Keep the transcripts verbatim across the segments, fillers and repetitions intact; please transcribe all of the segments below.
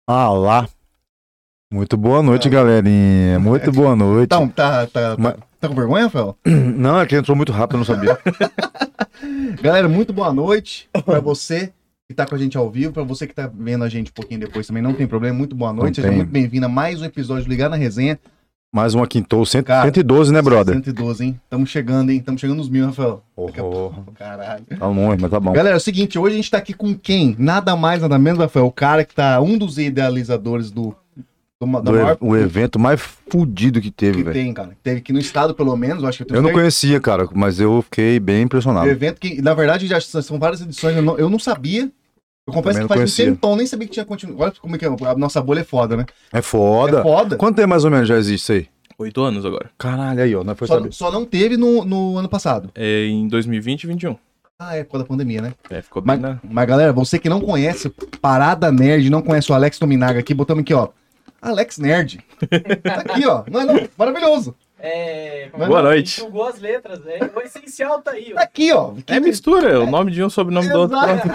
Ah, olá. Muito boa noite, galerinha. Muito boa noite. Então, tá, tá, Mas- tá, tá com vergonha, Rafael? Não, é que entrou muito rápido, eu não sabia. Galera, muito boa noite pra você que tá com a gente ao vivo, pra você que tá vendo a gente um pouquinho depois também, não tem problema, muito boa noite, Não seja tem. muito bem-vindo a mais um episódio do Ligar na Resenha. Mais uma quintou, cem, Cara, cento e doze, né, brother? cento e doze, hein? Estamos chegando, hein? Estamos chegando nos mil, Rafael. Oh, Daqui a oh, pouco, caralho. Tá longe, mas tá bom. Galera, é o seguinte, hoje a gente tá aqui com quem? Nada mais, nada menos, Rafael, o cara que tá, um dos idealizadores do, do, da Do maior e- o evento mais fudido que teve, que velho. tem, cara. Teve aqui no estado, pelo menos, eu acho que eu tenho Eu não certeza. conhecia, cara, mas eu fiquei bem Um impressionado. evento que, na verdade, já são várias edições, eu não, eu não sabia. Eu confesso Também que não faz um conhecia. tempão, nem sabia que tinha continuado. Olha como é que é, a nossa bolha é foda, né? É foda. É foda. Quanto tempo mais ou menos já existe isso aí? Oito anos agora. Caralho, aí, ó, não foi Só, saber. só não teve no, no ano passado. É em dois mil e vinte e vinte e um. Ah, é por causa da pandemia, né? É, ficou bem Mas, na... mas, galera, você que não conhece Parada Nerd, não conhece o Alex Dominaga aqui, botamos aqui, ó. Alex Nerd. Tá aqui, ó. Não é não? Maravilhoso. É, Boa como é? noite. Enxugou as letras, né? O essencial tá aí, Tá ó. aqui, ó. É mistura, é o nome de um, sobrenome do outro. Exato.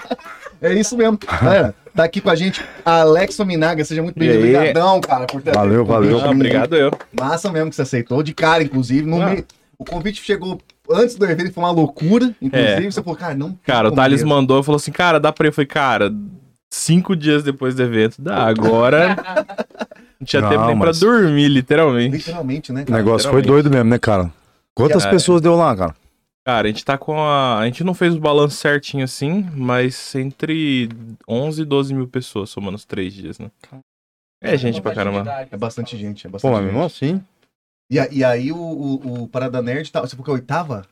É isso mesmo. Galera, tá aqui com a gente Alex Dominaga. Seja muito bem-vindo. E aí? Obrigadão, cara, por ter Valeu, valeu. Ah, obrigado eu. Massa mesmo que você aceitou, de cara, inclusive. No Ah. meio, o convite chegou antes do evento, foi uma loucura. Inclusive, É. você falou, cara, não. tem Cara, o como Thales mesmo. mandou e falou assim, cara, dá pra ir? Eu falei, cara, cinco dias depois do evento, dá, agora... Não tinha Não, tempo nem mas- pra dormir, literalmente. Literalmente, né? O cara? negócio foi literalmente. doido mesmo, né, cara? Quantas Cara, pessoas deu lá, cara? Cara, a gente tá com a... A gente não fez o balanço certinho assim, mas entre onze e doze mil pessoas, somando os três dias, né? É gente pra caramba. É bastante gente, é bastante Pô, mas gente. mesmo assim. E, a- e aí o, o, o Parada Nerd, tá, você falou que é a oitava?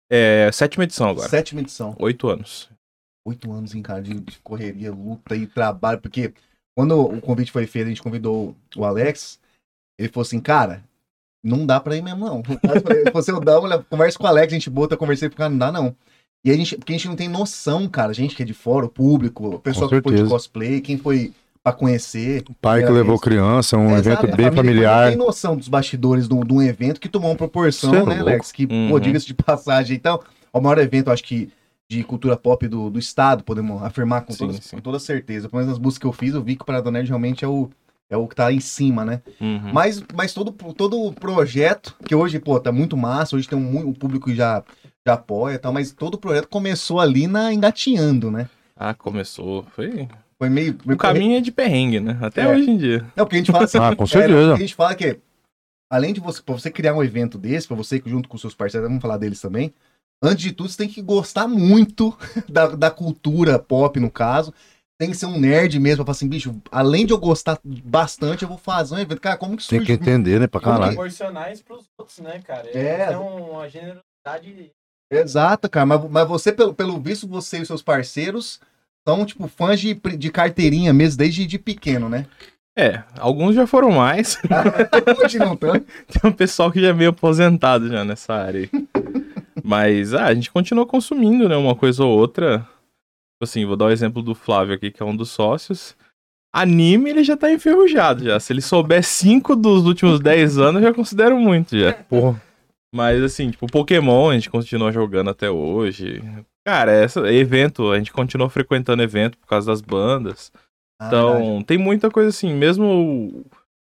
É, sétima edição agora. Sétima edição. Oito anos. Oito anos, hein, cara, de, de correria, luta e trabalho. Porque quando o convite foi feito, a gente convidou o Alex, ele falou assim, cara, não dá pra ir mesmo, não. Ele falou assim, eu dá, olha, conversa com o Alex, a gente bota, conversei com o cara, não dá, não. E a gente, porque a gente não tem noção, cara, a gente que é de fora, o público, o pessoal Com que foi de certeza. cosplay, quem foi pra conhecer. Pai que primeira levou vez. criança, um É, evento exato, a bem família familiar. Não tem noção dos bastidores de um, de um evento que tomou uma proporção, Cê é né, louco. Alex? Que, pô, Uhum. diga-se de passagem. Então, é o maior evento, acho que, de cultura pop do, do estado, podemos afirmar com, Sim, toda, sim. com toda certeza. Pelo menos nas buscas que eu fiz, eu vi que o Parada Nerd realmente é o, é o que tá em cima, né? Uhum. Mas, mas todo, todo o projeto, que hoje, pô, tá muito massa, hoje tem um, mu- um público que já, já apoia e tal, mas todo o projeto começou ali na engatinhando, né? Ah, começou. Foi... Foi meio... O meio caminho é de perrengue, né? Até É. hoje em dia. Não, porque a gente fala assim. Ah, com é, certeza. a gente fala que, além de você, pra você criar um evento desse, pra você, junto com seus parceiros, vamos falar deles também, antes de tudo, você tem que gostar muito da, da cultura pop, no caso. Tem que ser um nerd mesmo, pra falar assim, bicho, além de eu gostar bastante, eu vou fazer um evento. Cara, como que Tem surge? que entender, né, pra Como caralho. Proporcionar isso pros outros, né, cara? É. É uma generosidade. Exato, cara, mas, mas você, pelo, pelo visto, você e os seus parceiros são, tipo, fãs de, de carteirinha mesmo, desde de pequeno, né? É, alguns já foram mais. Hoje não tanto. Tem um pessoal que já é meio aposentado já nessa área aí. Mas, ah, a gente continua consumindo, né? Uma coisa ou outra. Tipo assim, vou dar o exemplo do Flávio aqui, que é um dos sócios. Anime, ele já tá enferrujado já. Se ele souber cinco dos últimos dez anos, eu já considero muito já. Porra. Mas, assim, tipo, Pokémon a gente continua jogando até hoje. Cara, essa, evento, a gente continua frequentando evento por causa das bandas. Ah, Então, tem muita coisa assim, mesmo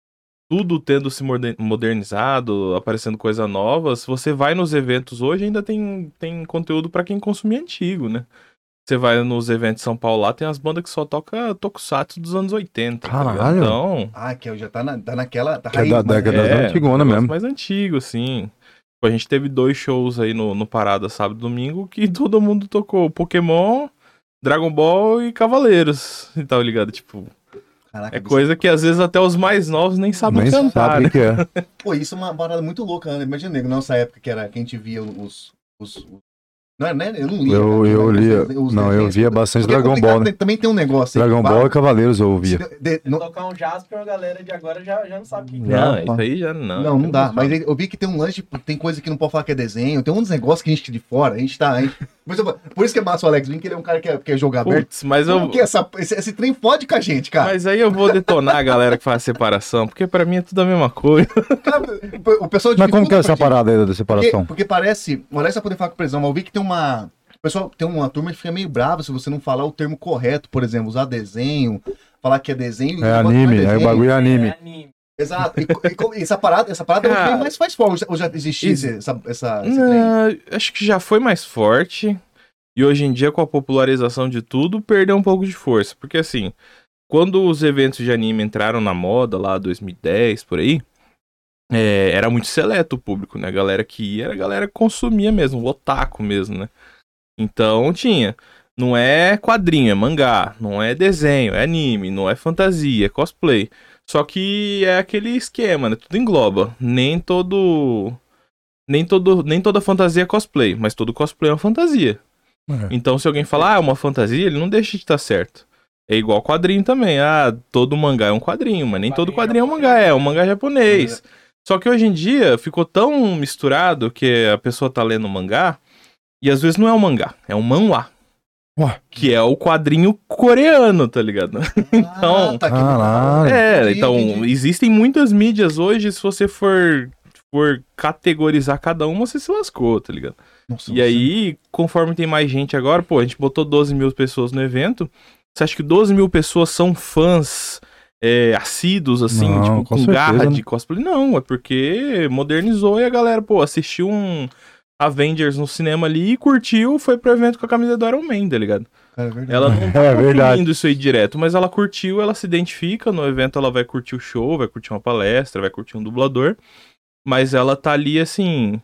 tudo tendo se moder- modernizado, aparecendo coisa nova, se você vai nos eventos hoje, ainda tem, tem conteúdo pra quem consumir antigo, né? Você vai nos eventos de São Paulo lá, tem as bandas que só toca tokusatsu dos anos oitenta. tá ligado? Caralho. Então, Ah, que já tá, na, tá naquela. Tá Que é da mas- década das é, antigona um negócio mesmo. mais antigo, assim. Tipo, a gente teve dois shows aí no, no Parada sábado e domingo que todo mundo tocou Pokémon, Dragon Ball e Cavaleiros. E tal, ligado? Tipo, Caraca, é coisa que às vezes até os mais novos nem sabem Nem cantar, sabe né? o que é. Pô, isso é uma parada muito louca, né? Imagina, nego, na nossa época que era que a gente via os. os, os- não, né? Eu não lia. Eu, né? eu Os- lia. os Não, eu desenhos. via bastante Porque é Dragon complicado, Ball, né? tem- Também tem um negócio aí. Dragon que Ball fala- e Cavaleiros eu ouvia. de- de- não, Tocar um Jasper, a galera de agora já, já não sabe o que que Não, Não, isso aí já não. não, não dá. Mas eu vi que tem um lance, de- tem coisa que não pode falar que é desenho, tem uns negócios que a gente de fora, a gente tá. A gente, por, isso, por isso que é massa o Alex Vim, que ele é um cara que é, que é jogo aberto. Putz, mas eu. Porque essa, esse, esse trem fode com a gente, cara. Mas aí eu vou detonar a galera que faz a separação, porque pra mim é tudo a mesma coisa. Cara, o pessoal Mas como que é dificulta essa pra gente. parada aí da Porque, separação? porque parece. O Alex vai poder falar com precisão, mas eu vi que tem uma. O pessoal tem uma turma que fica meio brava se você não falar o termo correto, por exemplo, usar desenho, falar que é desenho. É o negócio anime, não aí o desenho. bagulho é anime. É anime. Exato. E, e, e essa parada, essa parada Cara, não tem mais faz forte. Ou já existia Ex- esse- essa, essa, esse trem? Não, acho que já foi mais forte. E hoje em dia, com a popularização de tudo, perdeu um pouco de força. Porque assim, quando os eventos de anime entraram na moda, lá dois mil e dez, por aí, é, era muito seleto o público, né? A galera que ia era a galera que consumia mesmo, o otaku mesmo, né? Então tinha. Não é quadrinho, é mangá. Não é desenho, é anime. Não é fantasia, é cosplay. Só que é aquele esquema, né? Tudo engloba. Nem todo... Nem, todo, nem toda fantasia é cosplay, mas todo cosplay é uma fantasia. É. Então, se alguém falar, ah, é uma fantasia, ele não deixa de estar certo. É igual quadrinho também. Ah, todo mangá é um quadrinho, mas nem todo quadrinho é um mangá, é um mangá japonês. Só que hoje em dia ficou tão misturado que a pessoa tá lendo mangá e às vezes não é um mangá, é um manhwa. Ué. Que é o quadrinho coreano, tá ligado? Então, Ah, tá aqui. caralho. É, Entendi, então entendi. existem muitas mídias hoje, se você for, for categorizar cada uma, você se lascou, tá ligado? Nossa, E aí, conforme tem mais gente agora, pô, a gente botou doze mil pessoas no evento. Você acha que doze mil pessoas são fãs é, assíduos, assim, Não, tipo, com com, certeza, garra né? de cosplay? Não, é porque modernizou e a galera, pô, assistiu um Avengers no cinema ali e curtiu, foi pro evento com a camisa do Iron Man, tá ligado? Cara, é verdade. Ela não tá É verdade. consumindo isso aí direto, mas ela curtiu, ela se identifica, no evento ela vai curtir o show, vai curtir uma palestra, vai curtir um dublador, mas ela tá ali, assim...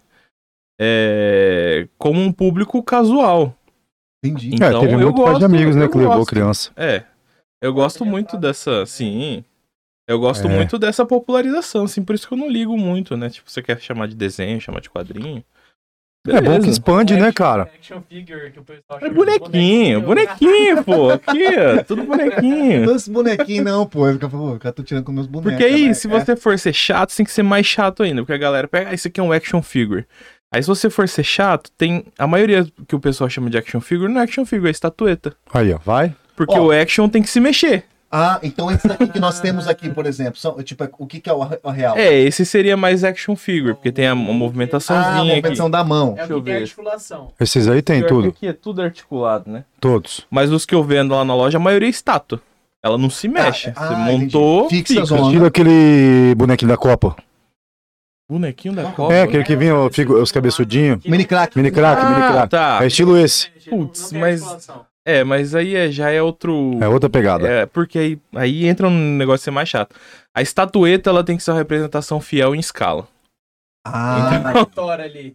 É, como um público casual. Entendi. É, Então, teve eu muito pai gosto, de amigos, né, eu que levou gosto. criança. É, eu gosto muito dessa, sim, eu gosto É. muito dessa popularização, assim, por isso que eu não ligo muito, né, tipo, você quer chamar de desenho, chamar de quadrinho, É bom que beleza. expande, né, cara? Action figure que o pessoal É chama de bonequinho, bonequinho, pô, aqui, ó, tudo bonequinho. Não, esse bonequinho não, pô. Eu ficava, pô, o cara tô tirando com meus bonecos. Porque aí, né? se você for ser chato, você tem que ser mais chato ainda, porque a galera pega, ah, isso aqui é um action figure. Aí se você for ser chato, tem, a maioria que o pessoal chama de action figure não é action figure, é estatueta. Aí, ó, vai. Porque Ó. o action tem que se mexer. Ah, então esse daqui que nós temos aqui, por exemplo, são, tipo, o que que é o, o real? É, esse seria mais action figure, porque tem a, a Ah, a movimentaçãozinha aqui. movimentação da mão. É Deixa o eu que tem ver. articulação. Esses aí tem Pior que tudo. aqui é tudo articulado, né? Todos. Mas os que eu vendo lá na loja, a maioria é estátua. Ela não se mexe. ah, Você entendi. montou, Fixa fica. a zona. Estilo aquele bonequinho da Copa. Bonequinho da Copa. É, aquele que vinha ó, figu- os cabeçudinhos. Mini crack. Mini crack, mini Ah, crack. tá. É estilo esse. Putz, mas- É, mas aí é- já é outro... É outra pegada. É, porque aí, aí entra um negócio de ser mais chato. A estatueta, ela tem que ser uma representação fiel em escala. Ah, A vitória ali.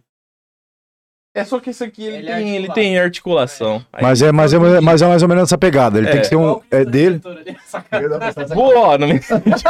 É só que esse aqui, ele, Ele é tem, ele articulado. tem articulação. Aí- Mas é, mas, é, mas é mais ou menos essa pegada. Ele É. tem que ser um. É dele. eu não prestava essa- Boa, não me...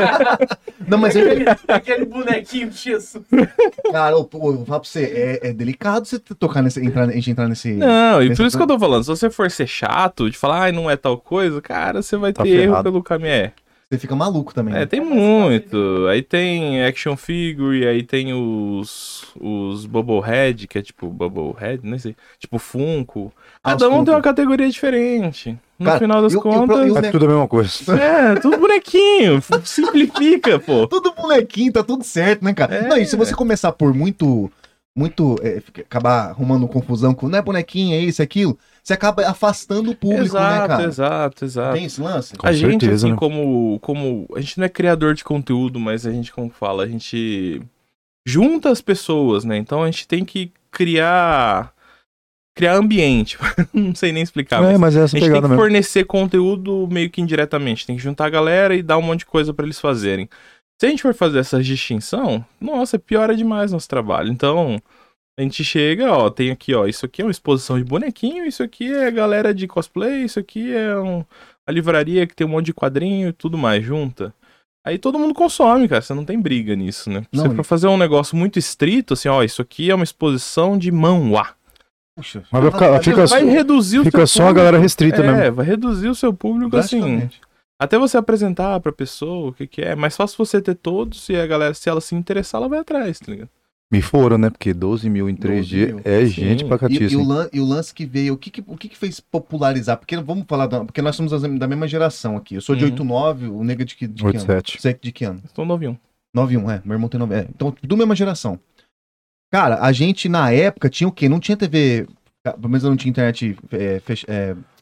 não, mas ele, Aquele, aquele bonequinho disso. cara, eu, eu vou falar pra você, é, é delicado você tocar nesse, entrar, a gente entrar nesse. Não, e nesse por isso que eu tô falando, se você for ser chato, de falar, ai, não é tal coisa, cara, você vai Tá ter erro ferrado. pelo caminho. É, Você fica maluco também. é né? tem muito. Aí tem action figure, aí tem os os Bubblehead, que é tipo Bubblehead, nem sei, tipo Funko. Ah, Cada os um tem Funko. uma categoria diferente. No Cara, final das e o- e o pro- contas, e o- É tudo a mesma coisa. é, tudo bonequinho, simplifica, pô. Tudo bonequinho, tá tudo certo, né, cara? É. Não, e se você começar por muito. Muito. é, fica- acabar arrumando confusão com não é bonequinho, é isso, é aquilo, você acaba afastando o público, Exato, né, cara? exato, exato. Tem esse lance? Com a gente, certeza, assim, né? como, como. A gente não é criador de conteúdo, mas a gente, como fala, a gente junta as pessoas, né? Então a gente tem que criar. Criar ambiente. Não sei nem explicar. É, mas mas é a essa gente tem pegada que mesmo. fornecer conteúdo meio que indiretamente. Tem que juntar a galera e dar um monte de coisa pra eles fazerem. Se a gente for fazer essa distinção, nossa, piora demais nosso trabalho. Então. A gente chega, ó, tem aqui, ó, isso aqui é uma exposição de bonequinho, isso aqui é galera de cosplay, isso aqui é um, a livraria que tem um monte de quadrinho e tudo mais, junta. Aí todo mundo consome, cara, você não tem briga nisso, né? Não, Você e- for fazer um negócio muito estrito, assim, ó, isso aqui é uma exposição de manhwa. Puxa. Mas vai ficar- fica Vai só- reduzir o Fica seu só a público. galera restrita É, mesmo. vai reduzir o seu público, assim, Drasticamente. até você apresentar pra pessoa o que que é. É mais fácil você ter todos e a galera, se ela se interessar, ela vai atrás, tá ligado? Me foram, né? Porque doze mil em três doze dias mil. é Sim. gente pra E, catiça. e o hein? lan- e o lance que veio, o que que, o que que fez popularizar? Porque vamos falar, da- porque nós somos as- da mesma geração aqui. Eu sou de Uhum. oitenta e nove, o nega de que, de que oito ano? sete. Você é de que ano? Estou novinho. noventa e um, é. Meu irmão tem nove. É. Então, tudo mesma geração. Cara, a gente na época tinha o quê? Não tinha T V. Pelo menos eu não tinha internet é, fech- é,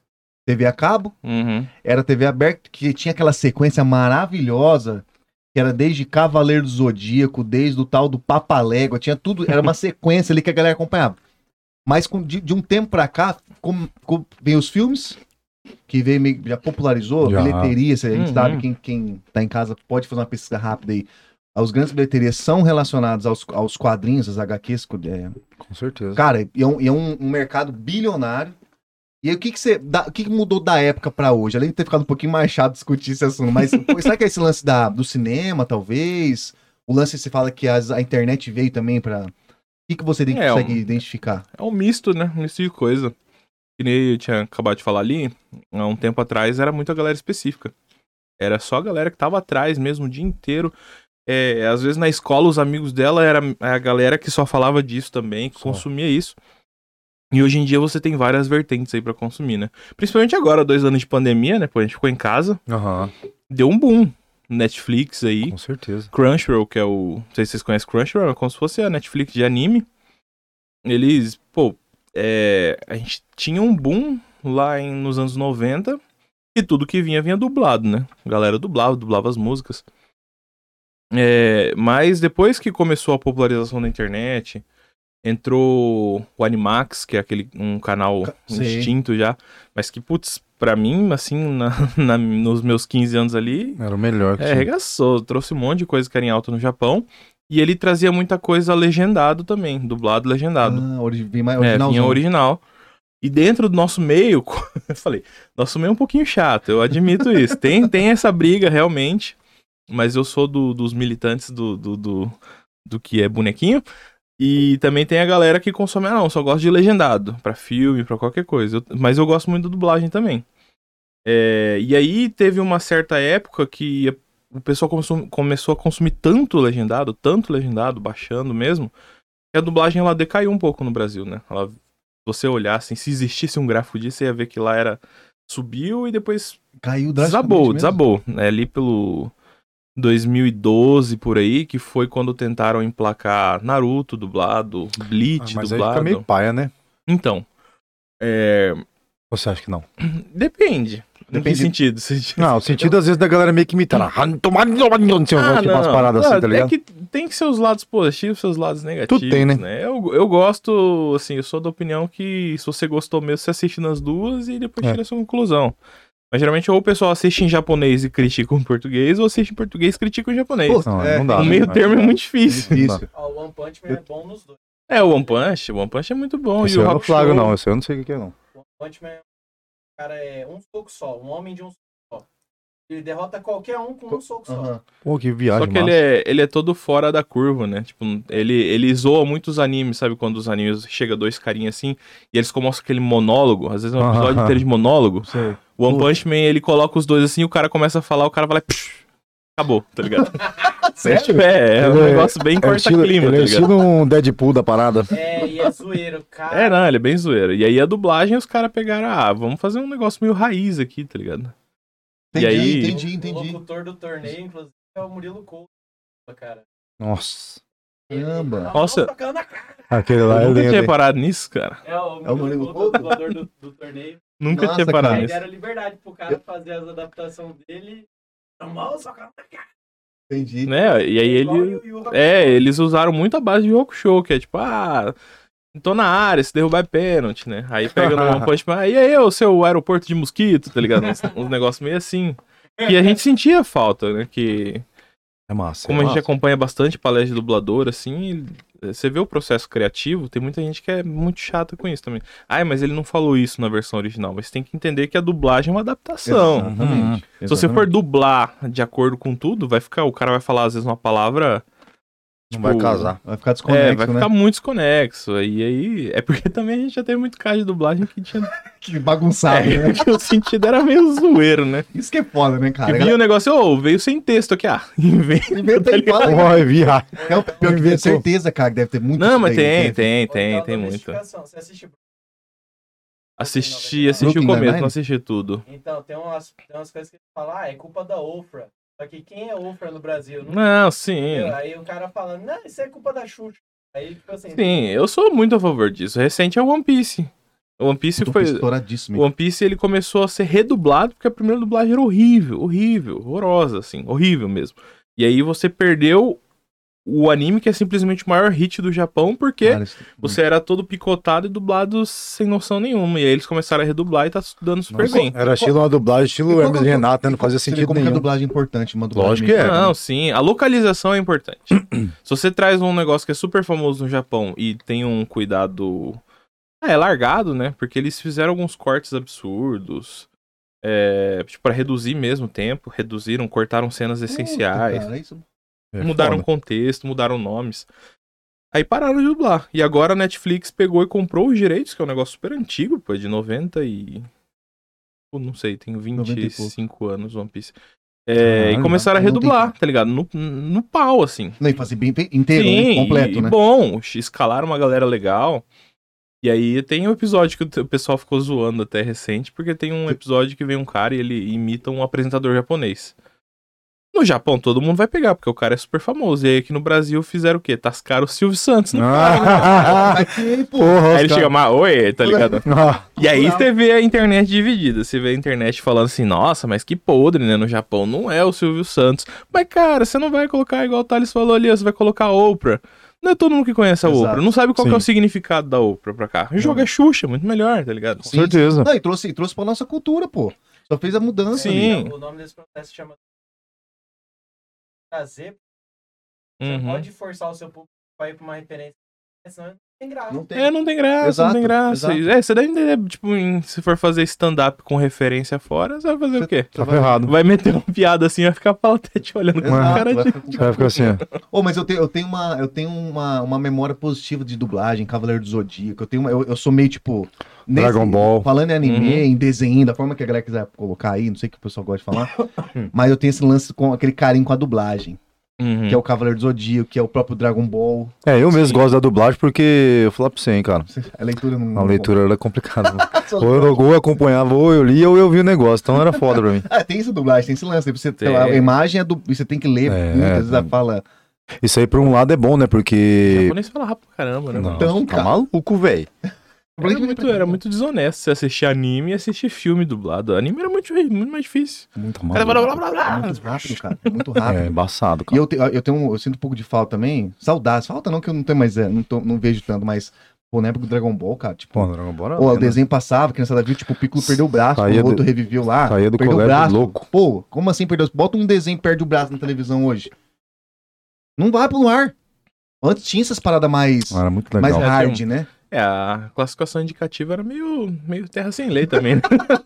T V a cabo, Uhum. era T V aberta, que tinha aquela sequência maravilhosa, que era desde Cavaleiro do Zodíaco, desde o tal do Papalégua, tinha tudo, era uma sequência ali que a galera acompanhava. Mas com- de, de um tempo pra cá, com, com, vem os filmes, que veio meio, já popularizou, Já. bilheteria, se a gente Uhum. sabe, quem, quem tá em casa pode fazer uma pesquisa rápida aí. As grandes bilheterias são relacionadas aos, aos quadrinhos, às agá quês, é, Com certeza. cara, e é um, e é um- um mercado bilionário. E aí, o que que você, da- o que que mudou da época pra hoje? Além de ter ficado um pouquinho mais chato discutir esse assunto, mas pô, será que é esse lance da, do cinema, talvez? O lance, você fala que as- a internet veio também pra... O que que você É, consegue um- identificar? É um misto, né? Um misto de coisa. Que nem eu tinha acabado de falar ali, há um tempo atrás era muita galera específica. Era só a galera que tava atrás mesmo o dia inteiro. É, às vezes na escola os amigos dela era a galera que só falava disso também, que Só. consumia isso. E hoje em dia você tem várias vertentes aí pra consumir, né? Principalmente agora, dois anos de pandemia, né? Pô, a gente ficou em casa, Aham, deu um boom. Netflix aí, com certeza. Crunchyroll, que é o... Não sei se vocês conhecem Crunchyroll, é como se fosse a Netflix de anime. Eles, pô, é, a gente tinha um boom lá em, nos anos noventa e tudo que vinha, vinha dublado, né? A galera dublava, dublava as músicas. É, mas depois que começou a popularização da internet, entrou o Animax, que é aquele um canal Ca- sei. extinto já, mas que, putz, pra mim, assim, na- na- nos meus quinze anos ali, Era o melhor que é, tinha. arregaçou, trouxe um monte de coisa que era em alta no Japão. E ele trazia muita coisa legendado também, dublado, legendado. Ah, ori- vem mais é, vinha originalzão. original. E dentro do nosso meio, eu falei, nosso meio é um pouquinho chato, eu admito isso. Tem, tem essa briga realmente, mas eu sou do- dos militantes do, do, do, do que é bonequinho. E também tem a galera que consome, ah não, só gosta de legendado, pra filme, pra qualquer coisa. Eu- mas eu gosto muito da dublagem também. É, e aí teve uma certa época que a- o pessoal começou, começou a consumir tanto legendado, tanto legendado, baixando mesmo, que a dublagem ela decaiu um pouco no Brasil, né? Ela, se você olhar assim, se existisse um gráfico disso, você ia ver que lá era... Subiu e depois Caiu desabou, drasticamente mesmo. desabou. É, ali pelo dois mil e doze, por aí, que foi quando tentaram emplacar Naruto dublado, Ah, Bleach mas aí dublado. fica meio paia, né? Então, é... Ou você acha que não? depende. Em que Depende- sentido? Você- Não, o sentido às vezes da galera meio que imitar. Ah, tomar não sei Ah, tipo umas não. paradas assim, Ah, tá ligado? É que tem que seus lados positivos, seus lados negativos, Tudo tem, né? Eu, eu gosto, assim, eu sou da opinião que se você gostou mesmo, você assiste nas duas e depois É. tira a sua conclusão. Mas geralmente ou o pessoal assiste em japonês e critica em português, ou assiste em português e critica em japonês. Pô, Não, é, não dá. o né? meio Mas- termo é muito difícil. Difícil. Ó, o One Punch Man é bom nos dois. É, o One Punch, o One Punch é muito bom. Esse e o eu não Hakusho- flago, não. Esse eu não sei o que que é, não. O One Punch Man, o cara é um soco só, um homem de um soco só. Ele derrota qualquer um com um soco só. Aham. Pô, que viagem Só que ele é, ele é todo fora da curva, né? Tipo, ele, ele zoa muitos animes, sabe? Quando os animes chega dois carinhas assim, e eles começam aquele monólogo, às vezes é um episódio Ah. inteiro de monólogo. Sei. O One Puta. Punch Man, ele coloca os dois assim, o cara começa a falar, o cara vai lá, psh, acabou, tá ligado? Sério? É, é um Ele é- negócio bem É o corta-clima, estilo, tá ele é ligado? estilo um Deadpool da parada. É, e é zoeiro, cara. É, não, ele é bem zoeiro. E aí a dublagem, os caras pegaram, ah, vamos fazer um negócio meio raiz aqui, tá ligado? Entendi, E aí- entendi, O entendi. locutor do torneio, inclusive, é o Murilo Couto, cara. Nossa. Ele- Caramba. Tá Nossa. tocando na cara. Aquele Eu lá é nunca tinha lindo. reparado nisso, cara. É o É o Murilo Murilo Couto, Couto? o dublador do, do torneio. Nunca Nossa, tinha reparado cara. Aí nisso. deram liberdade pro cara fazer as adaptações dele. Normal, só que Entendi. Né? E aí ele... É, eles usaram muito a base de Hakusho, que é tipo, ah, tô na área, se derrubar é pênalti, né? Aí pega no One Punch Man, e aí, o seu aeroporto de mosquito, tá ligado? Uns, uns negócios meio assim. E a gente sentia falta, né? Que, É massa. como é a gente massa. acompanha bastante palestra de dublador, assim, você vê o processo criativo, tem muita gente que é muito chata com isso também. Ai, mas ele não falou isso na versão original, mas tem que entender que a dublagem é uma adaptação. Exatamente. Se você for dublar de acordo com tudo, vai ficar, o cara vai falar às vezes uma palavra... Não tipo, vai casar. Vai ficar desconexo, É, vai né? ficar muito desconexo. E aí. É porque também a gente já teve muito caso de dublagem que tinha. Que bagunçado, É, né? que o sentido era meio zoeiro, né? Isso que é foda, né, Que cara? vinha o negócio, ô, veio sem texto aqui, ah, inventa. Inventa tá aí, ligado? fala aí. Porra, é viagem. É o pior que tenho Inventou. certeza, cara, que deve ter muito Não, isso mas daí, tem, né? tem, Ou tem, então tem muito. domesticação. Você assiste Assisti, assisti o Brooklyn começo, Nine-Nine? não assisti tudo. Então, tem umas, tem umas coisas que ele fala, ah, é culpa da Ofra. Só que quem é Ofra no Brasil? Não Não, sim. entendeu? Aí o cara falando, não, isso é culpa da Xuxa. Aí, tipo assim, Sim, eu sou muito a favor disso. Recente é o One Piece. O One Piece Então foi... estouradíssimo. O One Piece, ele começou a ser redublado porque a primeira dublagem era horrível, horrível, horrorosa, assim, horrível mesmo. E aí você perdeu o anime, que é simplesmente o maior hit do Japão, porque Cara, isso- você era todo picotado e dublado sem noção nenhuma. E aí eles começaram a redublar e tá dando super Nossa, bem. Era estilo uma dublagem, estilo E qual Hermes que é o- Renato, né? Não fazia Você vê sentido como que a nenhum. dublagem é importante, uma dublagem Lógico que é. Não, sim. A localização é importante. Se você traz um negócio que é super famoso no Japão e tem um cuidado... É, é largado, né? Porque eles fizeram alguns cortes absurdos. É, tipo, pra reduzir mesmo o tempo. Reduziram, cortaram cenas essenciais. Puta, cara, isso- É mudaram foda. contexto, mudaram nomes. Aí pararam de dublar. E agora a Netflix pegou e comprou os direitos, que é um negócio super antigo, pô, é de noventa e... Pô, não sei, tenho noventa e vinte e pouco. cinco anos, One Piece. É, Caralho, e começaram a não tem redublar, como. tá ligado? No, no pau, assim. Não, e fazer bem bem inteiro, Sim, né? Completo, e, né? e bom, escalaram uma galera legal. E aí tem um episódio que o te- o pessoal ficou zoando até recente, porque tem um episódio que vem um cara e ele imita um apresentador japonês. No Japão todo mundo vai pegar, porque o cara é super famoso. E aí aqui no Brasil fizeram o quê? Tascaram o Silvio Santos no cara, né? Ah, Aqui, pô. porra, Aí os ele chega, caras- mas oi, tá ligado? Ah, E aí Cultural. você vê a internet dividida. Você vê a internet falando assim, nossa, mas que podre, né? No Japão não é o Silvio Santos. Mas, cara, você não vai colocar, igual o Thales falou ali, você vai colocar a Oprah. Não é todo mundo que conhece a Exato. Oprah. Não sabe qual que é o Sim. significado da Oprah pra cá. O jogo é Xuxa, muito melhor, tá ligado? com certeza. Não, e trouxe, e trouxe pra nossa cultura, pô. Só fez a mudança Sim. ali. O nome desse processo chama trazer. Você Uhum. não pode forçar o seu público pra ir pra uma referência, senão não tem graça. Não tem. É, não tem graça, Exato, não tem graça. exato. É, você deve entender, tipo, em- se for fazer stand-up com referência fora, você vai fazer o quê? Tá ferrado. Vai meter uma piada assim, vai ficar a plateia te olhando com Exato, cara vai de... ficar com- Os caras ficam assim, ó. Ô, mas eu tenho, eu tenho, uma, eu tenho uma, uma memória positiva de dublagem, Cavaleiro do Zodíaco. Eu, tenho uma- eu, eu sou meio tipo. nesse- Dragon Ball. Falando em anime, Uhum. em desenho, da forma que a galera quiser colocar aí, não sei o que o pessoal gosta de falar. Mas eu tenho esse lance com aquele carinho com a dublagem, Uhum. que é o Cavaleiro do Zodíaco, que é o próprio Dragon Ball. É, eu mesmo Sim. gosto da dublagem porque eu falo pra você, hein, cara. A leitura não. A leitura era complicada. Só- ou, eu, ou eu acompanhava, ou eu lia, ou eu vi o negócio. Então era foda pra mim. Ah, tem essa dublagem, tem esse lance. Você, Tem. A imagem é do. Você tem que ler É, muitas vezes é. a fala. Isso aí, por um lado, é bom, né? O Porque. japonês fala rápido pra caramba, né? Não, mano? Então, tá cara. maluco, velho. Era muito, era muito desonesto você assistir anime e assistir filme dublado. Anime era muito, muito mais difícil. Muito, Tá Cara, blá, maluco. blá, blá, blá. é muito rápido, cara. É muito rápido. É embaçado, E cara. eu, te- eu, tenho, um- eu sinto um pouco de falta também. Saudades. Falta não, que eu não tenho mais. é, Não, tô- não vejo tanto, mas. Pô, na época do Dragon Ball, cara, tipo. Pô, Dragon Ball era Pô, o pena. desenho passava, a criançada viu, tipo, o Piccolo perdeu o braço, Saía o outro do- reviveu lá. saía do perdeu o colégio braço. louco. Pô, como assim perdeu? Bota um desenho e perde o braço na televisão hoje. Não vai pro ar. Antes tinha essas paradas mais, Era muito mais legal. hard, né? É, a classificação indicativa era meio, meio terra sem lei também, né?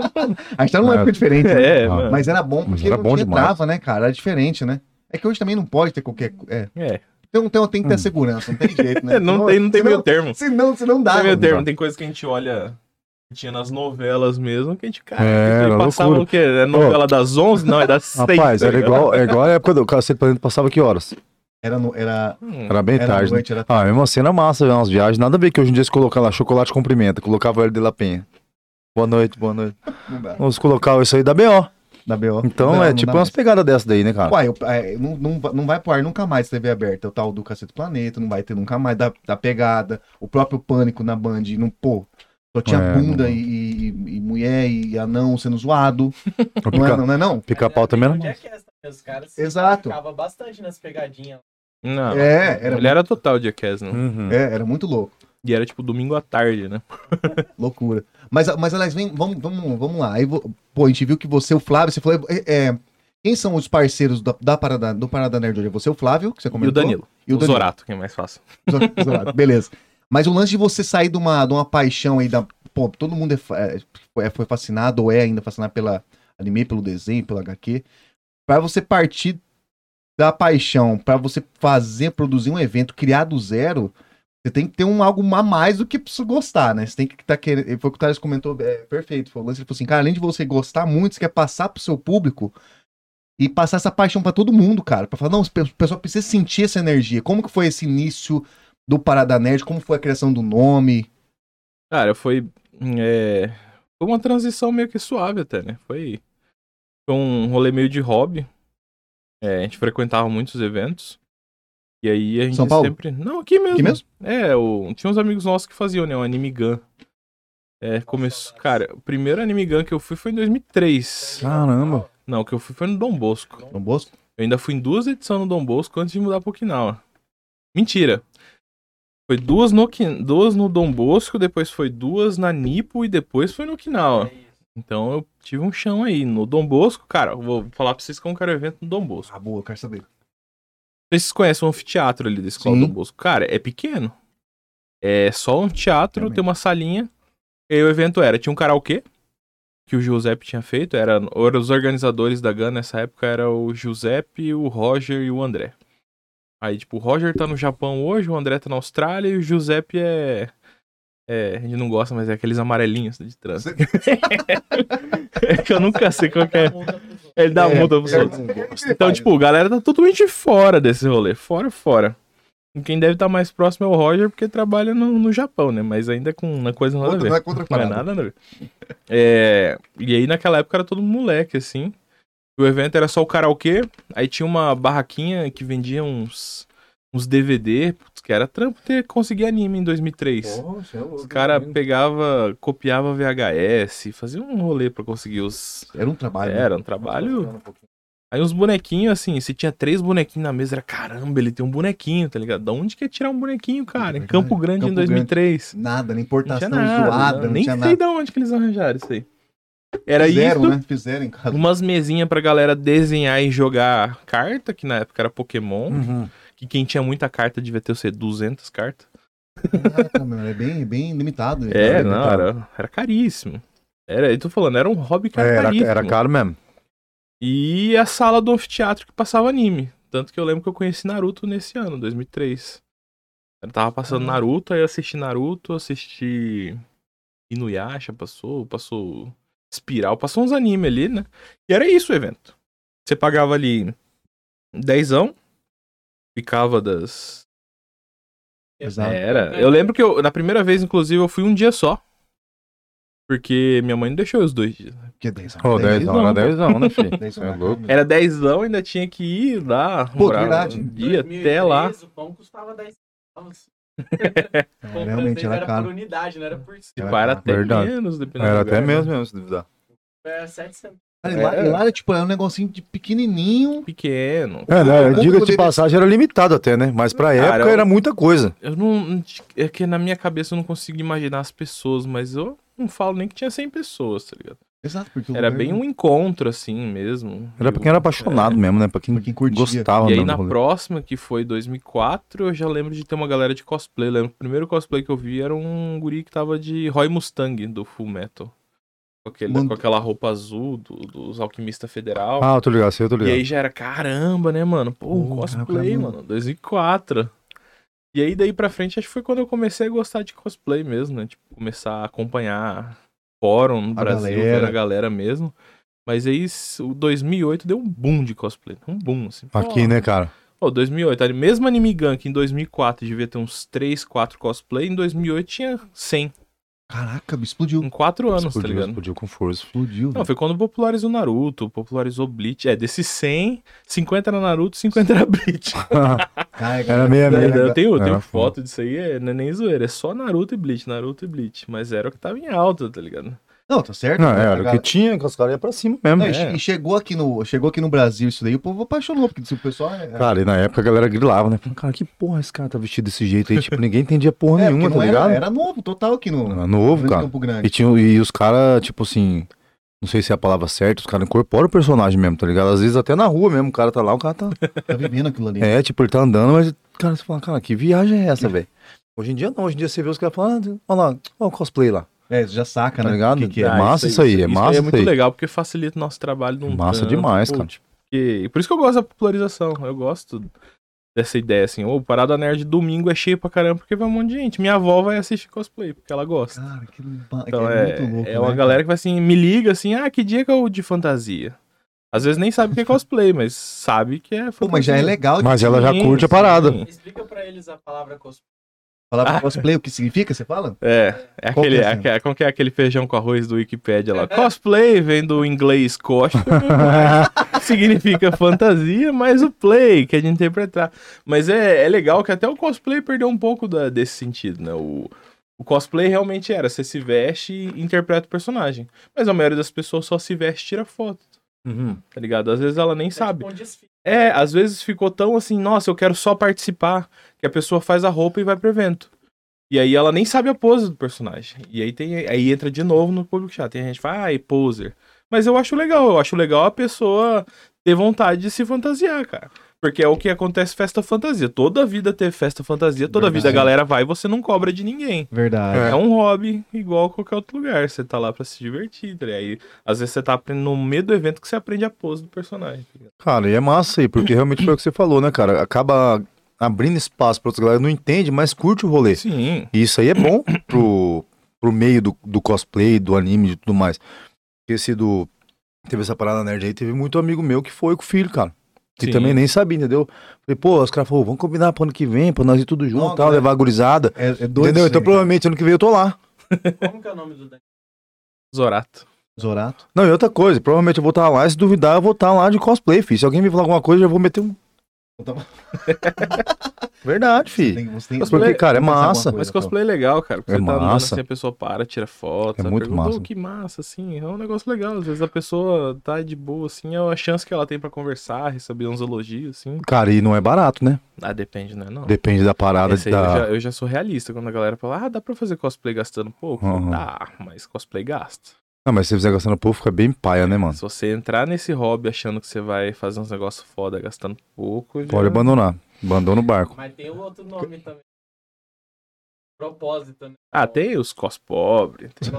A gente tá numa É. época diferente, né? É, Ah, mano. Mas era bom, Mas porque era não bom tinha demais. trava, né, cara? Era diferente, né? É que hoje também não pode ter qualquer. É. É. Então, então tem que ter Hum. segurança, não tem jeito, né? não Senão- tem, não tem senão- meio termo. Senão, senão Não dá. tem meio mano. termo. dá. Tem coisa que a gente olha que tinha nas novelas mesmo, que a gente, cara, É, isso aí era passava loucura. o quê? É novela das onze? Não, é das seis. Rapaz, tá era ligado? igual, é igual a época do Cacete Planeta, passava que horas? Era, no, era, Hum, Era bem era tarde. né? noite, era Ah, mesmo cena massa, umas viagens. Nada a ver que hoje em dia se colocar lá chocolate com pimenta, colocava ele de la penha. Boa noite, boa noite. não dá. Vamos colocar isso aí da B O. Da B O. Então Não, é não tipo dá umas mais. pegadas dessa daí, né, cara? Uai, eu- é, não, não, va- não vai pro ar nunca mais T V aberta. O tal do Cacete Planeta, não vai ter nunca mais da, da pegada. O próprio Pânico na Band, não, pô. Só tinha É, bunda não- e, e- e mulher e anão sendo zoado. O Não é, pica- não, não é não? Pica-pau também era Onde é massa. que é essa? Os caras se Exato. ficava bastante nas pegadinhas. Não, É, era ele era total Jackass, né? Uhum. É, era muito louco. E era tipo domingo à tarde, né? Loucura. Mas, mas Alex, vem, vamos, vamos, vamos lá. Aí, vo- pô, a gente viu que você, o Flávio, você falou. É, é, quem são os parceiros da, da Parada, do Parada Nerd hoje? Você, o Flávio, que você E comentou? o Danilo. E o o Danilo. Zorato, que é mais fácil. Exato, beleza. Mas o lance de você sair de uma, de uma paixão aí da. Pô, todo mundo é, fa- é, foi- foi fascinado, ou é ainda fascinado pela anime, pelo desenho, pelo H Q. Pra você partir da paixão, pra você fazer, produzir um evento, criar do zero, você tem que ter um algo a mais do que precisa gostar, né? Você tem que estar querendo. Foi o que o Thales comentou, é perfeito. Foi o lance, ele falou assim, cara, além de você gostar muito, você quer passar pro seu público e passar essa paixão pra todo mundo, cara. Pra falar, não, o pessoal precisa sentir essa energia. Como que foi esse início do Parada Nerd? Como foi a criação do nome? Cara, foi. é, Foi uma transição meio que suave até, né? Foi, foi um rolê meio de hobby. É, a gente frequentava muitos eventos. E aí a gente São Paulo? sempre. Não, aqui mesmo. Aqui mesmo? É, o... tinha uns amigos nossos que faziam, né? O Anime Gun. É, começou. Cara, o primeiro Anime Gun que eu fui foi em dois mil e três. Caramba. Não, o que eu fui foi no Dom Bosco. Dom Bosco? Eu ainda fui em duas edições no Dom Bosco antes de mudar pro Okinawa. Mentira. Foi duas no, Oki- duas no Dom Bosco, depois foi duas na Nipo e depois foi no Okinawa. Então eu tive um chão aí. No Dom Bosco, cara, eu vou falar pra vocês como que era o evento no Dom Bosco. Ah, boa, eu quero saber. Vocês conhecem o anfiteatro ali da escola Sim. Dom Bosco? Cara, é pequeno. É só um teatro, Realmente. tem uma salinha. E aí o evento era, tinha um karaokê, que o Giuseppe tinha feito. Era, eram os organizadores da GAN nessa época era o Giuseppe, o Roger e o André. Aí, tipo, o Roger tá no Japão hoje, o André tá na Austrália e o Giuseppe é... É, a gente não gosta, mas é aqueles amarelinhos de trânsito. É que eu nunca sei qual que é. Ele dá multa pros É, outros. Então, tipo, a galera tá totalmente fora desse rolê. Fora, fora. E quem deve estar mais próximo é o Roger, porque trabalha no, no Japão, né? Mas ainda com uma coisa nada a Outra ver. não é contra a Não é parada. nada a ver. É, e aí, naquela época, era todo moleque, assim. O evento era só o karaokê. Aí tinha uma barraquinha que vendia uns, uns D V D, putz, que era trampo ter conseguir anime em dois mil e três. Poxa, é louco, Os caras hein? pegavam, copiava V H S, fazia um rolê pra conseguir os... Era um trabalho. Era um trabalho... Aí uns bonequinhos, assim, se tinha três bonequinhos na mesa, era caramba, ele tem um bonequinho, tá ligado? Da onde que ia tirar um bonequinho, cara? Em Verdade. Campo Grande, Campo em dois mil e três. Nada, nem Não importação tinha nada, zoada, não, não nem tinha sei nada. de onde que eles arranjaram isso aí. Era Fizeram, isso, né? Fizeram em casa. umas mesinhas pra galera desenhar e jogar carta, que na época era Pokémon, Uhum. que quem tinha muita carta devia ter, o quê, duzentas cartas. Caraca, meu, é bem, bem limitado. né? É, Cara, não, limitado. era, era caríssimo. Era, eu tô falando, era um hobby que É, era era, caríssimo. era caro mesmo. E a sala do anfiteatro que passava anime. Tanto que eu lembro que eu conheci Naruto nesse ano, dois mil e três. Eu tava passando Ah. Naruto, aí eu assisti Naruto, assisti Inuyasha, passou, passou Espiral, passou uns animes ali, né? E era isso o evento. Você pagava ali dezão, ficava das... Exato. Era. Eu lembro que eu, na primeira vez, inclusive, eu fui um dia só. Porque minha mãe não deixou os dois dias. Que dez Ô, dez não, era dez não, né, filho? dez É louco. Era dezão, ainda tinha que ir lá. Pô, morar verdade. um dia até lá. O pão custava dez centavos. É, O pão realmente francês era caro. por unidade, não era por Se Era pá, era caro. até Verdade. menos, dependendo Era do até lugar. mesmo, mesmo, se duvidar. Era sete centavos. Cara, e lá, É. e lá era tipo, era um negocinho de pequenininho. Pequeno. É, né? Como Diga de poderia- passagem, era limitado até, né? Mas pra Cara, época eu- era muita coisa. Eu não. É que na minha cabeça eu não consigo imaginar as pessoas, mas eu não falo nem que tinha cem pessoas, tá ligado? Exato, porque o Era lugar- bem um encontro, assim mesmo. Era pra quem era apaixonado mesmo, né? Pra quem, Pra quem curtia. gostava E aí mesmo do na rolê. próxima, que foi dois mil e quatro, eu já lembro de ter uma galera de cosplay. Eu lembro que o primeiro cosplay que eu vi era um guri que tava de Roy Mustang, do Full Metal. Com, aquele, Mano- com aquela roupa azul do- dos Alquimista Federal. Ah, eu tô ligado, sei, eu tô e ligado. aí já era caramba, né, mano? Pô, um Pô, cosplay, caramba. mano. dois mil e quatro. E aí daí pra frente, acho que foi quando eu comecei a gostar de cosplay mesmo, né? Tipo, começar a acompanhar fórum no A Brasil, galera. vendo a galera mesmo. Mas aí o dois mil e oito deu um boom de cosplay. Um boom, assim. Aqui, né, cara? Pô, dois mil e oito, ali, mesmo Anime Gun, que em dois mil e quatro devia ter uns três, quatro cosplay, em dois mil e oito tinha cem. Caraca, explodiu. Em quatro anos, Explodiu, tá ligado? explodiu com força. Explodiu. Não, velho. foi quando popularizou Naruto, popularizou Bleach. É, desses cem, cinquenta era Naruto, cinquenta era Bleach. Caraca, Era meia Eu meia. tenho, eu tenho Era foto disso aí, é, não é nem zoeira, é só Naruto e Bleach, Naruto e Bleach. Mas era o que tava em alta, tá ligado? Não, tá certo. Não, né? era A o que galera- tinha, que os caras iam pra cima mesmo. Não, e É. che- e chegou aqui, no, chegou aqui no Brasil isso daí, o povo apaixonou, porque se o pessoal... É, Cara, e na época a galera grilava, né? Falando, cara, que porra esse cara tá vestido desse jeito aí? Tipo, ninguém entendia porra é, nenhuma, porque tá não ligado? era, era novo, total aqui no, Era novo, no cara. Campo Grande. E, tinha, e os caras, tipo assim, não sei se é a palavra certa, os caras incorporam o personagem mesmo, tá ligado? Às vezes até na rua mesmo, o cara tá lá, o cara tá. Tá vivendo aquilo ali. É, tipo, ele tá andando, mas, cara, você fala, cara, que viagem é essa, velho? Hoje em dia não, hoje em dia você vê os caras falando, ah, olha lá, olha o cosplay lá. É, você já saca, Tá né? ligado? o que que é. É massa isso aí, é massa é muito isso aí. legal, porque facilita o nosso trabalho num Massa tanto, demais, pô, cara. tipo, e, e por isso que eu gosto da popularização, eu gosto dessa ideia, assim, ô, Parada Nerd domingo é cheio pra caramba, porque vai um monte de gente. Minha avó vai assistir cosplay, porque ela gosta. Cara, que, ba- Então que é, é muito louco, é uma né, galera que vai assim, me liga assim, ah, que dia que é o de fantasia? Às vezes nem sabe o que é cosplay, mas sabe que é fantasia. Pô, mas já é legal de Mas ela já Sim, curte a sim. parada. Explica pra eles a palavra cosplay. falar Ah. pro cosplay o que significa, você fala? É, é Qual que aquele, é, assim? aque- como que é aquele feijão com arroz do Wikipédia lá? Cosplay vem do inglês costume, significa fantasia, mas o play, que é de interpretar. Mas é, é legal que até o cosplay perdeu um pouco da- desse sentido, né? O, O cosplay realmente era, você se veste e interpreta o personagem. Mas a maioria das pessoas só se veste e tira foto, Uhum. tá ligado? Às vezes ela nem É sabe. tipo um desfile. É, às vezes ficou tão assim, nossa, eu quero só participar, que a pessoa faz a roupa e vai pro evento. E aí ela nem sabe a pose do personagem. E aí tem aí entra de novo no público chato. Tem gente que fala, ai, poser. Mas eu acho legal, eu acho legal a pessoa ter vontade de se fantasiar, cara. Porque é o que acontece festa fantasia. Toda vida teve festa fantasia, toda Verdade. vida a galera vai e você não cobra de ninguém. Verdade. É um hobby igual a qualquer outro lugar. Você tá lá pra se divertir, tá ligado? Aí, às vezes você tá aprendendo no meio do evento que você aprende a pose do personagem. Tá ligado? Cara, e é massa aí, porque realmente foi o que você falou, né, cara? Acaba abrindo espaço pra outra galera, não entende, mas curte o rolê. Sim. E isso aí é bom pro, pro meio do, do cosplay, do anime e tudo mais. Porque esse do... Teve essa parada nerd aí, teve muito amigo meu que foi com o filho, cara. Que Sim. também nem sabia, entendeu? Falei, pô, os caras falaram, vamos combinar pro ano que vem, pra nós ir tudo junto Não, e tal, né? levar a gurizada. É, é doido Entendeu? isso Então aí, provavelmente ano que vem eu tô lá. Como que é o nome do Daniel? Zorato. cara. Zorato. Não, e outra coisa, provavelmente eu vou estar lá, e se duvidar eu vou estar lá de cosplay, filho. Se alguém me falar alguma coisa, eu já vou meter um... Então, Verdade, Você filho. tem, você tem, Porque, cara, é tem que pensar massa. alguma Mas coisa, cosplay é legal, cara. Porque É você tá andando massa. assim, a pessoa para, tira foto. É sabe? muito Pergunta, massa. "Ô, que massa, assim. É um negócio legal. Às vezes a pessoa tá de boa, assim, é a chance que ela tem pra conversar, receber uns elogios, assim. Cara, e não é barato, né? Ah, depende, né? Não. Depende da parada Esse aí eu, da... já, eu já sou realista. Quando a galera fala, ah, dá pra fazer cosplay gastando pouco? Uhum. Dá, mas cosplay gasta. Não, mas se você fizer gastando pouco, fica bem paia, né, mano? Se você entrar nesse hobby achando que você vai fazer uns negócios foda gastando pouco, já... Pode abandonar. Abandona o barco. Mas tem o outro nome também. Propósito, né? Ah, tem os cos pobres. tem-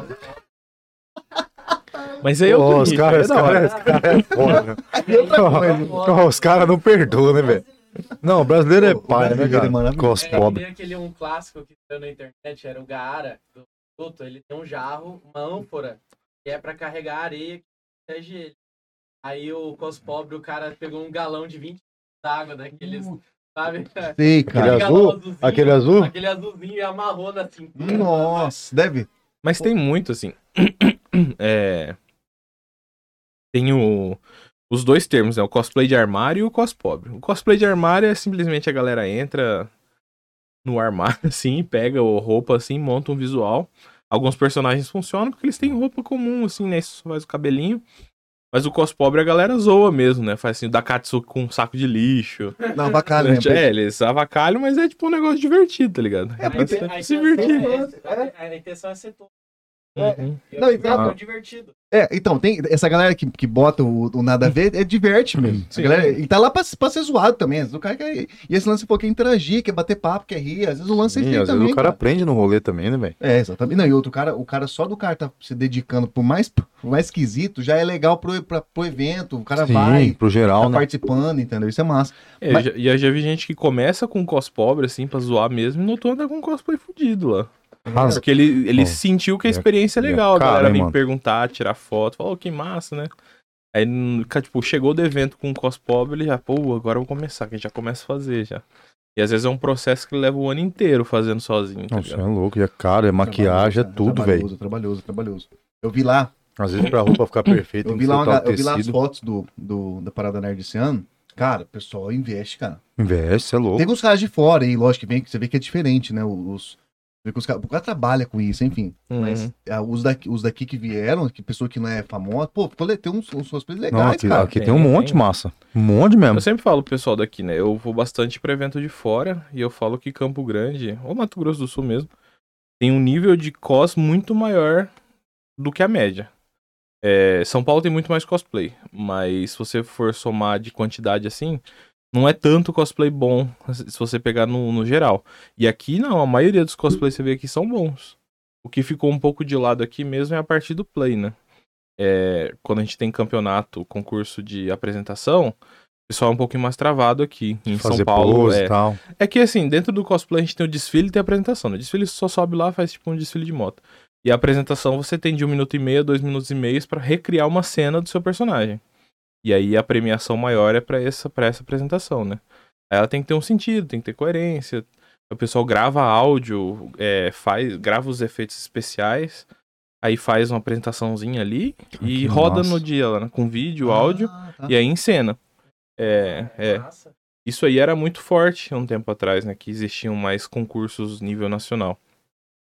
Mas aí eu Ô, os caras é da hora. cara, cara é foda, né? E outra coisa. Ó, os caras não perdoam, né, velho? Não, o brasileiro é O pai, né, brasileiro é cara? maravilhoso. Cos É, pobre. tem aquele um clássico que saiu na internet, era o Gaara, do Naruto, ele tem um jarro, uma ânfora, que é pra carregar areia que protege ele. Aí o cos pobre, o cara pegou um galão de vinte d'água daqueles, sabe? Sei, Aquele cara. galão azul? azulzinho, Aquele azul? Aquele azulzinho e amarrou na cintura. Nossa, deve. Mas tem muito, assim. É... Tem o... os dois termos, né? O cosplay de armário e o cos pobre. O cosplay de armário é simplesmente a galera entra no armário, assim, pega a roupa, assim, monta um visual. Alguns personagens funcionam porque eles têm roupa comum, assim, né? Isso faz o cabelinho. Mas o cos pobre a galera zoa mesmo, né? Faz assim, o Dakatsu com um saco de lixo. Não, bacana, né? É, eles avacalham, mas é tipo um negócio divertido, tá ligado? É, porque Pra A se intenção divertir. é- a- a intenção é ser todo. Uhum. Não, então- é divertido. É, então, tem essa galera que, que bota o, o nada a ver, é diverte mesmo. Sim. A galera, e tá lá pra, pra ser zoado também. Às vezes o cara quer, e esse lance pô, quer interagir, quer bater papo, quer rir. Às vezes o lance é Sim, esse aí às vezes também. o cara cara. aprende no rolê também, né, velho? É, exatamente. Não, e outro cara, o cara só do cara tá se dedicando pro mais, pro mais esquisito, já é legal pro, pra, pro evento. O cara Sim, vai, pro geral, tá né? participando, entendeu? Isso é massa. É, Mas- já- e eu já vi gente que começa com cos pobre, assim, pra zoar mesmo, e no outro anda com cosplay fudido lá. Arrasa. Porque ele, ele Bom, sentiu que a e a- experiência é e a legal. A cara, galera hein, vem mano? perguntar, tirar foto, falou, que massa, né? Aí, n- ca- tipo, chegou do evento com cos pobre, ele já, pô, agora eu vou começar, que a gente já começa a fazer já. E às vezes é um processo que leva o ano inteiro fazendo sozinho, tá Não, você é ligado? louco. E a cara, é maquiagem, é tudo, velho. Trabalhoso, trabalhoso, trabalhoso. Eu vi lá, Às vezes pra roupa ficar perfeita, eu tem vi que lá, ser uma, tal ga- eu vi lá as tecido. fotos do, do, da Parada Nerd esse ano. Cara, o pessoal investe, cara. Investe, você é louco. Tem uns caras de fora aí, lógico que vem, que você vê que é diferente, né? Os, você vê que os caras, o cara trabalha com isso, enfim. Uhum. Mas ah, os, daqui, os daqui que vieram, que pessoa que não é famosa, pô, tô- tem uns, uns cosplays Não, legais, aqui, cara. aqui tem, Tem, um monte, tem. massa. Um monte mesmo. Eu sempre falo pro pessoal daqui, né? Eu vou bastante pra evento de fora e eu falo que Campo Grande, ou Mato Grosso do Sul mesmo, tem um nível de cos muito maior do que a média. É, São Paulo tem muito mais cosplay, mas se você for somar de quantidade assim, não é tanto cosplay bom se você pegar no, no geral. E aqui não, a maioria dos cosplays que você vê aqui são bons. O que ficou um pouco de lado aqui mesmo é a parte do play, né? É, quando a gente tem campeonato, concurso de apresentação, o pessoal é um pouquinho mais travado aqui. Em Fazer São Paulo, pose é, e tal. é que assim, dentro do cosplay a gente tem o desfile e tem a apresentação. Né? O desfile só sobe lá, faz tipo um desfile de moto. E a apresentação você tem de um minuto e meio, dois minutos e meio pra recriar uma cena do seu personagem. E aí a premiação maior é pra essa, pra essa apresentação, né? Aí ela tem que ter um sentido, tem que ter coerência. O pessoal grava áudio, é, faz, grava os efeitos especiais, aí faz uma apresentaçãozinha ali e que roda massa. no dia lá, né? Com vídeo, áudio, Ah, tá. e aí encena. É, é. Massa. Isso aí era muito forte há um tempo atrás, né? Que existiam mais concursos nível nacional.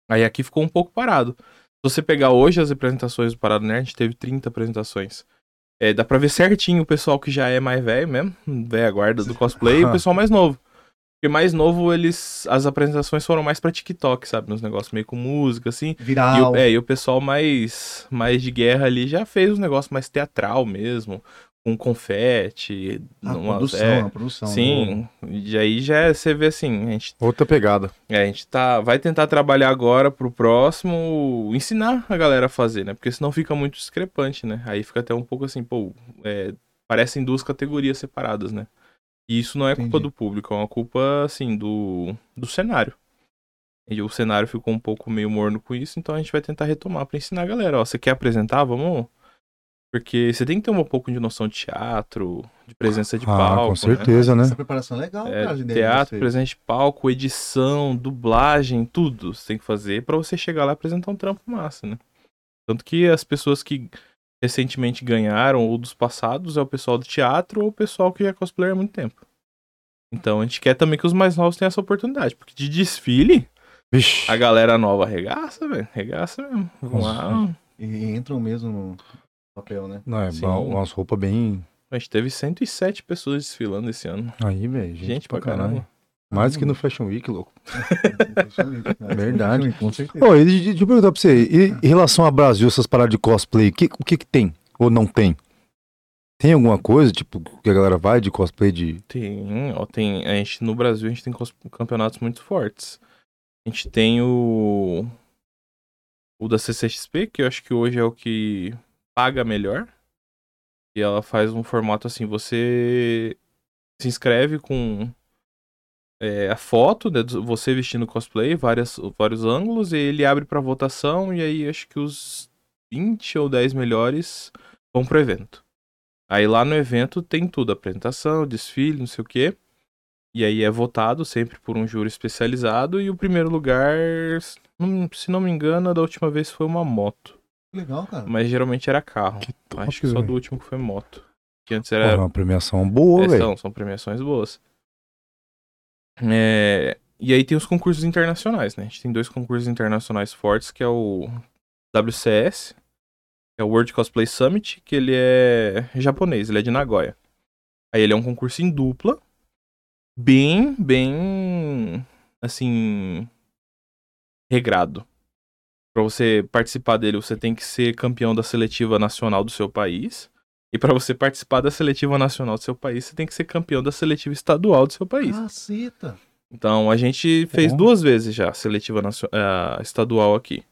Aí aqui ficou um pouco parado. Se você pegar hoje as apresentações do Parada Nerd, a gente teve trinta apresentações. É, dá pra ver certinho o pessoal que já é mais velho mesmo, velha guarda do cosplay, e o pessoal mais novo. Porque mais novo, eles. As apresentações foram mais pra TikTok, sabe? Uns negócios meio com música, assim. E Viral. o, é, e o pessoal mais, mais de guerra ali já fez um negócio mais teatral mesmo, com confete. A umas- produção, é, a produção. sim, e aí já você vê assim, a gente, Outra pegada. é, a gente tá, vai tentar trabalhar agora pro próximo, ensinar a galera a fazer, né? Porque senão fica muito discrepante, né? Aí fica até um pouco assim, pô, é, parecem duas categorias separadas, né? E isso não é culpa Entendi. do público, é uma culpa, assim, do, do cenário. E o cenário ficou um pouco meio morno com isso, então a gente vai tentar retomar pra ensinar a galera, ó, você quer apresentar? Vamos... Porque você tem que ter um pouco de noção de teatro, de presença de Ah, palco, com né? certeza, né? Essa preparação é legal, É, cara. de ideia de teatro, vocês. presença de palco, edição, dublagem, tudo você tem que fazer pra você chegar lá e apresentar um trampo massa, né? Tanto que as pessoas que recentemente ganharam, ou dos passados, é o pessoal do teatro ou o pessoal que já é cosplayer há muito tempo. Então a gente quer também que os mais novos tenham essa oportunidade, porque de desfile, Vixe. a galera nova arregaça, velho, arregaça mesmo. Vão lá, E entram mesmo no papel, né? Não, é Sim. bom, umas roupas bem. a gente teve cento e sete pessoas desfilando esse ano. Aí, velho. Gente, Gente, pra pra caramba. caralho. Mais que no Fashion Week, louco. É Verdade. Com certeza. Ô, e de- deixa eu perguntar pra você, e em relação ao Brasil, essas paradas de cosplay, o que, o que que tem? Ou não tem? Tem alguma coisa, tipo, que a galera vai de cosplay de... Tem, ó, tem, a gente, no Brasil a gente tem cos- campeonatos muito fortes. A gente tem o o da C C X P, que eu acho que hoje é o que paga melhor. E ela faz um formato assim, você se inscreve com é, a foto, né, do- você vestindo cosplay, várias, vários ângulos, e ele abre pra votação, e aí acho que os vinte ou dez melhores vão pro evento. Aí lá no evento tem tudo, apresentação, desfile, não sei o quê. E aí é votado sempre por um júri especializado, e o primeiro lugar, se não- se não me engano, da última vez foi uma moto. Legal, cara. Mas geralmente era carro. top, Acho que só velho. do último que foi moto. Que antes Porra, era. uma premiação boa, é, velho. são, são premiações boas. É, e aí tem os concursos internacionais, né? A gente tem dois concursos internacionais fortes, que é o W C S, que é o World Cosplay Summit, que ele é japonês, ele é de Nagoya. Aí ele é um concurso em dupla, bem, bem, assim, regrado. Pra você participar dele, você tem que ser campeão da seletiva nacional do seu país. E pra você participar da seletiva nacional do seu país, você tem que ser campeão da seletiva estadual do seu país. Caceta. Então, a gente fez Bom. duas vezes já a seletiva nacio- eh, estadual aqui.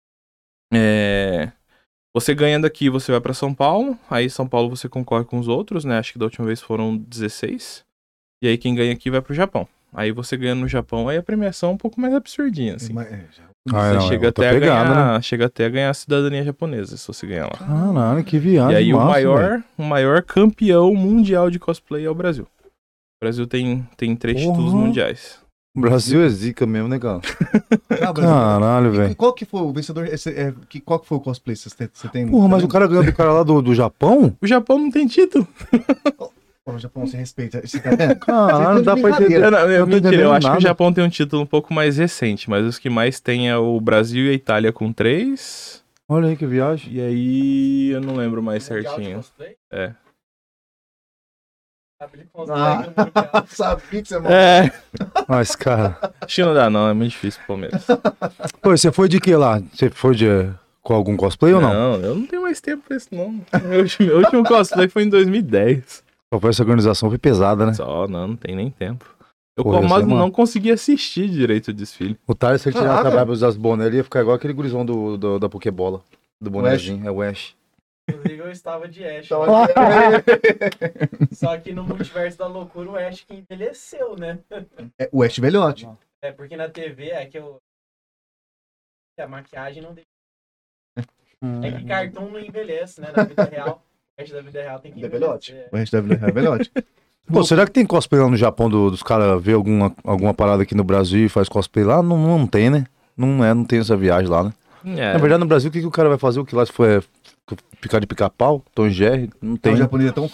É, Você ganhando aqui, você vai pra São Paulo. Aí, São Paulo, você concorre com os outros, né? Acho que da última vez foram dezesseis. E aí, quem ganha aqui vai pro Japão. Aí, você ganhando no Japão, aí a premiação é um pouco mais absurdinha, assim. Mas, é, já- Ah, Você não, é chega, outra até a pegada, ganhar, chega até a ganhar a cidadania japonesa, se você ganhar lá. Caralho, que viagem E aí, o massa, maior, velho. o maior campeão mundial de cosplay é o Brasil. O Brasil tem, tem três Porra. títulos mundiais. O Brasil é zica mesmo, né, cara? Ah, Brasil. Caralho, E velho. qual que foi o vencedor? Esse, é, que, qual que foi o cosplay? Você tem? Você tem Porra, mas o cara ganhou do cara lá do, do Japão? O Japão não tem título. Pô, o Japão, você respeita. Você tá vendo? Caralho, não dá pra brincadeira. entender. Eu, não, eu, não tô mentira, eu entendendo acho que nada. o Japão tem um título um pouco mais recente, mas os que mais tem é o Brasil e a Itália com três. Olha aí que viagem. E aí eu não lembro mais Mundial de certinho. cosplay? É. Sabe, ele consegue Ah, o mundial. sabia que você É. Mas, cara. Acho que não dá, não. É muito difícil pro Palmeiras. Pô, você foi de que lá? Você foi de com algum cosplay ou não? Não, eu não tenho mais tempo pra isso, não. Meu último, meu último cosplay foi em dois mil e dez. Só foi essa organização, foi pesada, né? Só, não, não tem nem tempo. Eu Porra, quase essa é uma- não consegui assistir direito o desfile. O Thales, se ele tirar Caraca. a barba das boné, ele ia ficar igual aquele gurizão do, do- da Pokébola. Do bonezinho, é o Ash. Inclusive, eu estava de Ash. Então, né? é, Só que no multiverso da loucura, o Ash que envelheceu, né? é o Ash Velhote. É porque na T V é que eu. que a maquiagem não deixa. É que cartoon não envelhece, né? Na vida real. O Ash da vida real tem que É Velhote. envelhecer. O Ash da é Velhote. Pô, será que tem cosplay lá no Japão do- dos caras ver alguma, alguma parada aqui no Brasil e faz cosplay lá? Não, não tem, né? Não é, não tem essa viagem lá, né? É, Na verdade, no Brasil, o que, que o cara vai fazer? O que lá se for é ficar de pica-pau? Tom e Jerry? Não Tem tem. o japonês é tão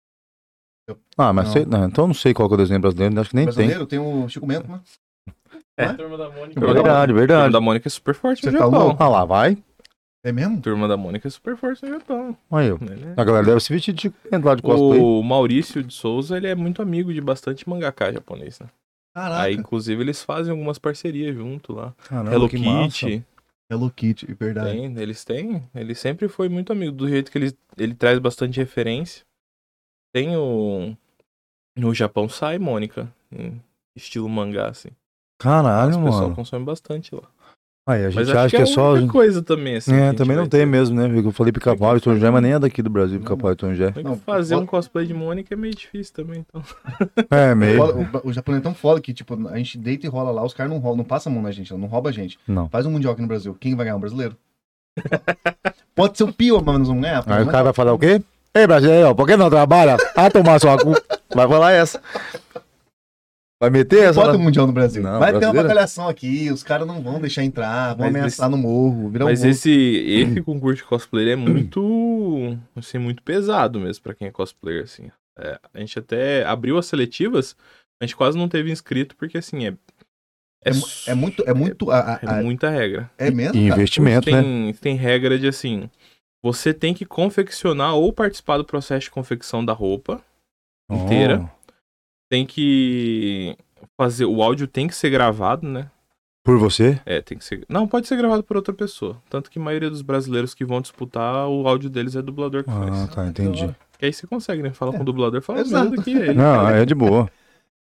Ah, mas Não. sei, não, então eu não sei qual que é o desenho brasileiro, acho que nem tem. brasileiro, tem o Chico Mento, né? É. A Turma da Mônica. Turma Verdade, A Turma verdade. da Mônica é super forte no Você tá Japão. louco? Ah lá, vai. É mesmo? Turma da Mônica é super forte no Japão. Aí, ó. Ele é- A galera deve se vestir de lá de cosplay. O Maurício de Souza, ele é muito amigo de bastante mangaka japonês, né? Caraca. Aí, inclusive, eles fazem algumas parcerias junto lá. Caramba, Hello que massa. Kitty, Hello Kitty, é verdade. tem, eles têm. Ele sempre foi muito amigo, do jeito que ele, ele traz bastante referência. Tem o... No Japão sai Mônica, em estilo mangá, assim. Caralho, o pessoal mano. consome bastante lá. Aí, a Mas gente acho acha que que é é só... outra coisa também, assim. que a É, gente também não vai tem ter. mesmo, né? Eu falei Pica-Pau e Tom Jé, mas nem é daqui do Brasil, Pica-Pau e Tom Jé. Tem que Não, fazer pode- um cosplay de Mônica é meio difícil também, então. É, meio. O, o japonês é tão foda que, tipo, a gente deita e rola lá, os caras não rolam, não passam a mão na gente, não rouba a gente. Não. Faz um mundial aqui no Brasil. Quem vai ganhar? Um brasileiro. Pode ser o pior, mas nós vamos ganhar. Aí o cara vai falar o quê? Ei, brasileiro, por que não trabalha? Ah, tomar sua cu. Vai falar essa. Vai meter essa? Pode lá? ter um mundial no Brasil. Não, vai ter uma brasileira? bacalhação aqui, os caras não vão deixar entrar, vão Mas ameaçar no morro, virar um Mas morro. esse, esse concurso de cosplayer é muito, assim, muito pesado mesmo pra quem é cosplayer, assim. É, a gente até abriu as seletivas, a gente quase não teve inscrito, porque, assim, é... É, mu- é muito, é muito, a- a- é a- muita regra. é mesmo? E cara? investimento, né? Tem, tem regra de, assim, você tem que confeccionar ou participar do processo de confecção da roupa inteira. Tem que fazer... O áudio tem que ser gravado, né? Por você? É, tem que ser... Não, pode ser gravado por outra pessoa. Tanto que a maioria dos brasileiros que vão disputar, o áudio deles é dublador que Ah, faz. tá, entendi. Que aí você consegue, né? Fala É, com o dublador, fala exato. mesmo do que ele. Não, é de boa.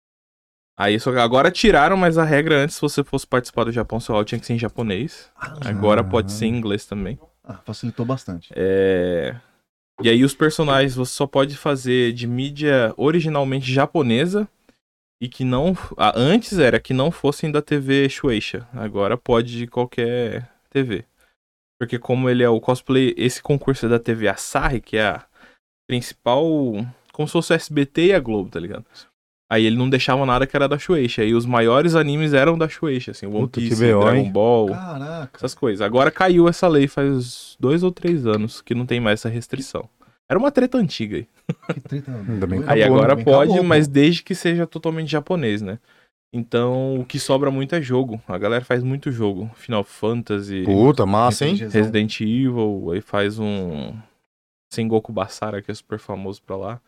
Aí só que agora tiraram, mas a regra antes, se você fosse participar do Japão, seu áudio tinha que ser em japonês. Agora pode ser em inglês também. Ah, facilitou bastante. É... E aí os personagens você só pode fazer de mídia originalmente japonesa e que não... Ah, antes era que não fossem da T V Shueisha. Agora pode de qualquer T V. Porque como ele é o cosplay... Esse concurso é da T V Asahi, que é a principal... Como se fosse o S B T e a Globo, tá ligado? Aí ele não deixava nada que era da Shueisha. Aí os maiores animes eram da Shueisha, assim. One Puta, que Piece, B O, Dragon hein? Ball... Caraca. Essas coisas. Agora caiu essa lei faz dois ou três anos que não tem mais essa restrição. Era uma treta antiga aí. Que treta. Ainda bem que Aí Acabou, agora né? pode, Acabou, mas pô. desde que seja totalmente japonês, né? Então o que sobra muito é jogo. A galera faz muito jogo. Final Fantasy, Puta, massa, hein? RPGzão. Resident Evil, aí faz um Sengoku Basara, que é super famoso pra lá.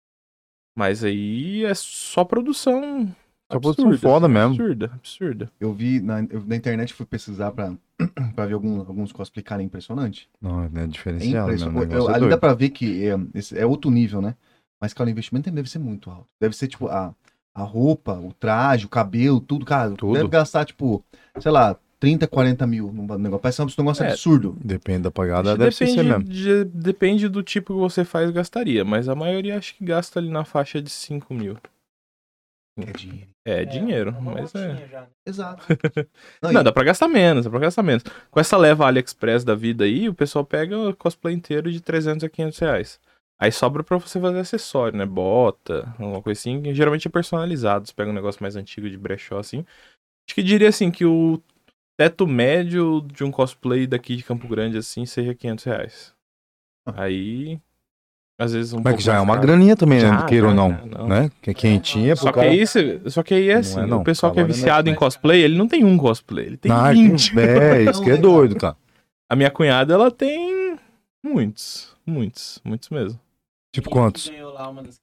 Mas aí é só produção. Só produção foda mesmo. Absurda, absurda. Eu vi na, eu, na internet, fui pesquisar pra, pra ver algum, alguns cosplay, cara, é impressionante. Não, é É diferenciado, né? O impressionante. negócio é Ali dá doido. pra ver que é, esse é outro nível, né? Mas, cara, o investimento deve ser muito alto. Deve ser, tipo, a, a roupa, o traje, o cabelo, tudo, cara. Tudo. Deve gastar, tipo, sei lá, trinta, quarenta mil no negócio. Parece um negócio É. absurdo. Depende da pagada, Acho que deve ser depende, mesmo. de- depende do tipo que você faz, gastaria. Mas a maioria acho que gasta ali na faixa de cinco mil. É dinheiro. É, dinheiro, uma mas é. motinha já, né? Exato. Não, Não, e- dá pra gastar menos, dá pra gastar menos. Com essa leva AliExpress da vida aí, o pessoal pega o cosplay inteiro de trezentos a quinhentos reais. Aí sobra pra você fazer acessório, né? Bota, alguma coisa assim. Que geralmente é personalizado. Você pega um negócio mais antigo de brechó, assim. Acho que diria assim que o teto médio de um cosplay daqui de Campo Grande, assim, seja quinhentos reais. Aí, às vezes um Mas pouco que já é mais uma caro. graninha também, né? Já, Queira ou já, não. já, não. Né? Que é quentinha, Só pro que, cara... aí, cê- só que aí é Não assim, é não, o pessoal que é salário não é viciado em cosplay, ele não tem um cosplay, ele tem Ah, vinte. É, isso que é doido, cara. A minha cunhada, ela tem muitos, muitos, muitos mesmo. Tipo Quem que quantos? ganhou lá uma das-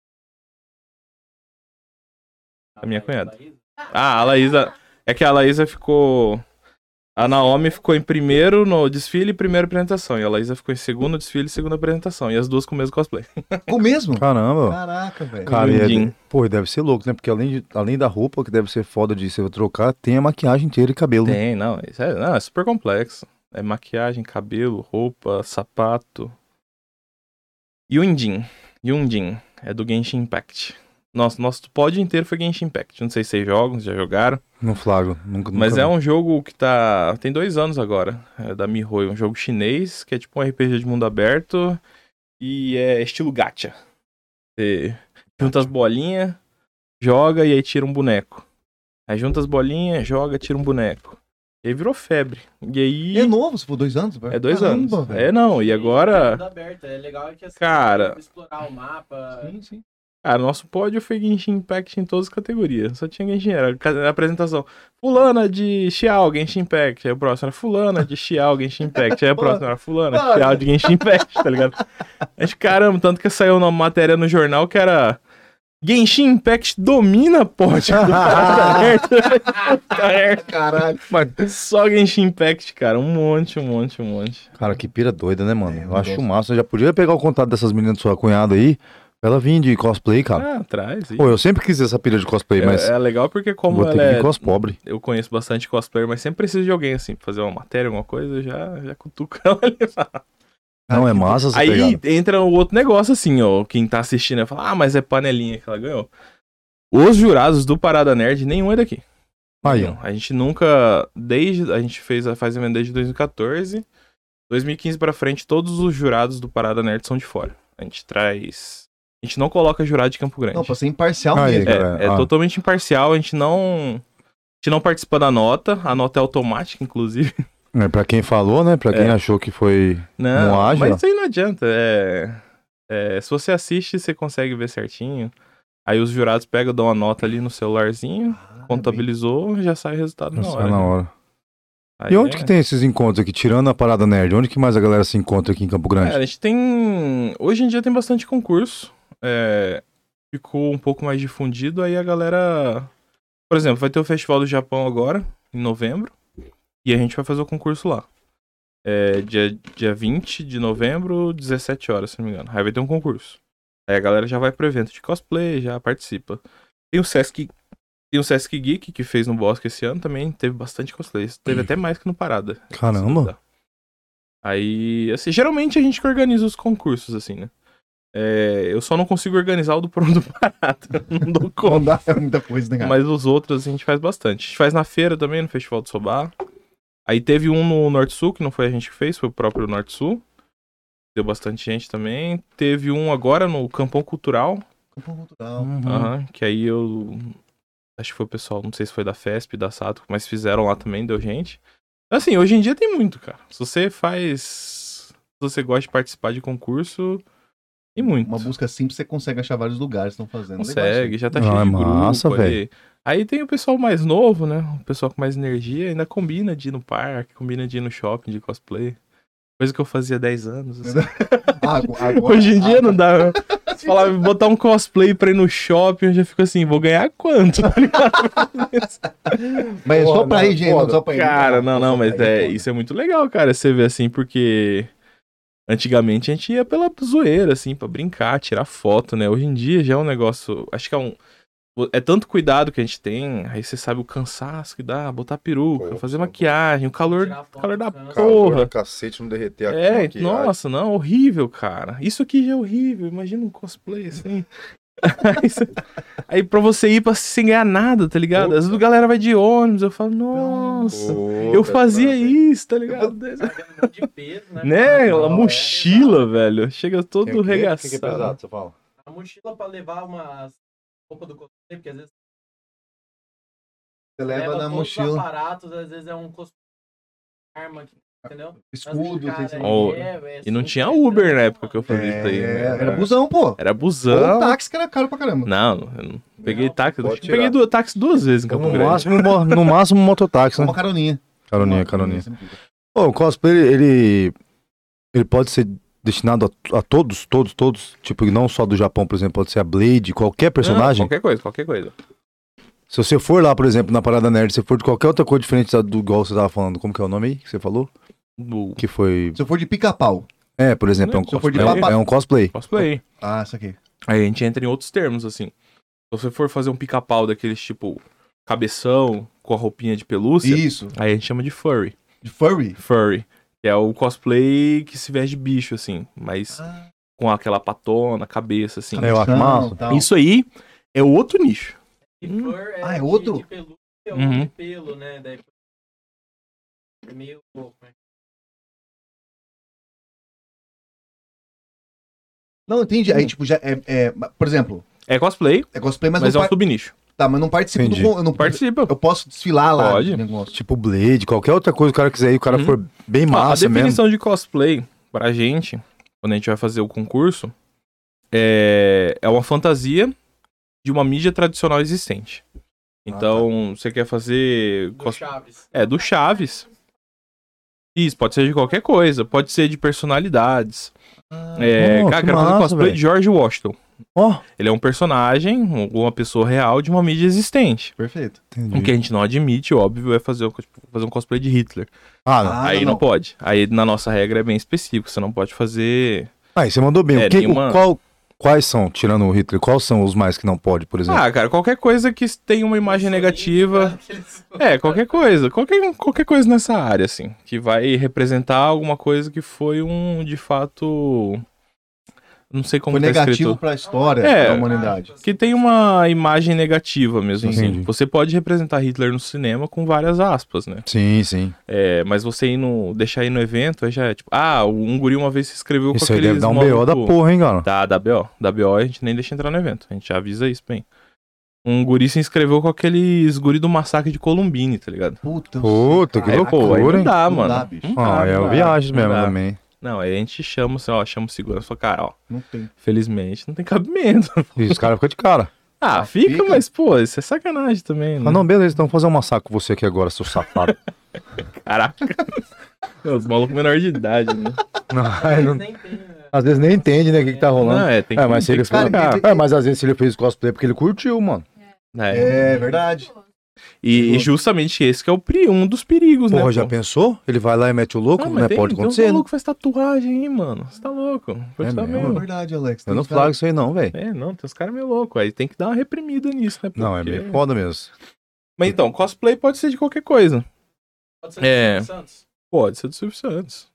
A minha cunhada. Laísa? Ah, a Laísa, é que a Laísa ficou... A Naomi ficou em primeiro no desfile e primeira apresentação, e a Laísa ficou em segundo desfile e segunda apresentação, e as duas com o mesmo cosplay. O mesmo? Caramba. Caraca, velho. Cara, e é- Lindinho. pô, deve ser louco, né? Porque além, de, além da roupa, que deve ser foda de você trocar, tem a maquiagem inteira e cabelo. né? Tem, não, isso é, não, é super complexo. É maquiagem, cabelo, roupa, sapato. Yunjin. Yunjin. É do Genshin Impact. Nossa, nosso pod inteiro foi Genshin Impact. Não sei se vocês jogam, se já jogaram. No flago. Nunca, Mas nunca é vi. um jogo que tá... Tem dois anos agora. É da MiHoYo. Um jogo chinês, que é tipo um R P G de mundo aberto. E é estilo gacha. Você junta as bolinhas, joga e aí tira um boneco. Aí junta as bolinhas, joga, tira um boneco. E aí virou febre. E aí... É novo, se for dois anos? É dois Caramba, anos. velho. É, não. E agora... Tudo aberto. É legal é que assim, Cara- você pode explorar o mapa. Sim, sim. Cara, nosso pódio foi Genshin Impact em todas as categorias. Só tinha Genshin. Era a apresentação. Fulana de Xiao, Genshin Impact. Aí o próximo era Fulana de Xiao, Genshin Impact. Aí o próximo era Fulana de Xiao de Genshin Impact, tá ligado? A gente, caramba, tanto que saiu uma matéria no jornal que era Genshin Impact domina pódio do Caralho. Mas só Genshin Impact, cara. Um monte, um monte, um monte. Cara, que pira doida, né, mano? É, eu acho gosto. massa. Eu já podia pegar o contato dessas meninas da sua cunhada aí, pra ela vir de cosplay, cara. Ah, atrás. Pô, eu sempre quis essa pilha de cosplay, É, mas é legal porque como vou ter ela que vir é... cos pobre. Eu conheço bastante cosplayer, mas sempre preciso de alguém, assim, pra fazer uma matéria, alguma coisa, eu já, já cutuco ela ali. Não, é massa essa Aí pegada. entra o outro negócio, assim, ó. Quem tá assistindo vai falar, ah, mas é panelinha que ela ganhou. Os jurados do Parada Nerd, nenhum é daqui. Aí, Nenhum. ó. A gente nunca, desde, a gente fez, faz evento desde dois mil e quatorze. dois mil e quinze pra frente, todos os jurados do Parada Nerd são de fora. A gente traz... A gente não coloca jurado de Campo Grande. Não, pra ser imparcial Aí, mesmo. cara. É, é Ah. totalmente imparcial, a gente não... A gente não participa da nota, a nota é automática, inclusive. É, pra quem falou, né? Pra quem É. achou que foi Não, moagem, mas ó. isso aí não adianta. É, é, se você assiste, você consegue ver certinho. Aí os jurados pegam, dão uma nota ali no celularzinho, Ah, contabilizou, já sai o resultado na Nossa, hora. na né? hora. Aí E onde é- que tem esses encontros aqui? Tirando a Parada Nerd, onde que mais a galera se encontra aqui em Campo Grande? É, a gente tem... Hoje em dia tem bastante concurso. É, ficou um pouco mais difundido, aí a galera... Por exemplo, vai ter o Festival do Japão agora, em novembro, e a gente vai fazer o concurso lá. É, dia, dia vinte de novembro, dezessete horas, se não me engano. Aí vai ter um concurso. Aí a galera já vai pro evento de cosplay, já participa. Tem o Sesc, tem o Sesc Geek, que fez no Bosque esse ano também, teve bastante cosplay. Teve até mais que no Parada. Caramba. Aí, assim, geralmente a gente que organiza os concursos, assim, né? É, eu só não consigo organizar o do Pronto do Parada. Não dou Não conta. dá é muita coisa, né, cara? Mas os outros a gente faz bastante. A gente faz na feira também, no Festival do Sobá. Aí teve um no Norte Sul, que não foi a gente que fez, foi o próprio Norte Sul. Deu bastante gente também. Teve um agora no Campão Cultural, Campo cultural. Uhum. aham, que aí eu... Acho que foi o pessoal, não sei se foi da Fesp, da Sato, mas fizeram lá também, deu gente. Assim, hoje em dia tem muito, cara. Se você faz... Se você gosta de participar de concurso, tem muito. Uma busca simples, você consegue achar vários lugares que estão fazendo. Consegue, já tá Não, cheio é de massa, grupo velho. ali. Aí tem o pessoal mais novo, né? O pessoal com mais energia, ainda combina de ir no parque, combina de ir no shopping de cosplay. Coisa que eu fazia há dez anos. assim. Ah, agora, Hoje em dia ah, não dá. Se falar, botar um cosplay pra ir no shopping, eu já fico assim, vou ganhar quanto? Tá ligado? Mas é só Porra, pra não, ir, gente, não foda. só pra ir. Cara, não, não, mas pra ir, é, foda. isso é muito legal, cara. Você vê assim, porque antigamente a gente ia pela zoeira, assim, pra brincar, tirar foto, né? Hoje em dia já é um negócio. Acho que é um. É tanto cuidado que a gente tem, aí você sabe o cansaço que dá, botar peruca, Pô, fazer tá maquiagem, o calor, Tirar foto calor da do canto. porra. cacete não derreter aqui. É, maquiagem. nossa, não, horrível, cara. Isso aqui já é horrível, imagina um cosplay assim. aí, cê- aí pra você ir pra sem ganhar nada, tá ligado? Às vezes a galera vai de ônibus, eu falo, nossa, Pô, eu tá fazia certo, hein? isso, tá ligado? Carregando um monte de peso, né? Né, Não, a é mochila, velho, chega todo Tem o quê? O que que é regaçado. pesado, você fala? A mochila pra levar uma roupa do cosplay, porque às vezes Você leva na todos os mochila, aparatos, às vezes é um cosplay, arma, que- entendeu? escudo, Às vezes, tem cara, Oh, é- é E não assim, tinha é Uber tão- na época que eu fazia isso aí. É, né? era busão, pô. Era Ou busão. táxi que era caro pra caramba. Não, eu não peguei Não, táxi. pode Acho que peguei tirar. du- táxi duas vezes em Campo No Grande. máximo, mo- no máximo mototáxi, né? Uma caroninha. Caroninha, Uma caroninha. sempre fica. Pô, o cosplay, ele, ele pode ser destinado a, a todos, todos, todos. Tipo, não só do Japão, por exemplo, pode ser a Blade, qualquer personagem. Não, qualquer coisa, qualquer coisa. Se você for lá, por exemplo, na Parada Nerd, se for de qualquer outra coisa diferente da- do igual você tava falando, como que é o nome aí que você falou? Do Que foi... Se eu for de pica-pau. É, por exemplo, é um Se eu for de cosplay. papa- É um cosplay. cosplay. Ah, isso aqui. Aí a gente entra em outros termos, assim. Se você for fazer um pica-pau daqueles tipo cabeção com a roupinha de pelúcia, Isso. aí a gente chama de furry. De furry. Furry. Que é o cosplay que se veste de bicho, assim. Mas Ah, com aquela patona, cabeça, assim. É, eu acho massa. tal. Isso aí é outro nicho. E Hum. fur é, Ah, é de- outro? De pelúcia ou Uhum. de pelo, né? Daí é meio louco, né? Não, entendi. Aí, tipo, já é, é- por exemplo, É cosplay, é cosplay, mas, mas, não, é um par- subnicho. tá, mas não participa Entendi. do... con- Eu, não, Participa. eu posso desfilar lá. Pode. no negócio. Tipo Blade, qualquer outra coisa que o cara quiser ir, o cara Uhum. for bem Ó, massa a mesmo. definição de cosplay, pra gente, quando a gente vai fazer o concurso, é... é uma fantasia de uma mídia tradicional existente. Então, você quer fazer... Do cos- Chaves. É, do Chaves. Isso, pode ser de qualquer coisa. Pode ser de personalidades. É, Oh, cara, que quero fazer massa, cosplay velho. de George Washington. Ó, Ele é um personagem, uma pessoa real de uma mídia existente. Perfeito. entendi. O que a gente não admite, óbvio, é fazer, um- tipo, fazer um cosplay de Hitler. Ah, não. Ah, Aí não, não, não. pode. Aí na nossa regra é bem específico. Você não pode fazer... Aí você mandou bem. É, o que, nenhuma- o, qual, quais são, tirando o Hitler, quais são os mais que não pode, por exemplo? Ah, cara, qualquer coisa que tenha uma imagem negativa... Aqueles- É, qualquer coisa. Qualquer, qualquer coisa nessa área, assim. Que vai representar alguma coisa que foi um, de fato... Não sei como Foi tá negativo escrito. pra história É. da humanidade. Que tem uma imagem negativa mesmo, assim. Entendi. Você pode representar Hitler no cinema com várias aspas, né? Sim, sim. É, mas você ir no, deixar ir no evento, aí já é tipo... Ah, um guri uma vez se inscreveu Isso com aí aqueles deve dar um B O da maluco- porra, hein, cara? Dá, dá B O. Da B O a gente nem deixa entrar no evento. A gente já avisa isso bem. Um guri se inscreveu com aqueles guri do massacre de Columbine, tá ligado? Puta, Puta, que Aí, Caraca, pô, aí loucura, não hein? dá, Não mano. dá, bicho. Não dá, Ah, é não o dá, viagem não mesmo dá. também. Não, aí a gente chama, assim, ó, chama o segurança e fala, cara, ó, não tem. felizmente não tem cabimento. E os caras ficam de cara. Ah, Ah, fica, fica. mas, pô, isso é sacanagem também, né? Ah, não, beleza, então vou fazer um massacre com você aqui agora, seu safado. Caraca. Meu, os malucos menor de idade, né? Não, aí não- Nem tem, né? às vezes nem entende, né, o que, que tá rolando. Não, é, tem que... É, mas se ele tem que for. explicar. Cara, É, mas às vezes se ele fez cosplay é porque ele curtiu, mano. É. É verdade. E, e justamente esse que é o pri- um dos perigos, Porra, né? já pô? pensou? Ele vai lá e mete o louco? Ah, Não, mas é, tem, pode tem acontecer. um né? maluco que faz tatuagem aí, mano. Você tá louco. Pode É tá mesmo? É meio... verdade, Alex. Eu não Tem uns flago isso aí, não, velho. É, não, tem uns caras meio loucos. Aí tem que dar uma reprimida nisso, né? Não, é porque- meio foda mesmo. Mas então, cosplay pode ser de qualquer coisa. Pode ser É. do Santos. Pode ser do Silvio Santos.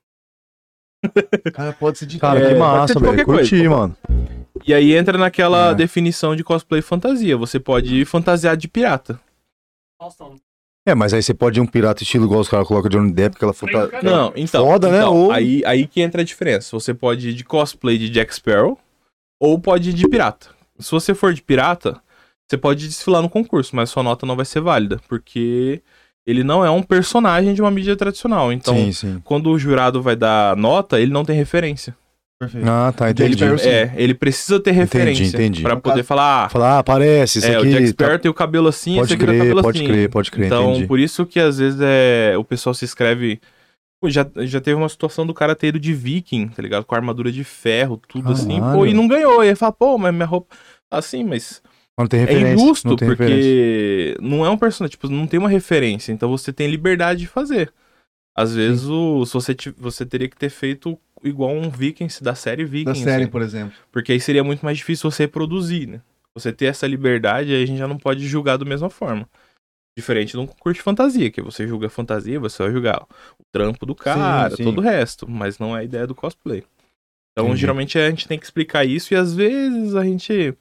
Cara, pode ser de Cara, É, que pode ser massa, de velho. qualquer coisa. Curti, mano. E aí entra naquela É. definição de cosplay fantasia. Você pode ir fantasiar de pirata. Faustão. É, mas aí você pode ir um pirata estilo igual os caras colocam de Johnny Depp, aquela fantasia. Brincadeira. Não, então. Foda, né? então, Ou- aí, aí que entra a diferença. Você pode ir de cosplay de Jack Sparrow ou pode ir de pirata. Se você for de pirata, você pode desfilar no concurso, mas sua nota não vai ser válida, porque ele não é um personagem de uma mídia tradicional. Então, Sim, sim. quando o jurado vai dar nota, ele não tem referência. Perfeito. Ah, tá, Jack entendi. Sparrow, sim. É, ele precisa ter referência entendi. pra No poder caso- falar, ah, Falar, ah, aparece, isso é, o aqui. Jack tá- Sparrow tem o cabelo assim, esse Pode aqui tem o crer, cabelo pode assim. crer, pode crer, Então, entendi. por isso que às vezes é, o pessoal se inscreve. Pô, já, já teve uma situação do cara ter ido de viking, tá ligado? Com armadura de ferro, tudo assim. Pô, Caralho. e não ganhou. E aí fala, pô, mas minha roupa. Assim, mas Não tem é referência. injusto, não tem referência. porque não é um personagem, tipo, não tem uma referência. Então você tem liberdade de fazer. Às vezes o, se você, ti- você teria que ter feito igual um viking da série Viking. Da série, assim. por exemplo. Porque aí seria muito mais difícil você reproduzir, né? Você ter essa liberdade, aí a gente já não pode julgar da mesma forma. Diferente de um concurso de fantasia, que você julga a fantasia, você vai julgar o trampo do cara, sim. todo o resto, mas não é a ideia do cosplay. Então, Entendi. geralmente a gente tem que explicar isso e às vezes a gente.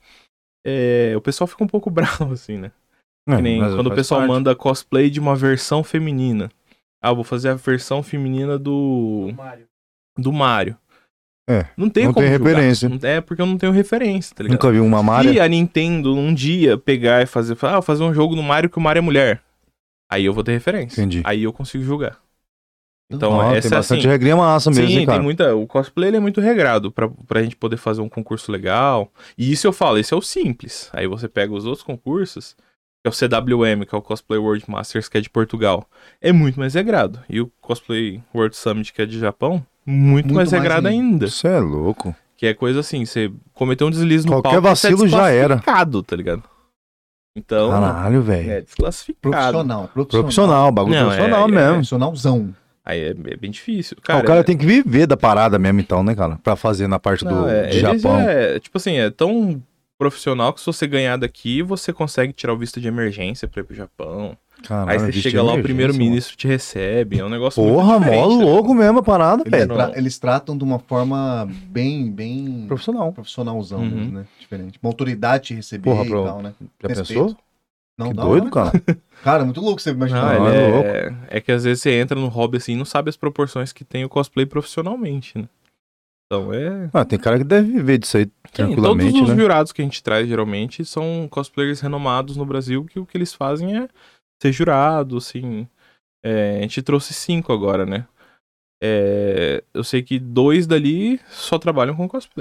é, o pessoal fica um pouco bravo, assim, né? É, Que nem mas quando o faz pessoal parte. manda cosplay de uma versão feminina. Ah, eu vou fazer a versão feminina do. Mário. do Mario. É, Não tem não como tem julgar. referência. Não- É porque eu não tenho referência, tá ligado? Nunca vi uma Maria. Se a Nintendo um dia pegar e fazer, falar, ah, vou fazer um jogo no Mario que o Mario é mulher. Aí eu vou ter referência. Entendi. Aí eu consigo julgar. Então, Ó, essa tem é bastante assim. regrinha massa mesmo, Sim, hein, cara. tem muita. O cosplay ele é muito regrado pra, pra gente poder fazer um concurso legal. E isso eu falo, esse é o simples. Aí você pega os outros concursos, que é o C W M, que é o Cosplay World Masters, que é de Portugal. É muito mais regrado. E o Cosplay World Summit, que é de Japão, muito, Muito mais mais regrado ainda. ainda. Isso é louco. Que é coisa assim, você cometeu um deslize no Qualquer palco, você é vacilo já era. desclassificado, tá ligado? Então, Caralho, velho. é desclassificado. Profissional, profissional. Profissional, bagulho Não, profissional é- mesmo. Profissionalzão. Aí é, é bem difícil. Ah, Cara, o cara é- tem que viver da parada mesmo, então, né, cara? Pra fazer na parte não, do, é, de ele Japão. já é, tipo assim, é tão profissional que se você ganhar daqui, você consegue tirar o visto de emergência pra ir pro Japão. Caralho, Aí você visto chega de lá, o emergência, primeiro-ministro te recebe. É um negócio mano. Porra, muito mó diferente, né? louco mesmo a parada, Eles, velho. não. tra- eles tratam de uma forma bem, bem Profissional. profissionalzão Uhum. mesmo, né? Diferente. Uma autoridade te receber Porra, e pro- tal, né? Já Respeito. pensou? Não, Que da doido, hora, cara. Cara, muito louco você imaginar. Não, Não, ele é é, louco. é que às vezes você entra no hobby assim e não sabe as proporções que tem o cosplay profissionalmente, né? Então é. Ah, tem cara que deve viver disso aí Sim, tranquilamente, todos os né? jurados que a gente traz geralmente são cosplayers renomados no Brasil, que o que eles fazem é ser jurado, assim. É, a gente trouxe cinco agora, né? É, eu sei que dois dali só trabalham com cosplay, né?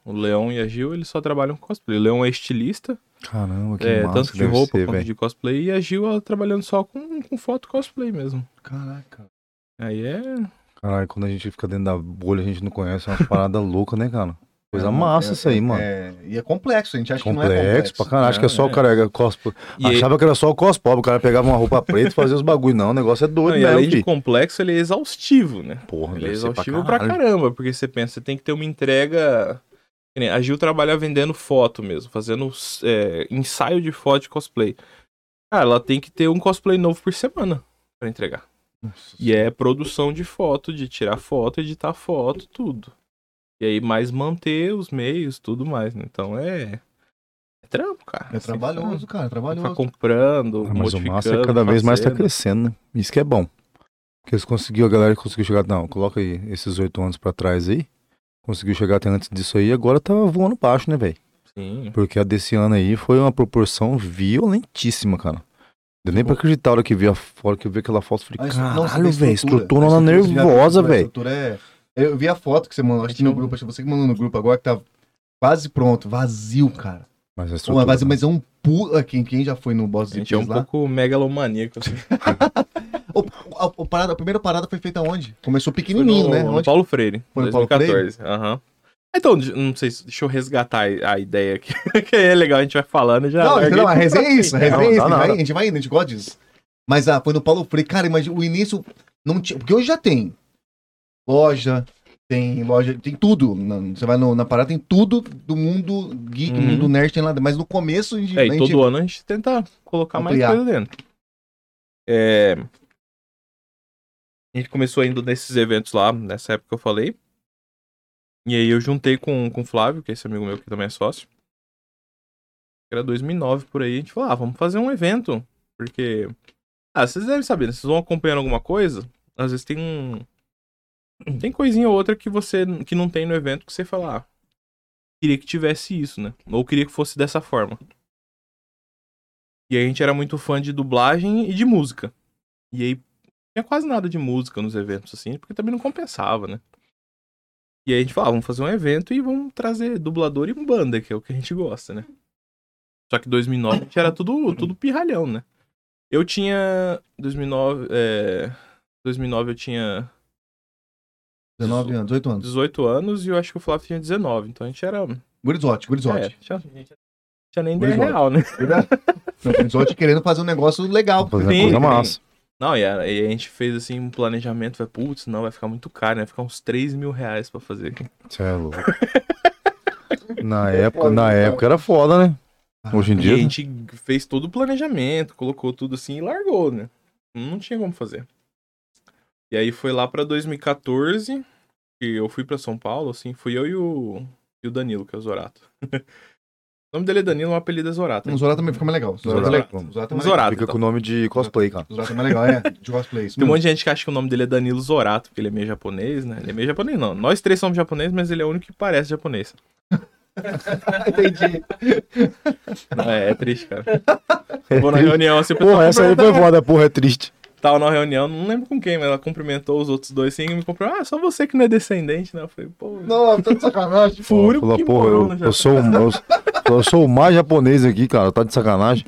O Leão e a Gil, eles só trabalham com cosplay. O Leão é estilista, Caramba, que é, massa tanto que de deve roupa ser, quanto velho. de cosplay. E a Gil, ela trabalhando só com, com foto cosplay mesmo. Caraca. Aí é... Caralho, quando a gente fica dentro da bolha, a gente não conhece umas paradas loucas, né, cara? Coisa É, massa é, isso aí, é, mano. É, e é complexo, a gente acha que não é Complexo complexo. pra caralho. Acho que é só Não, o cara era cosplay. E aí- Achava que era só o cosplay. O cara pegava uma roupa preta e fazia os bagulho. Não, o negócio é doido Não, e mesmo, além de fi. complexo, ele é exaustivo, né? Porra, Ele é deve ser exaustivo pra caralho. caramba, porque você pensa, você tem que ter uma entrega... Que nem A Gil trabalha vendendo foto mesmo, fazendo é, ensaio de foto de cosplay. Cara, ela tem que ter um cosplay novo por semana pra entregar. Nossa E é produção de foto, de tirar foto, editar foto, tudo. E aí mais manter os meios, tudo mais, né? Então é... É trampo, cara. É trabalhoso, cara, é Você trabalhoso. ficar comprando, Ah, mas o modificando, massa é que cada vez mais tá fazendo. crescendo, né? Isso que é bom. Porque eles conseguiram, a galera conseguiu chegar. Não, coloca aí esses oito anos pra trás aí. Conseguiu chegar até antes disso aí, agora tá voando baixo, né, velho? Sim. Porque a desse ano aí foi uma proporção violentíssima, cara. Deu nem pra acreditar a hora que vi a foto, que eu vi aquela foto, eu Ah, falei, isso- não, você vê caralho, velho, estrutura a na estrutura, você já viu, nervosa, a velho. estrutura é... Eu vi a foto que você mandou, acho que no Então- grupo, acho que você que mandou no grupo agora, que tá quase pronto, vazio, cara. Mas a Pô, estrutura... mas, mas é um pulo. Quem, quem já foi no Boss A gente é um lá? pouco megalomaníaco, assim. O, a, o parada, a primeira parada foi feita onde? Começou pequenininho, Foi no, né? no Onde? Paulo Freire, Foi no dois mil Paulo e quatorze. Aham. Então, de- não sei, se- deixa eu resgatar a a ideia aqui, que é legal, a gente vai falando e já. Não, larguei não, a tudo resenha é pra isso, a frente. resenha é Não, isso. dá A gente vai, nada. a gente vai indo, a gente gosta disso. Mas ah, foi no Paulo Freire. Cara, imagina, o início não tinha. Porque hoje já tem loja, tem loja, tem tudo. Na- Você vai no- na parada, tem tudo do mundo geek, Uhum. mundo nerd, tem lá. Mas no começo a gente. É, a e gente- todo ano a gente tenta colocar Ampliar. mais coisa dentro. É, a gente começou indo nesses eventos lá, nessa época que eu falei. E aí eu juntei com, com o Flávio, que é esse amigo meu que também é sócio. Era dois mil e nove por aí. A gente falou, ah, vamos fazer um evento. Porque... Ah, vocês devem saber, né? Vocês vão acompanhando alguma coisa, às vezes tem um... Tem coisinha ou outra que você que não tem no evento que você fala, ah, queria que tivesse isso, né? Ou queria que fosse dessa forma. E aí a gente era muito fã de dublagem e de música. E aí não tinha quase nada de música nos eventos, assim, porque também não compensava, né? E aí a gente falava, ah, vamos fazer um evento e vamos trazer dublador e banda, que é o que a gente gosta, né? Só que dois mil e nove a gente era tudo, tudo pirralhão, né? Eu tinha... dois mil e nove... É... dois mil e nove eu tinha dezenove anos, dezoito anos. dezoito anos e eu acho que o Flávio tinha dezenove. Então a gente era... Gurizote, É, Gurizote. tinha, tinha nem ideia Gurizote. real, né? Não, Gurizote querendo fazer um negócio legal. Fazer Sim, coisa sim. massa. Não, e a, e a gente fez assim um planejamento, vai, putz, não, vai ficar muito caro, né? Vai ficar uns três mil reais pra fazer aqui. Você é louco. Na época, na época era foda, né? Hoje em E dia... a gente fez todo o planejamento, colocou tudo assim e largou, né? Não tinha como fazer. E aí foi lá pra dois mil e quatorze, que eu fui pra São Paulo, assim, fui eu e o, e o Danilo, que é o Zorato. O nome dele é Danilo, o apelido é Zorato. O Zorato também fica mais legal. O Zorato, Zorato. é legal. O Zorato é mais Zorato. Fica então. com o nome de cosplay, cara. O Zorato é mais legal, é. De cosplay. isso Tem um mesmo. monte de gente que acha que o nome dele é Danilo Zorato, porque ele é meio japonês, né? Ele é meio japonês, não. Nós três somos japoneses, mas ele é o único que parece japonês. Entendi. Não, é, é triste, cara. Eu vou na reunião, assim, o pessoal Porra, essa aí foi foda, porra, é triste. tava na reunião, não lembro com quem, mas ela cumprimentou os outros dois assim e me comprou. Ah, só você que não é descendente, né? Eu falei, pô. Não, tá de sacanagem. Fui o único Falou, que porra, morou eu, no eu, Japão. sou, o- eu, eu sou o mais japonês aqui, cara. Tá de sacanagem.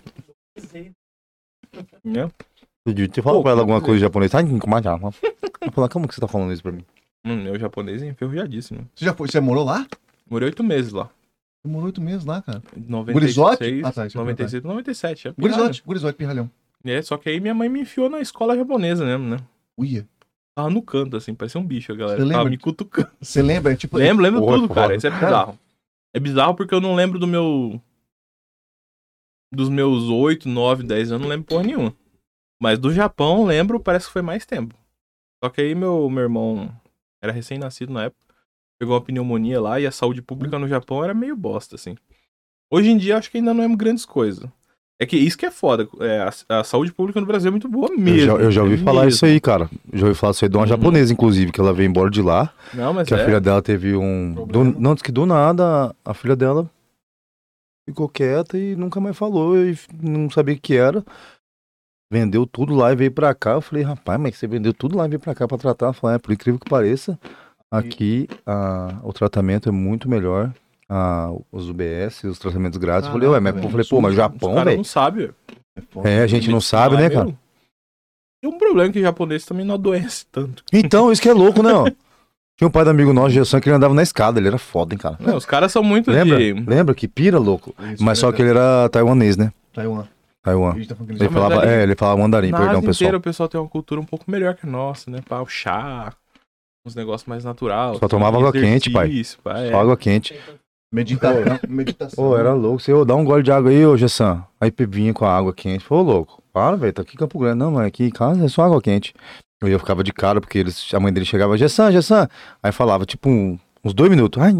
Né? Eu devia ter falado Pô, pra ela alguma quer coisa em japonês. Ai, como é que é? Eu falei, como que você tá falando isso pra mim? Hum, meu japonês é enferrujadíssimo. Você já foi, você morou lá? Morei oito meses lá. Você morou oito meses lá, cara. noventa e Gurizote? seis, Ah, tá, deixa eu noventa e seis, noventa e sete. É pirralho. Gurizote, Gurizote, Pirralhão. É, só que aí minha mãe me enfiou na escola japonesa mesmo, né? Uia. Tava no canto, assim, parecia um bicho, a galera. Você Tava lembra? me cutucando. Você lembra? É Tipo, Lembro, lembro Porra, tudo, foda. cara. Isso é bizarro. É bizarro porque eu não lembro do meu... Dos meus oito, nove, dez anos, não lembro porra nenhuma. Mas do Japão, lembro, parece que foi mais tempo. Só que aí meu, meu irmão era recém-nascido na época. Pegou uma pneumonia lá e a saúde pública no Japão era meio bosta, assim. Hoje em dia, acho que ainda não é grandes coisas. É que isso que é foda. É, a, a saúde pública no Brasil é muito boa mesmo. Eu já, eu já ouvi é falar mesmo. isso aí, cara. Já ouvi falar isso aí de uma Uhum. japonesa, inclusive, que ela veio embora de lá. Não, mas Que a é. filha dela teve um. Do, Problema. não, disse que do nada a filha dela ficou quieta e nunca mais falou. E não sabia o que era. Vendeu tudo lá e veio pra cá. Eu falei, rapaz, mas você vendeu tudo lá e veio pra cá pra tratar. Ela falou, é, por incrível que pareça, aqui a, o tratamento é muito melhor. a- os U B S, os tratamentos grátis. Eu falei, Caraca, ué, mas velho, eu falei, pô, mas Os Japão, caras velho. não sabem, velho. É foda. É, a gente não sabe, Lá né, é cara? meio- Tem um problema que o japonês também não adoece tanto. Então, isso que é louco, né, ó. Tinha um pai do amigo nosso, Gessan, que ele andava na escada, ele era foda, hein, cara. Não, os caras são muito Lembra? de... Lembra que pira, louco? Isso, Mas só verdade. que ele era taiwanês, né? Taiwan. A Taiwan. gente tá falando que Ele eles mas falava, ali- é, ele falava mandarim, Na perdão, Ásia pessoal. inteira o pessoal tem uma cultura um pouco melhor que a nossa, né? Pá, o chá, uns negócios mais naturais. Só tomava água quente, pai. exercício, pá, é. Só água quente. Meditação. meditação. Pô, era louco. Você ô, dá um gole de água aí, ô Gessan. Aí vinha com a água quente. Pô, louco. Para, velho, tá aqui em Campo Grande. Não, mas aqui em casa é só água quente. Eu ia ficava de cara, porque eles, a mãe dele chegava, Gessan, Gessan. Aí falava, tipo, um- uns dois minutos. Ai,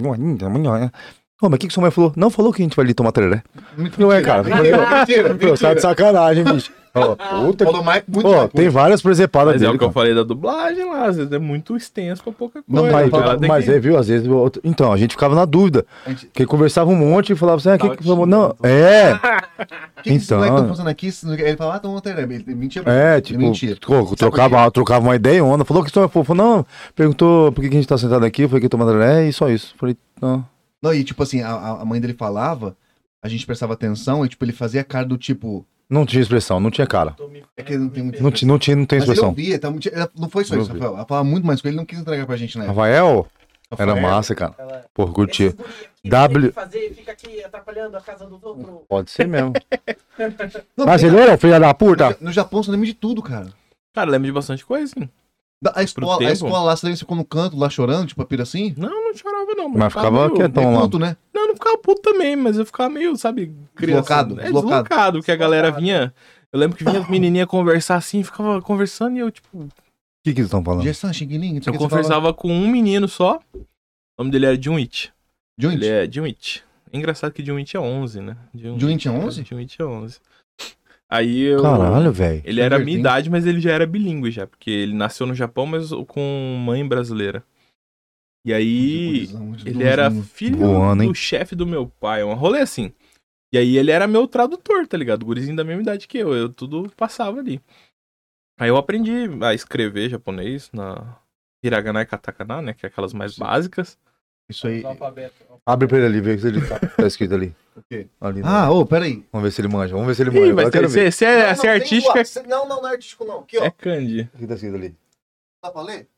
Ô, mas o que, que sua mãe falou? Não, falou que a gente vai ali tomar tereré. Não é, cara. Mentira, mentira. Pô, tá de sacanagem, bicho. Ó, puta que... Falou mais, muito Pô, mais tem coisa. várias presepadas Mas é dele, o que eu cara. falei da dublagem lá, às vezes é muito extenso pra pouca Não, coisa. mas- Mas, Ela tem mas que- é, viu, às vezes... o outro- Então, a gente ficava na dúvida. A gente- Porque conversava um monte e falava assim, ah, que Tava que falou? te Não, xingando. é... O que esses Então. moleques estão fazendo aqui? Esses- Ele fala, ah, toma tereré. Ele mentia pra É, gente. tipo, Mentira. pô, trocava, trocava uma ideia e onda. Falou que isso é fofo. Não, perguntou por que que a gente tá sentado aqui. Eu falei que tomando tereré e só isso. Falei, não. Não, e tipo assim, a, a mãe dele falava, a gente prestava atenção e tipo, ele fazia a cara do tipo... Não tinha expressão, não tinha cara. É que ele não tem muito... Não, ti- não tinha, não tem Mas ele expressão. ouvia, então, ela- não foi só Eu isso, ouvi. Rafael. Ela falava muito mais com ele, ele não quis entregar pra gente, né? Rafael, era Rafael. massa, cara. Ela... Pô, curtia. Esses guri aqui W- tem que fazer, fica aqui atrapalhando a casa dos outros. Pode ser mesmo. Não, Brasileiro, filha da no, puta. no Japão você lembra de tudo, cara. Cara, lembro de bastante coisa, sim. Da- A escola, a tempo. escola lá, você lembra, você ficou no canto lá chorando, tipo, a pira assim? Não, não chorava não. Mas ficava meio- quietão. É lá. puto, né? Não, não ficava puto também, mas eu ficava meio, sabe, criança. Deslocado, É, deslocado. deslocado, porque a galera Deslocado. vinha... Eu lembro que vinha as menininhas conversar assim, ficava conversando e eu, tipo... O que que eles estão falando? Gessan, Xing-Ling, não sei Eu o que você falava. conversava com um menino só. O nome dele era Junich. Joint? Ele é Junich. Engraçado que Junich é onze, né? Junich é onze? Junich é onze. Aí eu... Caralho, velho. Ele era a minha Divertindo. idade, mas ele já era bilíngue já. Porque ele nasceu no Japão, mas com mãe brasileira. E aí... Gurizão, de Ele era dozinho. filho Voando, hein? do chefe do meu pai, um rolê assim. E aí ele era meu tradutor, tá ligado? Gurizinho da mesma idade que eu, eu tudo passava ali. Aí eu aprendi a escrever japonês na hiragana e katakana, né? Que é aquelas mais Sim. básicas. Isso aí. Abre pra ele ali, vê se ele tá, tá escrito ali. O quê? Ali, né? Ah, ô, peraí. Vamos ver se ele manja. Vamos ver se ele Ih, manja. vai Agora eu quero ver. ser, se é, se é artística, Não, não, não é artístico não. Aqui, ó. é kanji. O que tá escrito ali? Dá pra ler?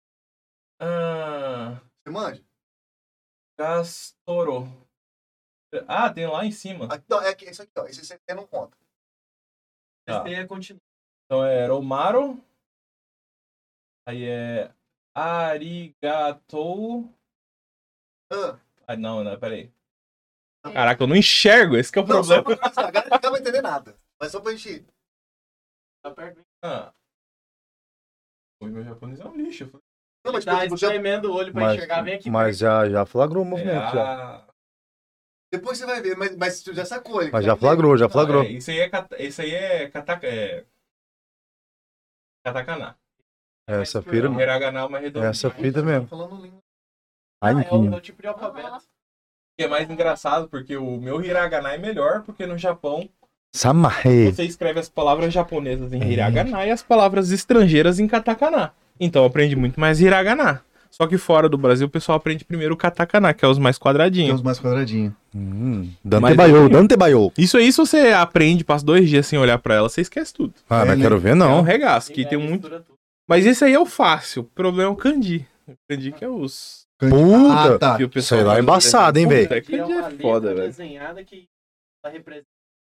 Ah, Você manja? Gastoro. Ah, tem lá em cima. Aqui, não, é aqui, isso aqui, ó. Esse você não conta. Tá. Esse aí é continua. Então é Romaru. Aí é Arigatou. Ah, Ah, não, não, peraí. Caraca, eu não enxergo, esse que é o não, só problema. pra a galera não vai entender nada. Mas só pra gente... Tá perto. Ah. O meu japonês é um lixo. Não, mas Tá tipo, já... espremendo o olho pra Mas, enxergar, vem aqui. mas já, já flagrou o É movimento. já. a... depois você vai ver, mas, mas tu já sacou ele. Mas já flagrou, já flagrou. Não, é, isso aí é, kata... isso aí é, kataka... é... katakana. Essa O fira, hiragana é uma redondinha. essa fita mesmo. Falando língua. Ai, Ah, é, o, é enfim. o tipo de alfabeto. Que é mais engraçado, porque o meu hiragana é melhor, porque no Japão Samahe. você escreve as palavras japonesas em hiragana e as palavras estrangeiras em katakana. Então eu aprendi muito mais hiragana. Só que fora do Brasil o pessoal aprende primeiro o katakana, que é os mais Tem quadradinhos. uns mais quadradinhos. Hum, Dante Mas- Baiou, Dante Baiou. Isso aí, se você aprende, passa dois dias sem olhar pra ela, você esquece tudo. Ah, É, não né? quero ver, É um não. regaço, que Ele tem é, muito. mistura tudo. Mas esse aí é o fácil. O problema é o kanji. O kanji que é os... Puta. Ah, tá. que o pessoal Sei lá, faz- embaçado, hein, velho? Puta, Aqui é kanji uma é letra foda, velho. desenhada que tá representando.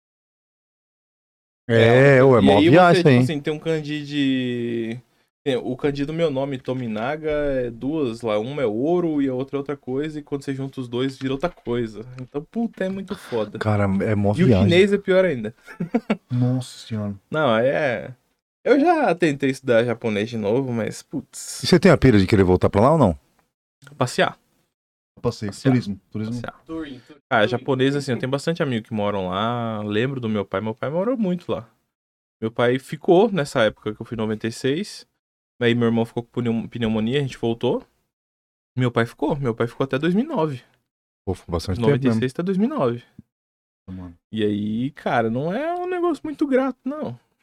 É, ué, E mó aí viagem você, isso aí. tipo assim, tem um kanji de... tem o kanji do meu nome, Tominaga, é duas lá. Uma é ouro e a outra é outra coisa. E quando você junta os dois, vira outra coisa. Então, puta, é muito foda. Cara, é mó E o viagem. chinês é pior ainda. Nossa senhora. Não, é... Eu já tentei estudar japonês de novo, mas, putz... E você tem a pira de querer voltar pra lá ou não? Passear. Eu passei. Passear. Turismo. Turismo. Passear. Turing, Turing, Ah, Turing. japonês, assim, eu tenho bastante amigo que moram lá. Lembro do meu pai. Meu pai morou muito lá. Meu pai ficou nessa época que eu fui em noventa e seis. Aí meu irmão ficou com pneu- pneumonia, a gente voltou. Meu pai ficou. Meu pai ficou até dois mil e nove. Pô, ficou bastante De tempo noventa e mesmo. seis até dois mil e nove. Mano. E aí, cara, não é um negócio muito grato, não.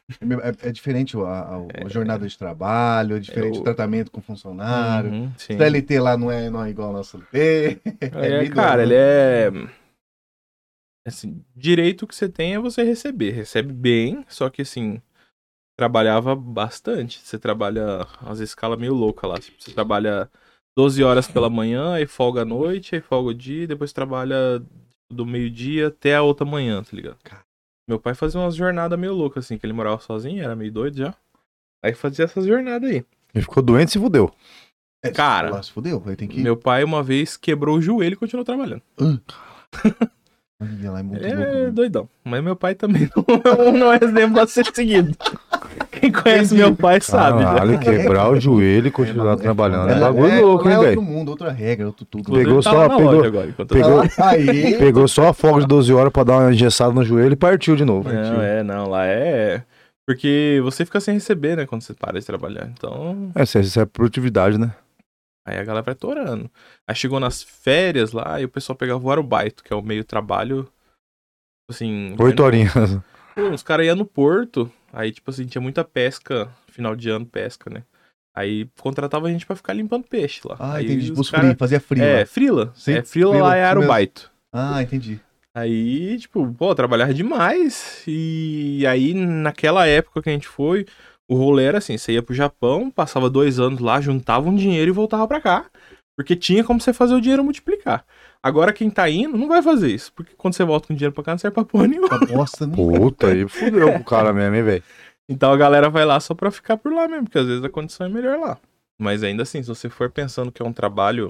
É, é diferente a, a, a jornada de trabalho, é diferente É, o- o tratamento com funcionário. Uhum, sim. C L T lá não é, não é igual ao nosso C L T. É, meio cara, doido, ele né? é. Assim, direito que você tem é você receber. Recebe bem, só que assim, trabalhava bastante. Você trabalha as escalas meio louca lá. Tipo, você trabalha doze horas pela manhã, aí folga à noite, aí folga o dia, e depois trabalha do meio-dia até a outra manhã, tá ligado? Meu pai fazia umas jornadas meio loucas, assim, que ele morava sozinho, era meio doido já. Aí fazia essas jornadas aí. Ele ficou doente e se fudeu. É, Cara, lá se fudeu, aí tem que. Meu pai uma vez quebrou o joelho e continuou trabalhando. Olha lá, é muito Ele louco. é mano. doidão. Mas meu pai também não, não é exemplo a ser seguido. Quem conhece Entendi. meu pai sabe. já. Caralho, quebrar o joelho e continuar É, trabalhando. É, é, bagulho é, louco, lá hein, é outro velho? mundo, outra regra, outro tudo. Inclusive, Pegou tá só- lá na pegou- loja agora, enquanto eu pegou- tava- Aí. Pegou só a folga de doze horas pra dar uma engessada no joelho e partiu de novo. Não, é, não, lá é... Porque você fica sem receber, né, quando você para de trabalhar. Então, É, isso é produtividade, né? aí a galera vai torando. Aí chegou nas férias lá e o pessoal pegava o arubaito, que é o meio trabalho, assim... vai Oito no- horinhas. Pô, os caras iam no porto, aí, tipo assim, tinha muita pesca, final de ano, pesca, né? Aí contratava a gente pra ficar limpando peixe lá. Ah, aí entendi. os Os cara- free, fazia frio. É, lá. frila. Sim, é, frila, frila, lá é isso mesmo. arubaito. Ah, entendi. Aí, tipo, pô, trabalhava demais. E aí, naquela época que a gente foi, o rolê era assim, você ia pro Japão, passava dois anos lá, juntava um dinheiro e voltava pra cá. Porque tinha como você fazer o dinheiro multiplicar. Agora quem tá indo não vai fazer isso. Porque quando você volta com dinheiro pra cá, não serve pra porra nenhuma. Uma bosta nem. Puta, aí fudeu pro cara mesmo, hein, velho? Então a galera vai lá só pra ficar por lá mesmo, porque às vezes a condição é melhor lá. Mas ainda assim, se você for pensando que é um trabalho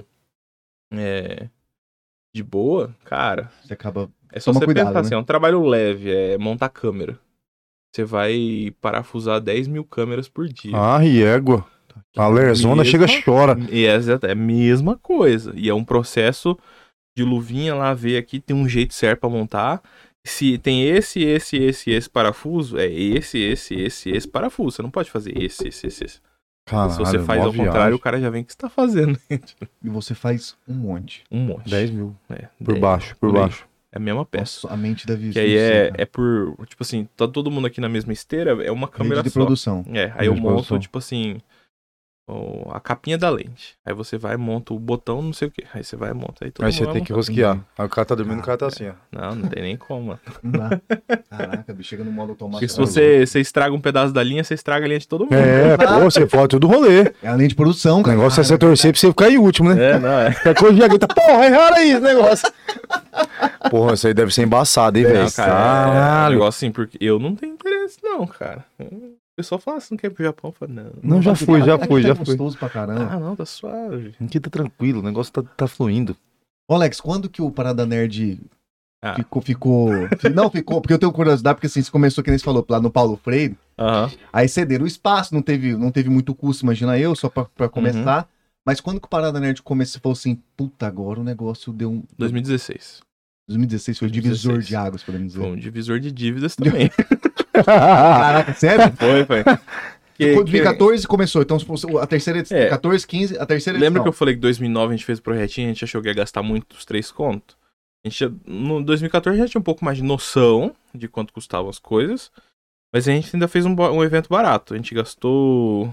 é, de boa, cara, Você acaba. é só Toma você cuidado, pensar né? assim, é um trabalho leve, é montar câmera. Você vai parafusar dez mil câmeras por dia. Ah, e égua. A lerzona Mesma- chega e chora. E é é a mesma coisa. E é um processo de luvinha lá, ver aqui, tem um jeito certo pra montar. Se tem esse, esse, esse, esse parafuso, é esse, esse, esse, esse parafuso. Você não pode fazer esse, esse, esse. esse. Caralho, Se você faz mó ao contrário, viagem. o cara já vem o que você tá fazendo. E você faz um monte. Um monte. dez mil. É, Por dez, baixo, por aí. baixo. É a mesma peça. Nossa, a mente deve Que aí é, é por. Tipo assim, tá todo mundo aqui na mesma esteira, é uma câmera de só. produção. É, aí eu Rede de monto, produção. tipo assim, o- a capinha da lente. Aí você vai, monta o botão, não sei o que. Aí você vai e monta. Aí, todo Aí mundo você vai tem que montando. rosquear. Aí o cara tá dormindo, o cara tá assim, ó. Não, não tem nem como, mano. Não dá. Caraca, bicho, chega no modo automático. Porque se você, você estraga um pedaço da linha, você estraga a linha de todo mundo. É, pô, você fode tudo rolê. É além de produção, O cara. negócio é você torcer pra você ficar em último, né? É, não, é. Qualquer coisa já grita, porra, erraram aí esse negócio. Porra, isso aí deve ser embaçado, hein, velho? Não, cara, é um Caralho. negócio assim, porque eu não tenho interesse, não, cara. O pessoal fala assim, não quer ir pro Japão? Eu falo, não. Não, já fui, já fui, já fui. gostoso pra caramba. Ah, não, tá suave. Aqui tá tranquilo, o negócio tá, tá fluindo. Ô, Alex, quando que o Parada Nerd Ah. ficou, ficou... Não, ficou, porque eu tenho curiosidade, porque assim, você começou, que nem você falou, lá no Paulo Freire, Aham. aí cederam o espaço, não teve, não teve muito custo, imagina eu, só pra, Uhum. pra começar. Mas quando que o Parada Nerd começou, falou assim, puta, agora o negócio deu um... dois mil e dezesseis. dois mil e dezesseis foi o divisor dois mil e dezesseis. de águas, podemos dizer. Foi um divisor de dívidas também. Caraca, sério? foi, foi. Que- dois mil e que- quatorze começou, então se fosse a terceira edição, É. quatorze, quinze, a terceira Lembra que eu edição. falei que em dois mil e nove a gente fez o projetinho, a gente achou que ia gastar muito os três contos? A gente, já- no dois mil e quatorze já tinha um pouco mais de noção de quanto custavam as coisas, mas a gente ainda fez um, ba- um evento barato. A gente gastou,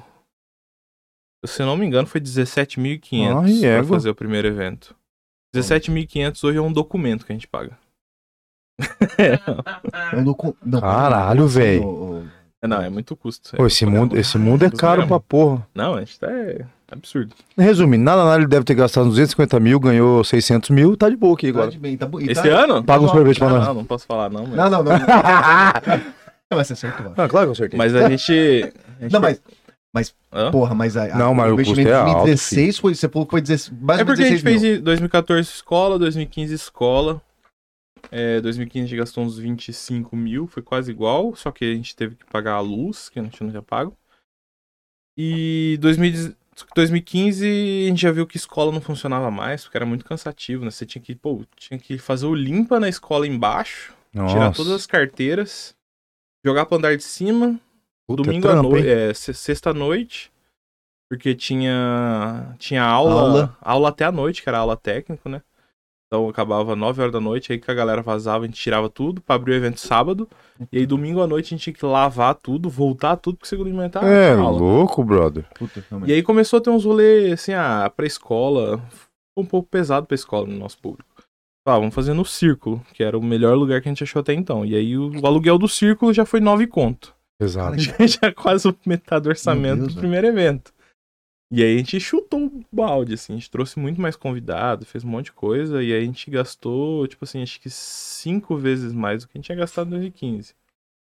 se eu não me engano, foi dezessete mil e quinhentos Ai, pra égua. fazer o primeiro evento. dezessete mil e quinhentos hoje é um documento que a gente paga. É um docu- não, Caralho, assim, velho. ô, ô, Não, é muito custo. Pô, esse mundo, esse mundo é caro pra porra. Não, a gente tá é absurdo. Resumindo, nada, nada, ele deve ter gastado duzentos e cinquenta mil, ganhou seiscentos mil, tá de boa aqui Tá agora. de bem, tá bo- e Esse tá- ano? Paga um sorvete pra Ah, nós. não, não posso falar não, mas... Não, não, não. Vai ser certo, vai. Ah, claro que eu acertei. Mas a gente... a gente Não, foi- mas, Hã? porra, mas a, a- Não, mas o custo investimento é de dois mil e alto, dezesseis foi, você falou que foi dezesseis, mais É ou menos porque a gente dezesseis fez mil. em dois mil e quatorze escola, dois mil e quinze escola. É, dois mil e quinze a gente gastou uns vinte e cinco mil, foi quase igual, só que a gente teve que pagar a luz, que a gente não tinha pago. E dois mil e dois mil e quinze a gente já viu que escola não funcionava mais, porque era muito cansativo, né? Você tinha que, pô, tinha que fazer o limpa na escola embaixo, tirar Nossa. todas as carteiras, jogar pro andar de cima, Puta, é domingo à trampo, noite, hein? é, se- sexta-noite, porque tinha, tinha aula, Aula. aula até a noite, que era aula técnico, né? Então acabava nove horas da noite, aí que a galera vazava, a gente tirava tudo pra abrir o evento sábado. E aí domingo à noite a gente tinha que lavar tudo, voltar tudo, porque segunda de manhã tava É, na aula. louco, brother. Puta, E aí começou a ter uns rolês, assim, ah, pra escola, ficou um pouco pesado pra escola no nosso público. Ah, vamos fazer no Círculo, que era o melhor lugar que a gente achou até então. E aí o, o aluguel do Círculo já foi nove conto. Exato. Já, já quase metade do orçamento Deus, do primeiro evento. E aí a gente chutou o balde, assim, a gente trouxe muito mais convidado, fez um monte de coisa, e aí a gente gastou, tipo assim, acho que cinco vezes mais do que a gente tinha gastado em dois mil e quinze.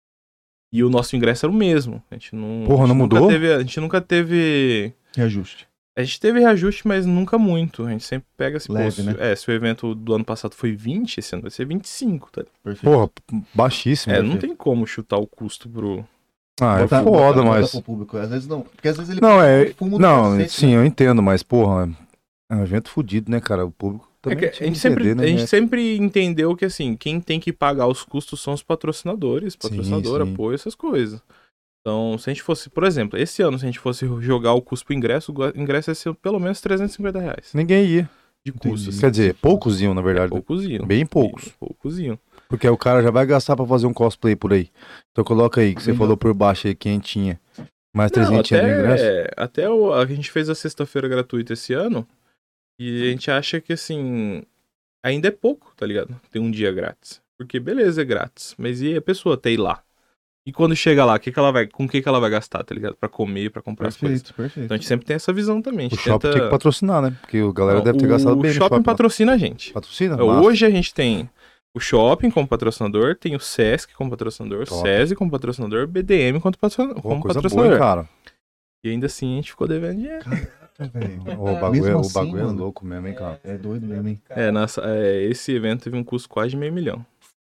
E o nosso ingresso era o mesmo. A gente não. Porra, a gente não nunca mudou? Teve, a gente nunca teve. Reajuste. A gente teve reajuste, mas nunca muito. A gente sempre pega esse Leve, pô, né? É, se o evento do ano passado foi vinte, esse ano vai ser vinte e cinco, tá? Perfeito. Porra, baixíssimo. É, não perfeito. tem como chutar o custo pro. Ah, é Botar- foda, botar- botar mas... pro público. Às vezes não. Porque às vezes ele Não, é... fumo do Não, cacete, sim, né? eu entendo, mas, porra, é um evento fudido, né, cara? O público É também que a tinha gente, que sempre, entender, né? a gente né? sempre entendeu que, assim, quem tem que pagar os custos são os patrocinadores, patrocinador, sim. apoio, essas coisas. Então, se a gente fosse, por exemplo, esse ano, se a gente fosse jogar o custo pro ingresso, o ingresso ia ser pelo menos trezentos e cinquenta reais Ninguém ia. de Entendi. custo. assim. Quer dizer, poucos iam, na verdade. né? Poucos iam. Bem poucos. Poucos iam. Porque o cara já vai gastar pra fazer um cosplay por aí. Então coloca aí, que você Bem falou por baixo aí, quentinha. Mais Não, trezentos de ingresso. até, até o, a gente fez a sexta-feira gratuita esse ano e a gente acha que, assim, ainda é pouco, tá ligado? Tem um dia grátis. Porque, beleza, é grátis. Mas e a pessoa até ir lá? E quando chega lá, que que ela vai, com o que, que ela vai gastar, tá ligado? Pra comer, pra comprar as coisas. Perfeito, perfeito. Então a gente sempre tem essa visão também. A O gente shopping tenta... tinha que patrocinar, né? Porque a galera Não, deve ter gastado bem O no shopping shopping. patrocina a gente. Patrocina? Hoje a gente tem o shopping como patrocinador, tem o Sesc como patrocinador, Top. SESI como patrocinador, B D M como, patrocina- Pô, como coisa patrocinador. boa, hein, cara. E ainda assim a gente ficou devendo dinheiro. Caraca, velho. O bagulho, Mesmo é- o assim, bagulho é mano. louco mesmo, hein, cara. É doido mesmo, hein? É, nossa, é, esse evento teve um custo quase de meio milhão.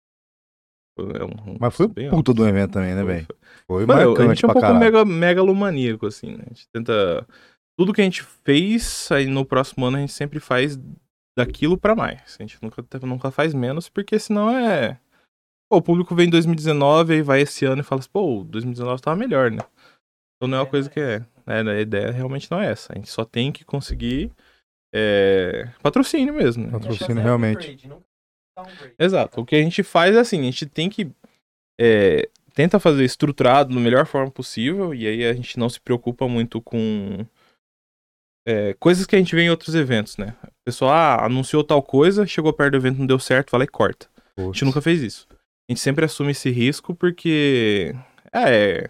Foi- é um- um Mas foi custo bem puta alto. do evento também, né, Foi, velho? foi. Foi Mano, a marcante gente é um pra pouco caralho. mega, megalomaníaco, assim, né? A gente tenta... Tudo que a gente fez, aí no próximo ano a gente sempre faz daquilo pra mais. A gente nunca, nunca faz menos, porque senão é... Pô, o público vem em dois mil e dezenove, aí vai esse ano e fala assim, pô, dois mil e dezenove tava melhor, né? Então não é uma coisa que é... é a ideia realmente não é essa. A gente só tem que conseguir é, patrocínio mesmo, né? Patrocínio, realmente. Exato. O que a gente faz é assim, a gente tem que... É, tenta fazer estruturado da melhor forma possível, e aí a gente não se preocupa muito com é, coisas que a gente vê em outros eventos, né? O pessoal, ah, anunciou tal coisa, chegou perto do evento, não deu certo, fala e corta. A gente nunca fez isso. A gente sempre assume esse risco porque é,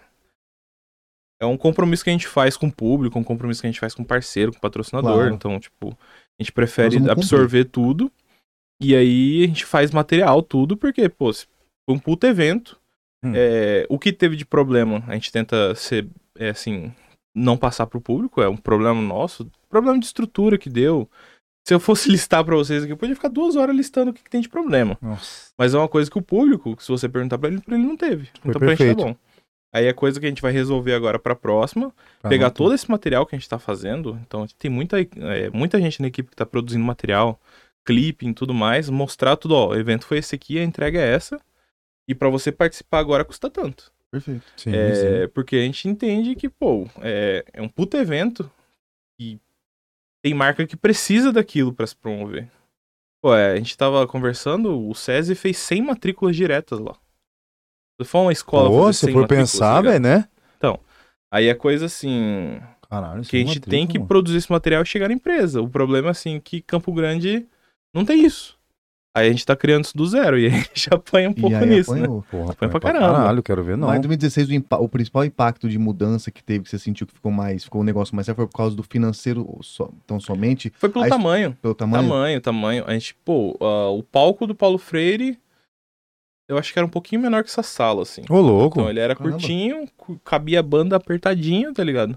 é um compromisso que a gente faz com o público, um compromisso que a gente faz com o parceiro, com o patrocinador. Claro. Então, tipo, a gente prefere Nós vamos absorver tudo e aí a gente faz material, tudo, porque, pô, se foi um puto evento. Hum. É, o que teve de problema, a gente tenta ser, é, assim, não passar pro público, é um problema nosso, problema de estrutura que deu. Se eu fosse listar pra vocês aqui, eu podia ficar duas horas listando o que, que tem de problema. Nossa. Mas é uma coisa que o público, se você perguntar pra ele, pra ele não teve. Foi Então pra gente tá perfeito. bom. Aí é coisa que a gente vai resolver agora pra próxima, Pra pegar não ter- todo esse material que a gente tá fazendo. Então tem muita, é, muita gente na equipe que tá produzindo material, clipping e tudo mais, mostrar tudo, ó, o evento foi esse aqui, a entrega é essa. E pra você participar agora custa tanto. Perfeito. Sim, É, sim. porque a gente entende que, pô, é, é um puto evento e tem marca que precisa daquilo pra se promover. Pô, é, a gente tava conversando, o SESI fez cem matrículas diretas lá. Se for uma escola Pô, fazer se cem for matrículas, pensar, tá ligado? velho, né? Aí é coisa assim, Caralho, isso que a é gente matrícula, tem que mano. produzir esse material e chegar na empresa. O problema, assim, que Campo Grande não tem isso. Aí a gente tá criando isso do zero e a gente apanha um E pouco aí nisso, né? apanhou. Porra, Põe pra pra caramba. caralho, quero ver, não. Mas em dois mil e dezesseis, o, impa- o principal impacto de mudança que teve, que você sentiu que ficou mais, ficou um negócio mais sério, foi por causa do financeiro, só, então somente Foi pelo Aí- tamanho. pelo tamanho? Tamanho, tamanho. A gente, pô, ah, o palco do Paulo Freire, eu acho que era um pouquinho menor que essa sala, assim. Ô, louco. Então ele era Caramba. curtinho, cu- cabia a banda apertadinho, tá ligado?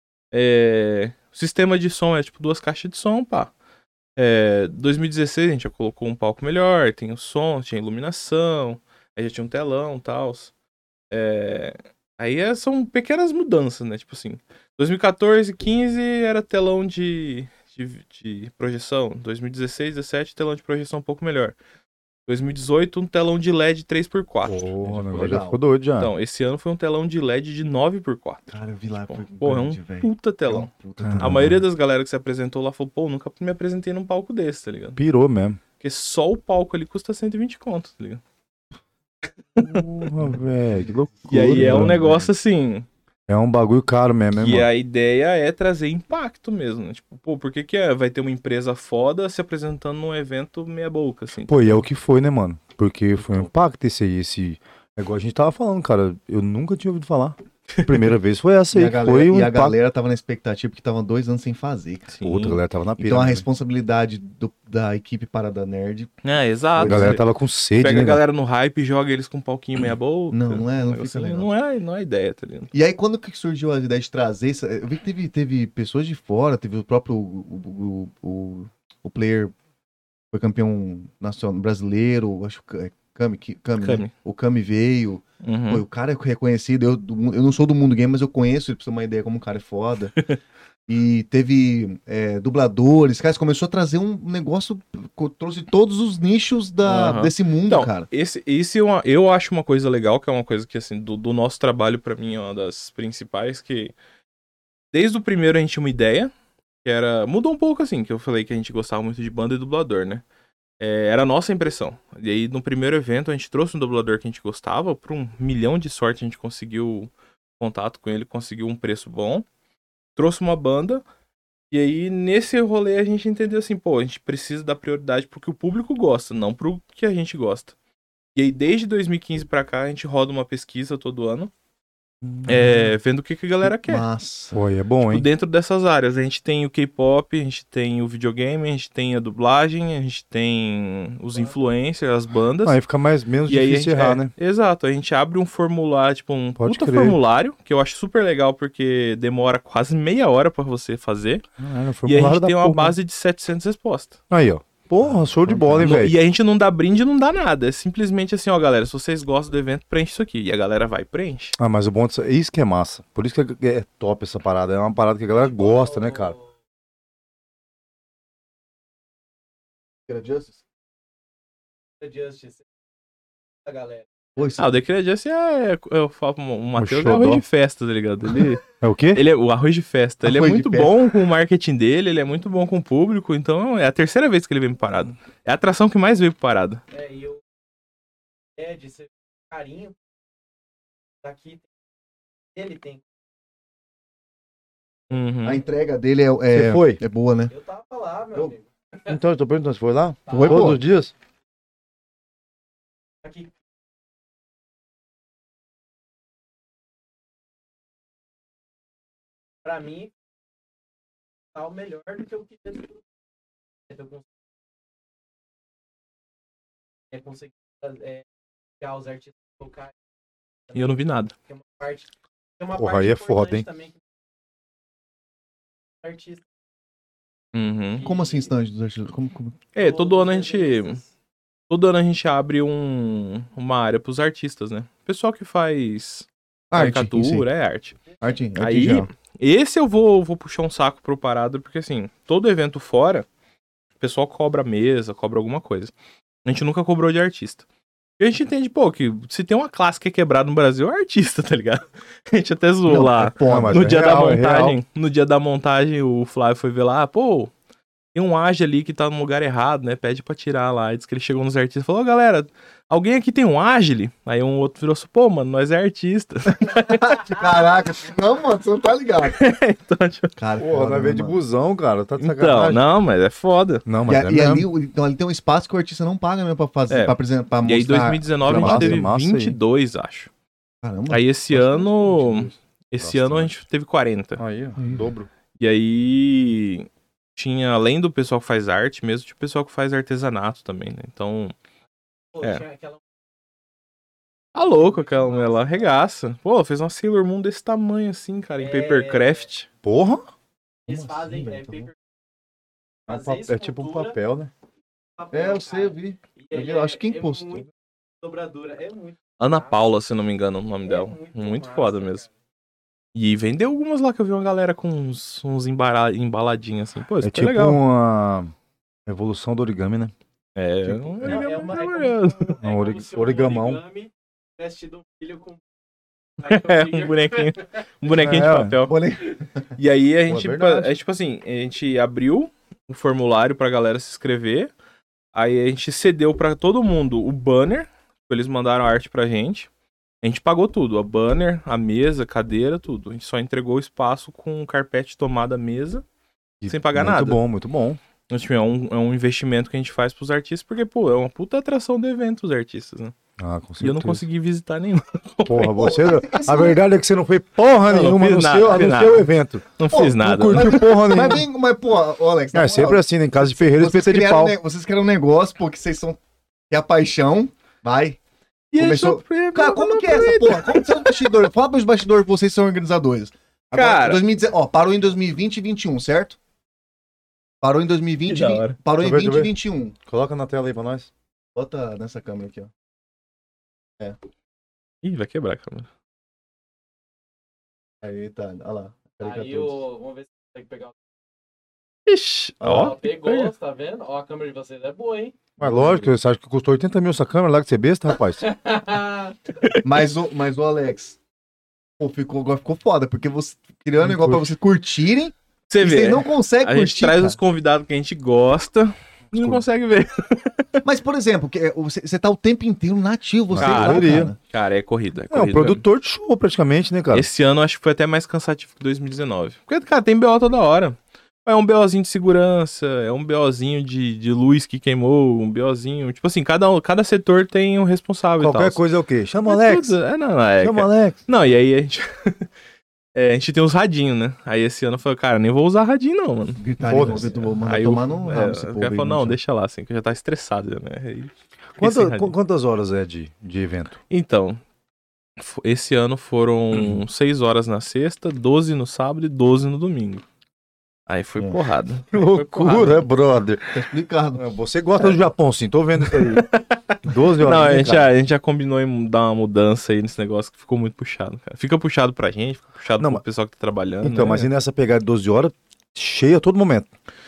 É, o sistema de som é tipo duas caixas de som, pá. É, dois mil e dezesseis a gente já colocou um palco melhor, tem o som, tinha iluminação, aí já tinha um telão e tal. É, aí é- são pequenas mudanças, né? Tipo assim, dois mil e quatorze, quinze era telão de, de, de projeção. dois mil e dezesseis, dezessete, telão de projeção um pouco melhor. dois mil e dezoito, um telão de L E D três por quatro. Porra, o ficou negócio já legal. ficou doido já. Então, esse ano foi um telão de L E D de nove por quatro. Cara, eu vi lá. Pô, Foi Pô, é um grande, velho. puta telão. É um puta Caramba. A telão. maioria das galera que se apresentou lá falou, pô, nunca me apresentei num palco desse, tá ligado? Pirou mesmo. Porque só o palco ali custa cento e vinte conto, tá ligado? Porra, velho, que loucura. E aí é um velho. negócio assim... É um bagulho caro mesmo, hein, E mano? a ideia é trazer impacto mesmo, né? Tipo, pô, por que que é? Vai ter uma empresa foda se apresentando num evento meia boca, assim? Pô, e é o que foi, né, mano? Porque foi um impacto esse aí, esse... É igual a gente tava falando, cara, eu nunca tinha ouvido falar. A primeira vez foi essa E aí, a galera, foi um e a impacto. galera tava na expectativa porque tava dois anos sem fazer, cara. Sim. Outra, a galera tava na pira. Então a né, responsabilidade do- da equipe Parada Nerd. É, velho? exato. A galera Você tava com sede, pega né, a velho? galera no hype e joga eles com um palquinho meia boca. Não, não é, não Um fica negocinho, legal. Não é, não é ideia, tá ligado? E aí, quando que surgiu a ideia de trazer isso? Eu vi que teve, teve pessoas de fora, teve o próprio o, o, o, o player foi campeão nacional brasileiro, acho que é Kami, que- Kami, né? Kami. O Kami veio. Uhum. Pô, o cara é reconhecido, eu, do mu- eu não sou do mundo game, mas eu conheço, pra você ter uma ideia como o cara é foda. E teve é, dubladores, cara, começou a trazer um negócio, co- trouxe todos os nichos da, Aham. desse mundo, Então, cara. esse, esse é uma- eu acho uma coisa legal, que é uma coisa que, assim, do, do nosso trabalho, pra mim, é uma das principais, que desde o primeiro a gente tinha uma ideia, que era... Mudou um pouco, assim, que eu falei que a gente gostava muito de banda e dublador, né? É, era a nossa impressão. E aí, no primeiro evento, a gente trouxe um dublador que a gente gostava, por um milhão de sorte a gente conseguiu contato com ele, conseguiu um preço bom, trouxe uma banda, e aí, nesse rolê, a gente entendeu assim, pô, a gente precisa dar prioridade pro que o público gosta, não pro que a gente gosta. E aí, desde dois mil e quinze pra cá, a gente roda uma pesquisa todo ano, é, vendo o que, que a galera quer. Massa. Pô, aí é bom, Tipo, hein? dentro dessas áreas, a gente tem o K-pop, a gente tem o videogame, a gente tem a dublagem, a gente tem os influencers, as bandas. Aí fica mais, menos E aí a difícil gente, errar, é, né? Exato, a gente abre um formulário, tipo um Pode puta crer. formulário, que eu acho super legal porque demora quase meia hora pra você fazer. Ah, no E a formulário gente da tem uma porra. base de setecentas respostas. Aí, ó. Porra, show de bola, hein, No- velho? e a gente não dá brinde, não dá nada. É simplesmente assim, ó, galera, se vocês gostam do evento, preenche isso aqui. E a galera vai e preenche. Ah, mas o bom disso, isso que é massa. Por isso que é é top essa parada. É uma parada que a galera gosta, né, cara? Justice. Justice. A galera. Pô, isso- Ah, o The Creative Justice é. Eu falo, o Matheus é xodó. arroz de festa, tá ligado? Ele, É o quê? ele é o arroz de festa. Ele é Arroz de muito festa. bom com o marketing dele, ele é muito bom com o público, então é a terceira vez que ele vem pro Parada. É a atração que mais veio pro Parada. É, e eu. É, de ser carinho. Daqui. Ele tem. Uhum. A entrega dele é, Você é, foi? é boa, né? Eu tava lá, meu Eu- amigo. Então, eu tô perguntando, você foi lá? Foi, Todos pô. os dias? Aqui. Pra mim, tá o melhor do que eu queria ter. Eu consegui, é, conseguir é, pegar os artistas locais. E eu não vi nada. Tem uma parte. Tem uma Porra, parte aí é importante foda, hein? também que- artista. Uhum. Como assim, stand dos artistas? Como, como... É, todo Todos ano a os gente. desenhistas. Todo ano a gente abre um, uma área pros artistas, né? Pessoal que faz Arte, caricatura, em si. é arte. Arte, arte Aí, já. esse eu vou, vou puxar um saco pro Parada, porque assim, todo evento fora, o pessoal cobra mesa, cobra alguma coisa. A gente nunca cobrou de artista. E a gente entende, pô, que se tem uma classe que é quebrada no Brasil, é artista, tá ligado? A gente até zoou Não, lá. é foda, Não, mas No é dia real, da é real. montagem, no dia da montagem, o Flávio foi ver lá, pô, tem um Age ali que tá no lugar errado, né? Pede pra tirar lá. E diz que ele chegou nos artistas e falou, ô, galera, alguém aqui tem um Agile? Aí um outro virou assim, pô, mano, nós é artista. Caraca, não, mano, você não tá ligado. Então, tipo, Cara, Porra, foda, nós né, veio de mano? busão, cara. Tá de então, sacanagem. não, mas é foda. Não, E, mas a- é e mesmo. ali, o- então ali tem um espaço que o artista não paga mesmo pra fazer, É. pra apresentar, pra E aí, em mostrar. dois mil e dezenove, a gente massa, teve massa aí. vinte e dois, acho. Caramba. Aí esse ano. Esse Bastante. ano a gente teve quarenta. Aí, ó, dobro. E aí. Tinha, além do pessoal que faz arte mesmo, tinha o pessoal que faz artesanato também, né? Então. Pô, É. tinha aquela. Tá louco aquela mulher lá, arregaça. Pô, fez uma Sailor Moon desse tamanho assim, cara, em É. papercraft. Porra! Eles Como fazem. assim, é, velho? Tá paper, É, um fazer pa- é tipo um escultura, papel, né? papel, É, eu sei, eu cara. vi. E Eu ele vi, acho que quem é postou. muito dobradura. É muito. Ana massa. Paula, se eu não me engano, o nome É dela. muito Muito massa, foda cara. mesmo. E vendeu algumas lá que eu vi uma galera com uns, uns embara- embaladinhos assim. Pô, isso É foi tipo legal. uma evolução do origami, né? É, tipo, um É, origami é uma, é trabalhando. como, é Um ori- como se um origamão. origami tivesse tido um filho com. É, um bonequinho. Um bonequinho É, de ó. papel. Bolei- E aí a Pô, é gente, verdade. é tipo assim, a gente abriu o formulário pra galera se inscrever. Aí a gente cedeu pra todo mundo o banner, eles mandaram a arte pra gente. A gente pagou tudo, a banner, a mesa, cadeira, tudo. A gente só entregou o espaço com um carpete tomada mesa, E sem pagar muito nada. Muito bom, muito bom. Então, tipo, é um, é um investimento que a gente faz pros artistas, porque, pô, é uma puta atração do evento os artistas, né? Ah, com certeza. E eu não consegui visitar nenhum. Porra, você. A verdade é que você não foi porra Não, não nenhuma fiz no, nada, seu, não fiz no nada. seu evento. Não Pô, fiz nada. Não curtiu porra nenhuma. Mas, vem, mas pô, ô, Alex, na É sempre moral, assim, né? Em casa de Ferreira, vocês espeta de criaram pau. um ne- Vocês criaram um negócio, pô, que vocês são... Que é a paixão, vai. E aí, Começou- só- Cara, como que é essa porra? Como que são os bastidores? Fala pros bastidores que vocês são organizadores. Agora, Cara- dois mil e dezesseis, ó, parou em dois mil e vinte e vinte e um, certo? Parou em dois mil e vinte, Que da hora. parou em Deixa eu ver, vinte e deixa eu vinte e um. Coloca na tela aí pra nós. Bota nessa câmera aqui, ó. Ih, vai quebrar a câmera. Aí tá, olha lá. Caricatura. Aí o. Vamos ver se consegue pegar o. Ixi, Ó, ó. pegou, pega. tá vendo? Ó, a câmera de vocês é boa, hein? Mas lógico, você acha que custou oitenta mil essa câmera lá que você é besta, rapaz? Mas o, mas o Alex, pô, ficou, agora ficou foda, porque você criou um negócio pra vocês curtirem Você e vê, vocês não conseguem a gente curtir. traz cara. os convidados que a gente gosta e não consegue ver. Mas, por exemplo, que, é, você, você tá o tempo inteiro nativo, você Cara, lá, queria. cara. Cara, é corrida. É, É um corrida produtor de show praticamente, né, cara? Esse ano eu acho que foi até mais cansativo que dois mil e dezenove. Porque, cara, tem B O toda hora. É um BOzinho de segurança, é um BOzinho de, de luz que queimou, um BOzinho. Tipo assim, cada, um- cada setor tem um responsável e Qualquer tal. coisa é o quê? Chama o É Alex. tudo- É, não, não, é, Chama o cara. Alex. Não, e aí a gente. é, a gente tem uns radinhos, né? Aí esse ano eu falei, cara, nem vou usar radinho, não, mano. Gritaria, Foda-se. eu vou mandar Aí tomar eu, no é, rabo esse o povo cara aí, falou, não, gente. deixa lá, assim, que já tá estressado, já, né? Aí, Quanta- esse radinho. qu- quantas horas é de, de evento? Então, fo- esse ano foram seis horas na sexta, doze no sábado e doze no domingo. Aí foi É. porrada. Que Aí foi porrada. loucura, brother. Tá explicado. É, Você gosta do Japão, sim. Tô vendo isso aí. doze horas. Não, a né, gente, cara? já, a gente já combinou em dar uma mudança aí nesse negócio que ficou muito puxado, cara. Fica puxado pra gente, fica puxado Não, pro mas- pessoal que tá trabalhando. Então, né? mas e nessa pegada de doze horas, cheia a todo momento.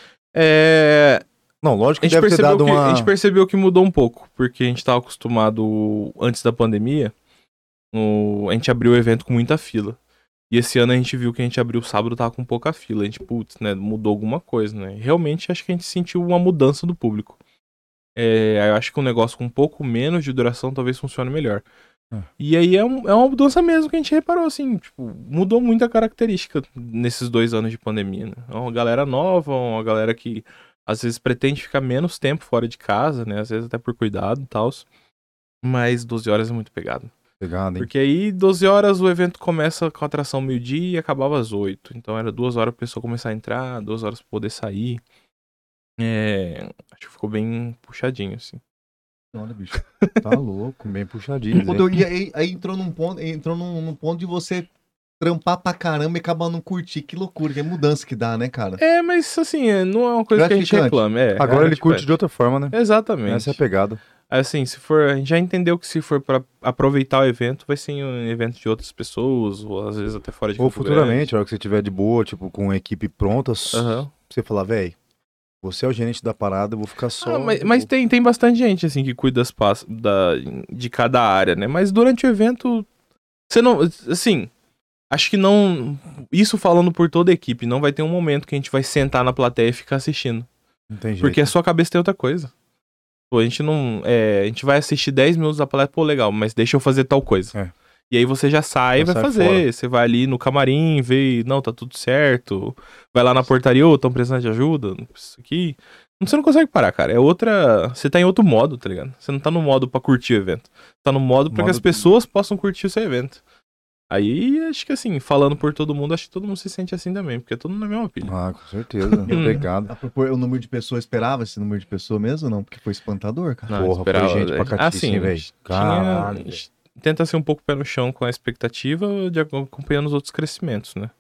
É, Não, lógico a, que gente deve ter percebeu dado que, uma... a gente percebeu que mudou um pouco, porque a gente tava acostumado, antes da pandemia, o- a gente abriu o evento com muita fila. E esse ano a gente viu que a gente abriu o sábado tava com pouca fila. A gente, putz, né, mudou alguma coisa, né? Realmente acho que a gente sentiu uma mudança do público. É, eu acho que um negócio com um pouco menos de duração talvez funcione melhor. É. E aí é, um- é uma mudança mesmo que a gente reparou, assim, tipo, mudou muita característica nesses dois anos de pandemia, né? É uma galera nova, uma galera que às vezes pretende ficar menos tempo fora de casa, né? Às vezes até por cuidado e tal. Mas doze horas é muito pegado. Pegada, hein? Porque aí, doze horas, o evento começa com a atração meio-dia e acabava às oito. Então era duas horas pra pessoa começar a entrar, duas horas pra poder sair. É, acho que ficou bem puxadinho, assim. Olha, bicho. Tá louco, bem puxadinho. Quando né? eu- E aí, aí entrou num ponto, entrou num, num ponto de você trampar pra caramba e acabar não curtir. Que loucura, que mudança que dá, né, cara? É, mas assim, é, não é uma coisa que a gente Gratificante. reclama. É, Agora ele gratificante. curte de outra forma, né? Exatamente. Essa é a pegada. Assim, se for, a gente já entendeu que se for pra aproveitar o evento, vai ser em um evento de outras pessoas, ou às vezes até fora de Ou Campo futuramente, a hora que você tiver de boa, tipo, com a equipe pronta, s- Grande. Aham. você falar, velho, você é o gerente da parada, eu vou ficar só. Ah, mas mas tem, tem bastante gente, assim, que cuida das pas- da, de cada área, né? Mas durante o evento, você não... Assim, acho que não... Isso falando por toda a equipe, não vai ter um momento que a gente vai sentar na plateia e ficar assistindo. Não tem jeito. Porque a sua cabeça tem outra coisa. Pô, a gente não... É, a gente vai assistir dez minutos da palestra, pô, legal, mas deixa eu fazer tal coisa. É. E aí você já sai e Já vai sai fazer. fora. Você vai ali no camarim, vê, não, tá tudo certo. Vai lá na portaria, ô, tão precisando de ajuda, isso aqui. Você não consegue parar, cara. É outra... Você tá em outro modo, tá ligado? Você não tá no modo pra curtir o evento. Tá no modo pra que Modo- as pessoas possam curtir o seu evento. Aí, acho que assim, falando por todo mundo, acho que todo mundo se sente assim também, porque é todo mundo na mesma pilha. Ah, com certeza. Hum. Pegada. A propor- O número de pessoas esperava esse número de pessoas mesmo ou não? Porque foi espantador, cara. Não, Porra, esperava, foi gente pra né? catice, Assim, velho. tinha- Caralho, a gente tenta ser um pouco pé no chão com a expectativa de ac- acompanhando os outros crescimentos, né?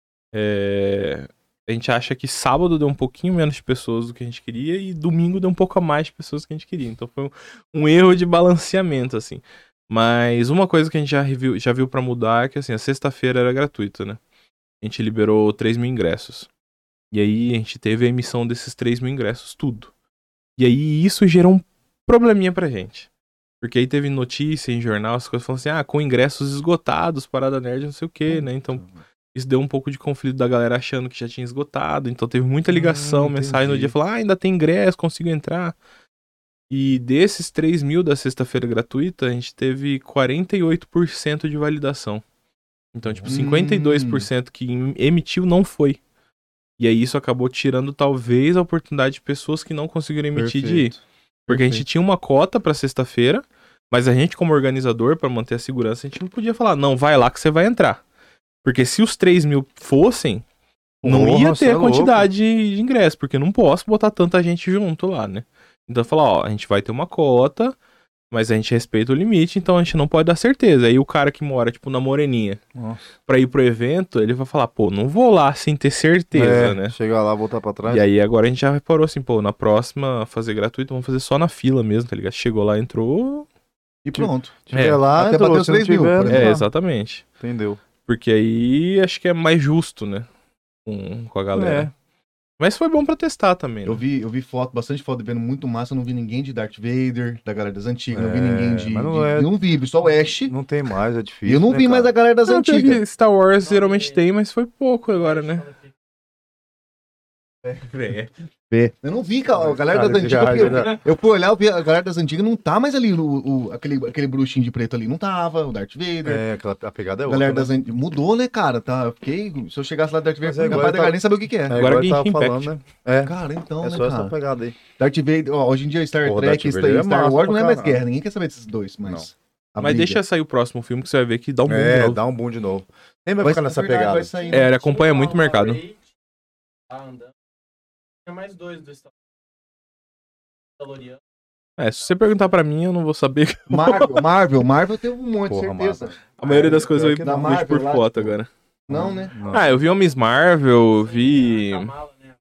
É, a gente acha que sábado deu um pouquinho menos de pessoas do que a gente queria e domingo deu um pouco a mais de pessoas do que a gente queria. Então foi um, um erro de balanceamento, assim. Mas uma coisa que a gente já, reviu, já viu pra mudar é que, assim, a sexta-feira era gratuita, né? A gente liberou três mil ingressos. E aí a gente teve a emissão desses três mil ingressos, tudo. E aí isso gerou um probleminha pra gente. Porque aí teve notícia em jornal, as coisas falando assim, ah, com ingressos esgotados, Parada Nerd, não sei o quê, né? Então isso deu um pouco de conflito da galera achando que já tinha esgotado. Então teve muita ligação, Hum, mensagem no entendi. dia, falando, ah, ainda tem ingresso, consigo entrar. E desses três mil da sexta-feira gratuita, a gente teve quarenta e oito por cento de validação. Então, tipo, cinquenta e dois por cento que em- emitiu não foi. E aí isso acabou tirando talvez a oportunidade de pessoas que não conseguiram emitir de ir. Perfeito. Porque a gente tinha uma cota pra sexta-feira, mas a gente como organizador, pra manter a segurança, a gente não podia falar, não, vai lá que você vai entrar. Porque se os três mil fossem, não Porra, ia cê ter é a quantidade de de ingresso, porque eu não posso botar tanta gente junto lá, né? Então falar, ó, a gente vai ter uma cota, mas a gente respeita o limite, então a gente não pode dar certeza. Aí o cara que mora, tipo, na Moreninha, Nossa. pra ir pro evento, ele vai falar, pô, não vou lá sem ter certeza, É, né? chegar lá, voltar pra trás. E aí agora a gente já reparou assim, pô, na próxima fazer gratuito, vamos fazer só na fila mesmo, tá ligado? Chegou lá, entrou... E pronto. Se tiver É, lá, até entrou, bater os se não três mil, tiver, por não exemplo. É, dá. exatamente. Entendeu? Porque aí acho que é mais justo, né? Com, com a galera. É. Mas foi bom pra testar também, né? Eu vi, eu vi foto, bastante foto vendo muito massa, eu não vi ninguém de Darth Vader, da galera das antigas, não vi É, ninguém de... mas não de- é- Eu não vi, só o Ash, Não tem mais, é e difícil. eu não né, vi mais a cara? galera das Não, antigas. teve Star Wars geralmente tem, mas foi pouco agora, né? É. Eu não vi, cara, a galera Cara, das já- antigas... já- Eu, eu fui olhar, eu vi a galera das antigas, não tá mais ali, o, o- aquele, aquele bruxinho de preto ali, não tava, o Darth Vader... É, aquela, a pegada é A outra. galera né? das antigas... Mudou, né, cara? Tá, eu fiquei... Se eu chegasse lá do Darth Vader, Mas eu é fui igual capaz da tá- galera nem saber o que que é. É, Agora agora eu tava Genshin falando, Impact. né? É, Cara, então, é né, só essa cara? pegada aí. Darth Vader, ó, hoje em dia Star Porra, Trek, Darth Star, Vader é Star massa Wars não pra é mais caralho. guerra, ninguém quer saber desses dois, mas... a Mas briga. deixa sair o próximo filme que você vai ver que dá um boom de É, novo. dá um boom de novo. Nem vai Vai ficar ser- nessa na verdade, pegada. vai sair, É, ele né? acompanha muito o mercado. Tá andando. Tinha mais dois do Star Mandaloriano. É, se você perguntar pra mim, eu não vou saber. Marvel, Marvel, Marvel teve um monte, Porra, certeza. Marvel. A maioria das Ah, coisas eu pior que não. vejo Marvel por lá, foto tipo, agora. Não, né? Não. Ah, eu vi uma Miss Marvel, eu vi... Kamala, né?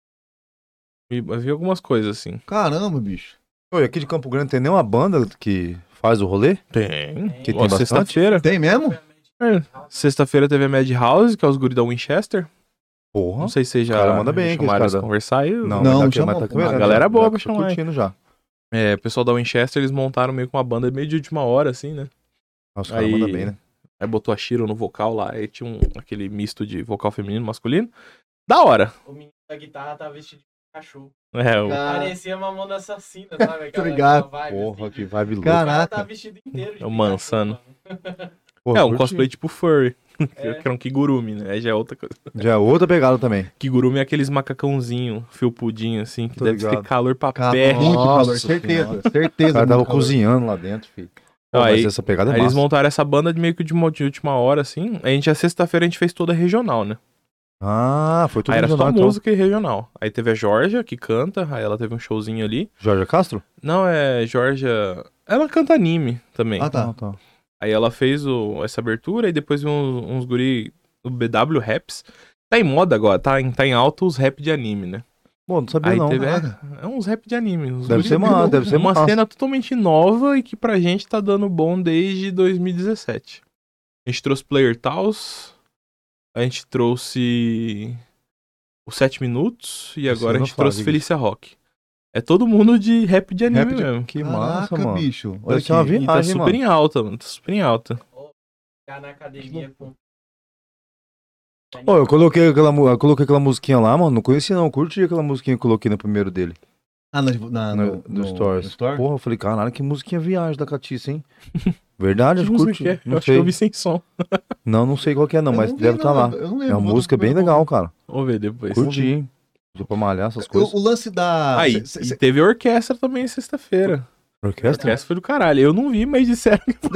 vi... Eu vi algumas coisas assim. Caramba, bicho. Oi, aqui de Campo Grande tem nenhuma banda que faz o rolê? Tem. Que tem Ó, bastante? sexta-feira. Tem mesmo? É, Sexta-feira teve a Madhouse, que é os guri da Winchester. Porra. Não sei se vocês já Cara, manda bem, já aquele chamaram cara. pra conversar aí. Não, Não, mas tá não aqui, chamou, mas tá pô. querendo, A galera já- é boa já pra tô chamar, curtindo já. É, o pessoal da Winchester, eles montaram meio que uma banda meio de última hora, assim, né? Os caras Aí- mandam bem, né? Aí botou a Shiro no vocal lá, aí tinha um, aquele misto de vocal feminino e masculino. Da hora. O menino da guitarra tava vestido de cachorro. É, o... Cara, Parecia uma mão assassina, sabe? Aquela, ligado. aquela vibe, Porra, assim. que vibe louca. O cara Caraca. tá vestido inteiro de É o Pikachu, Mansano. mano. Porra, é um curti. cosplay tipo furry. É. Que era um Kigurumi, né? Aí já é outra coisa. Já é outra pegada também. Kigurumi é aqueles macacãozinho, felpudinho, assim, que Tô deve ligado. ter calor pra Cara, pé. muito Nossa calor, certeza, Senhora. certeza. O cara tava muito calor. cozinhando lá dentro, filho. Pô, Aí- mas essa pegada é Aí eles massa. montaram essa banda de meio que de, mo- de última hora, assim. Aí a gente, a sexta-feira, a gente fez toda regional, né? Ah, foi tudo Aí era só regional, então. música e regional. Aí teve a Georgia, que canta, aí ela teve um showzinho ali. Jorge Castro? Não, é Georgia... Ela canta anime também. Ah, tá. tá. Aí ela fez o, essa abertura e depois veio uns, uns guri do B W Raps. Tá em moda agora, tá em, tá em alta os rap de anime, né? Pô, não sabia Aí não. teve, é, Nada. é uns rap de anime. Uns Deve guri- ser massa, deve ser uma massa. cena totalmente nova e que pra gente tá dando bom desde dois mil e dezessete. A gente trouxe Player Taos, a gente trouxe os sete minutos e Esse agora eu a não gente trouxe falo, Felícia Rock. É todo mundo de rap de anime Rap de- mesmo. Que Caraca, massa, mano. bicho. Deve Olha ser uma aqui. E tá viagem, super mano. em alta, mano. Tá super em alta. Ficar na academia com. Pô, eu coloquei aquela, mu- eu coloquei aquela musiquinha lá, mano. Não conhecia não. Curti aquela musiquinha que eu coloquei no primeiro dele. Ah, na, na, No, no, do no- Stories. no Store? Porra, eu falei, caralho, que musiquinha viagem da Catiça, hein? Verdade, eu Que música curti. que é? Não Eu acho que sei. eu vi sem som. Não, não sei qual que é não, Eu mas não vi, deve estar não, lá. eu não É lembro, uma vou- música vou- bem vou- legal, cara. Vamos ver depois. Curti, hein? Deu pra malhar essas O, coisas. o lance da... Aí, cê- cê- e cê- teve orquestra também sexta-feira. A Orquestra? orquestra foi do caralho. Eu não vi, mas disseram que foi.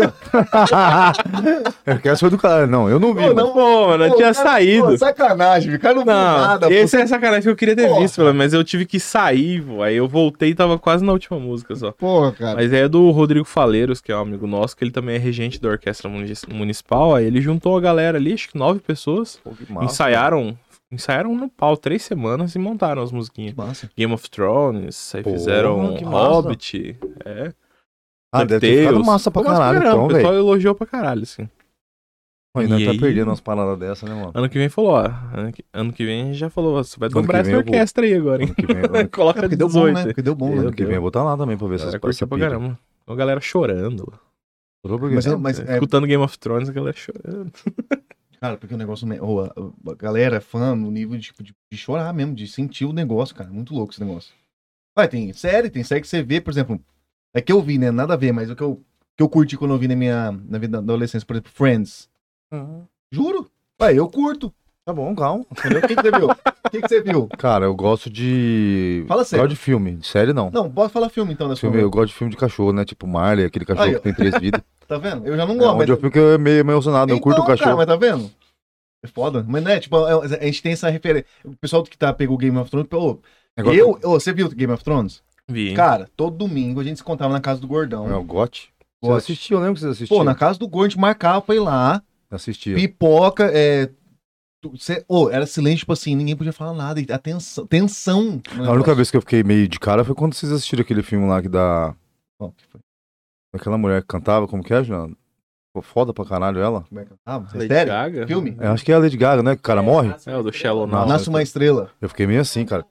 Orquestra foi do caralho. Não, eu não vi. Pô, mano. não, Pô, mano, eu Pô, tinha cara, saído. Pô, sacanagem, o cara não viu Não, nada. esse é sacanagem que eu queria ter Porra. visto, pelo menos eu tive que sair, pô. Aí eu voltei e tava quase na última música só. Porra, cara. Mas é do Rodrigo Faleiros, que é um amigo nosso, que ele também é regente da orquestra muni- municipal. Aí ele juntou a galera ali, acho que nove pessoas, Pô, que massa. ensaiaram, ensaiaram no pau três semanas e montaram as musiquinhas. Que massa. Game of Thrones, aí Porra, fizeram que massa. Hobbit, é. Ah, deve ter ficado massa pra Ficou massa caralho, caramba, então, o pessoal velho. elogiou pra caralho, assim. Ainda E tá aí- perdendo umas paradas dessa, né, mano? Ano que vem falou, ó, ano que, ano que vem a gente já falou, ó, você vai Ano que dobrar essa vem eu vou. orquestra aí agora, hein? Ano que vem, ano É, Coloca porque deu bom, dezoito. né? Porque deu bom, Deu. né? ano que vem eu vou estar lá também pra ver A essas galera curtiu pra pilha. caramba. A galera chorando. Chorou por quê? Mas, eu- mas É, é, Escutando Game of Thrones, a galera chorando. cara, porque o negócio... me- ô, a, a galera é fã no nível de, tipo, de, de chorar mesmo, de sentir o negócio, cara. Muito louco esse negócio. Vai, tem série, tem série que você vê, por exemplo, é que eu vi, né? Nada a ver, mas o que eu, que eu curti quando eu vi na minha na vida da adolescência, por exemplo, Friends. Juro? Vai, eu curto. Tá bom, calma. Entendeu? O que, que você viu? O que, que você viu? Cara, eu gosto de. Fala sério. Gosto de filme, de série não. Não, pode falar filme então da sua Filme, eu gosto de filme de cachorro, né? Tipo Marley, aquele cachorro Aí, que ó. tem três vidas. Tá vendo? Eu já não É, gosto, onde mas... eu fico é meio emocionado, eu curto o Então, cachorro. Cara, mas tá vendo? É foda. Mas né, tipo, a gente tem essa referência. O pessoal que tá, pegou Game of Thrones, pô, Negócio- eu, ô, você viu Game of Thrones? Vi. Cara, todo domingo a gente se encontrava na casa do Gordão. É o Gotti. Vocês Gotti. assistiam, eu lembro que vocês assistiam. Pô, na casa do Gordo a gente marcava pra ir lá, Assistia. pipoca, é... tu- cê- ô, era silêncio, tipo assim, ninguém podia falar nada, e atenção, tensão. A única vez que eu fiquei meio de cara foi quando vocês assistiram aquele filme lá que dá. Ó, que foi? Aquela mulher que cantava, como que é, Juliana? Pô, foda pra caralho ela. Como é que ah, é Lady sério? Gaga? Filme? Eu acho que é a Lady Gaga, né? Que o cara morre. É, o do Shallow Now. Nossa, Nasce uma estrela. Eu fiquei meio assim, cara.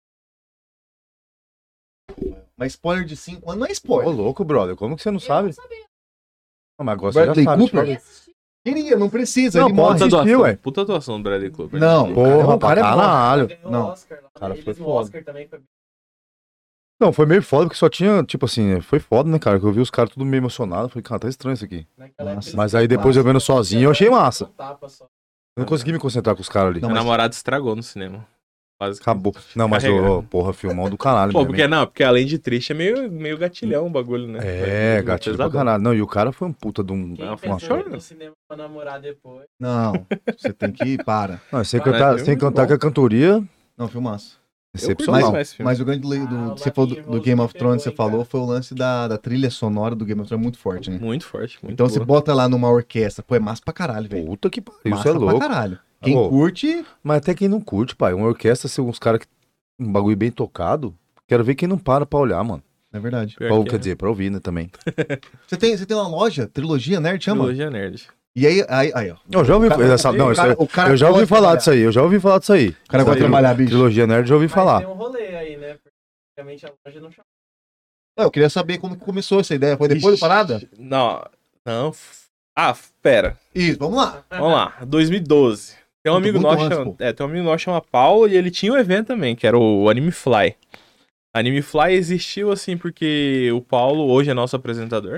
Mas spoiler de cinco anos não é Ô, spoiler. louco, brother. Como que você não Eu sabe? não sabia. Não, mas agora você já Bradley sabe. Cooper? tipo, Eu assisti. Queria, não precisa, Não, ele pode morre. assistir, atuação, ué. puta atuação do Bradley Cooper. Não. Porra, o pra cara é bom. caralho. Ganhou Não. o Oscar lá. Cara, Eles foi no foda. Oscar também foi... Não, foi meio foda, porque só tinha, tipo assim, foi foda, né, cara? Que eu vi os caras tudo meio emocionados. Falei, cara, tá estranho isso aqui. Naquela Nossa, época, Mas eles aí depois eu fizeram vendo sozinho, eu achei massa. um tapa só. Eu não consegui me concentrar com os caras ali. Não, Meu mas- namorado estragou no cinema. Quase que- Acabou. Não, mas, Carregado. ô, porra, filmão do caralho. Pô, mesmo, porque hein? não, porque além de triste é meio, meio gatilhão o bagulho, né? É, gatilho pra Pesadão. caralho. Não, e o cara foi um puta de um. Quem Não, uma pensou chora. no cinema pra namorar depois? Não, você tem que ir, para. Não, sem Cara, cantar, filme sem muito cantar bom. que a cantoria Não, filmaço. excepcional. mais filme. Mas o grande lei do, Ah, o você falou do, Latin do Rose Game me of Thrones, pegou, você hein, falou, cara. foi o lance da, da trilha sonora do Game of Thrones muito forte, né? Muito forte, muito Então você boa. bota lá numa orquestra, pô, é massa pra caralho, velho. Puta que pariu, Massa isso é louco. pra caralho. Quem Ô. curte, Mas até quem não curte, pai. Uma orquestra ser uns caras que. Um bagulho bem tocado. Quero ver quem não para pra olhar, mano. é verdade. Pior Ou, que quer é. dizer, pra ouvir, né, também. Você tem, você tem uma loja, Trilogia Nerd, chama? Trilogia Nerd. E aí, aí, aí, ó. Eu já ouvi. O cara- essa- não, o isso cara- aí- o cara eu já ouvi gosta de falar trabalhar. disso aí. Eu já ouvi falar disso aí. O cara gosta de Isso aí, trabalhar, bicho. Trilogia Nerd, já ouvi Mas falar. tem um rolê aí, né? Porque antigamente a loja não chamava. Não, eu queria saber como que começou essa ideia. Foi depois da parada? Não, não. f- Ah, f- pera. Isso, vamos lá. Vamos lá. dois mil e doze. Tem um Muito- amigo muito nosso, antes, chama, pô. é, tem um amigo nosso chama Paulo e ele tinha um evento também, que era o Anime Fly. Anime Fly existiu assim porque o Paulo, hoje é nosso apresentador,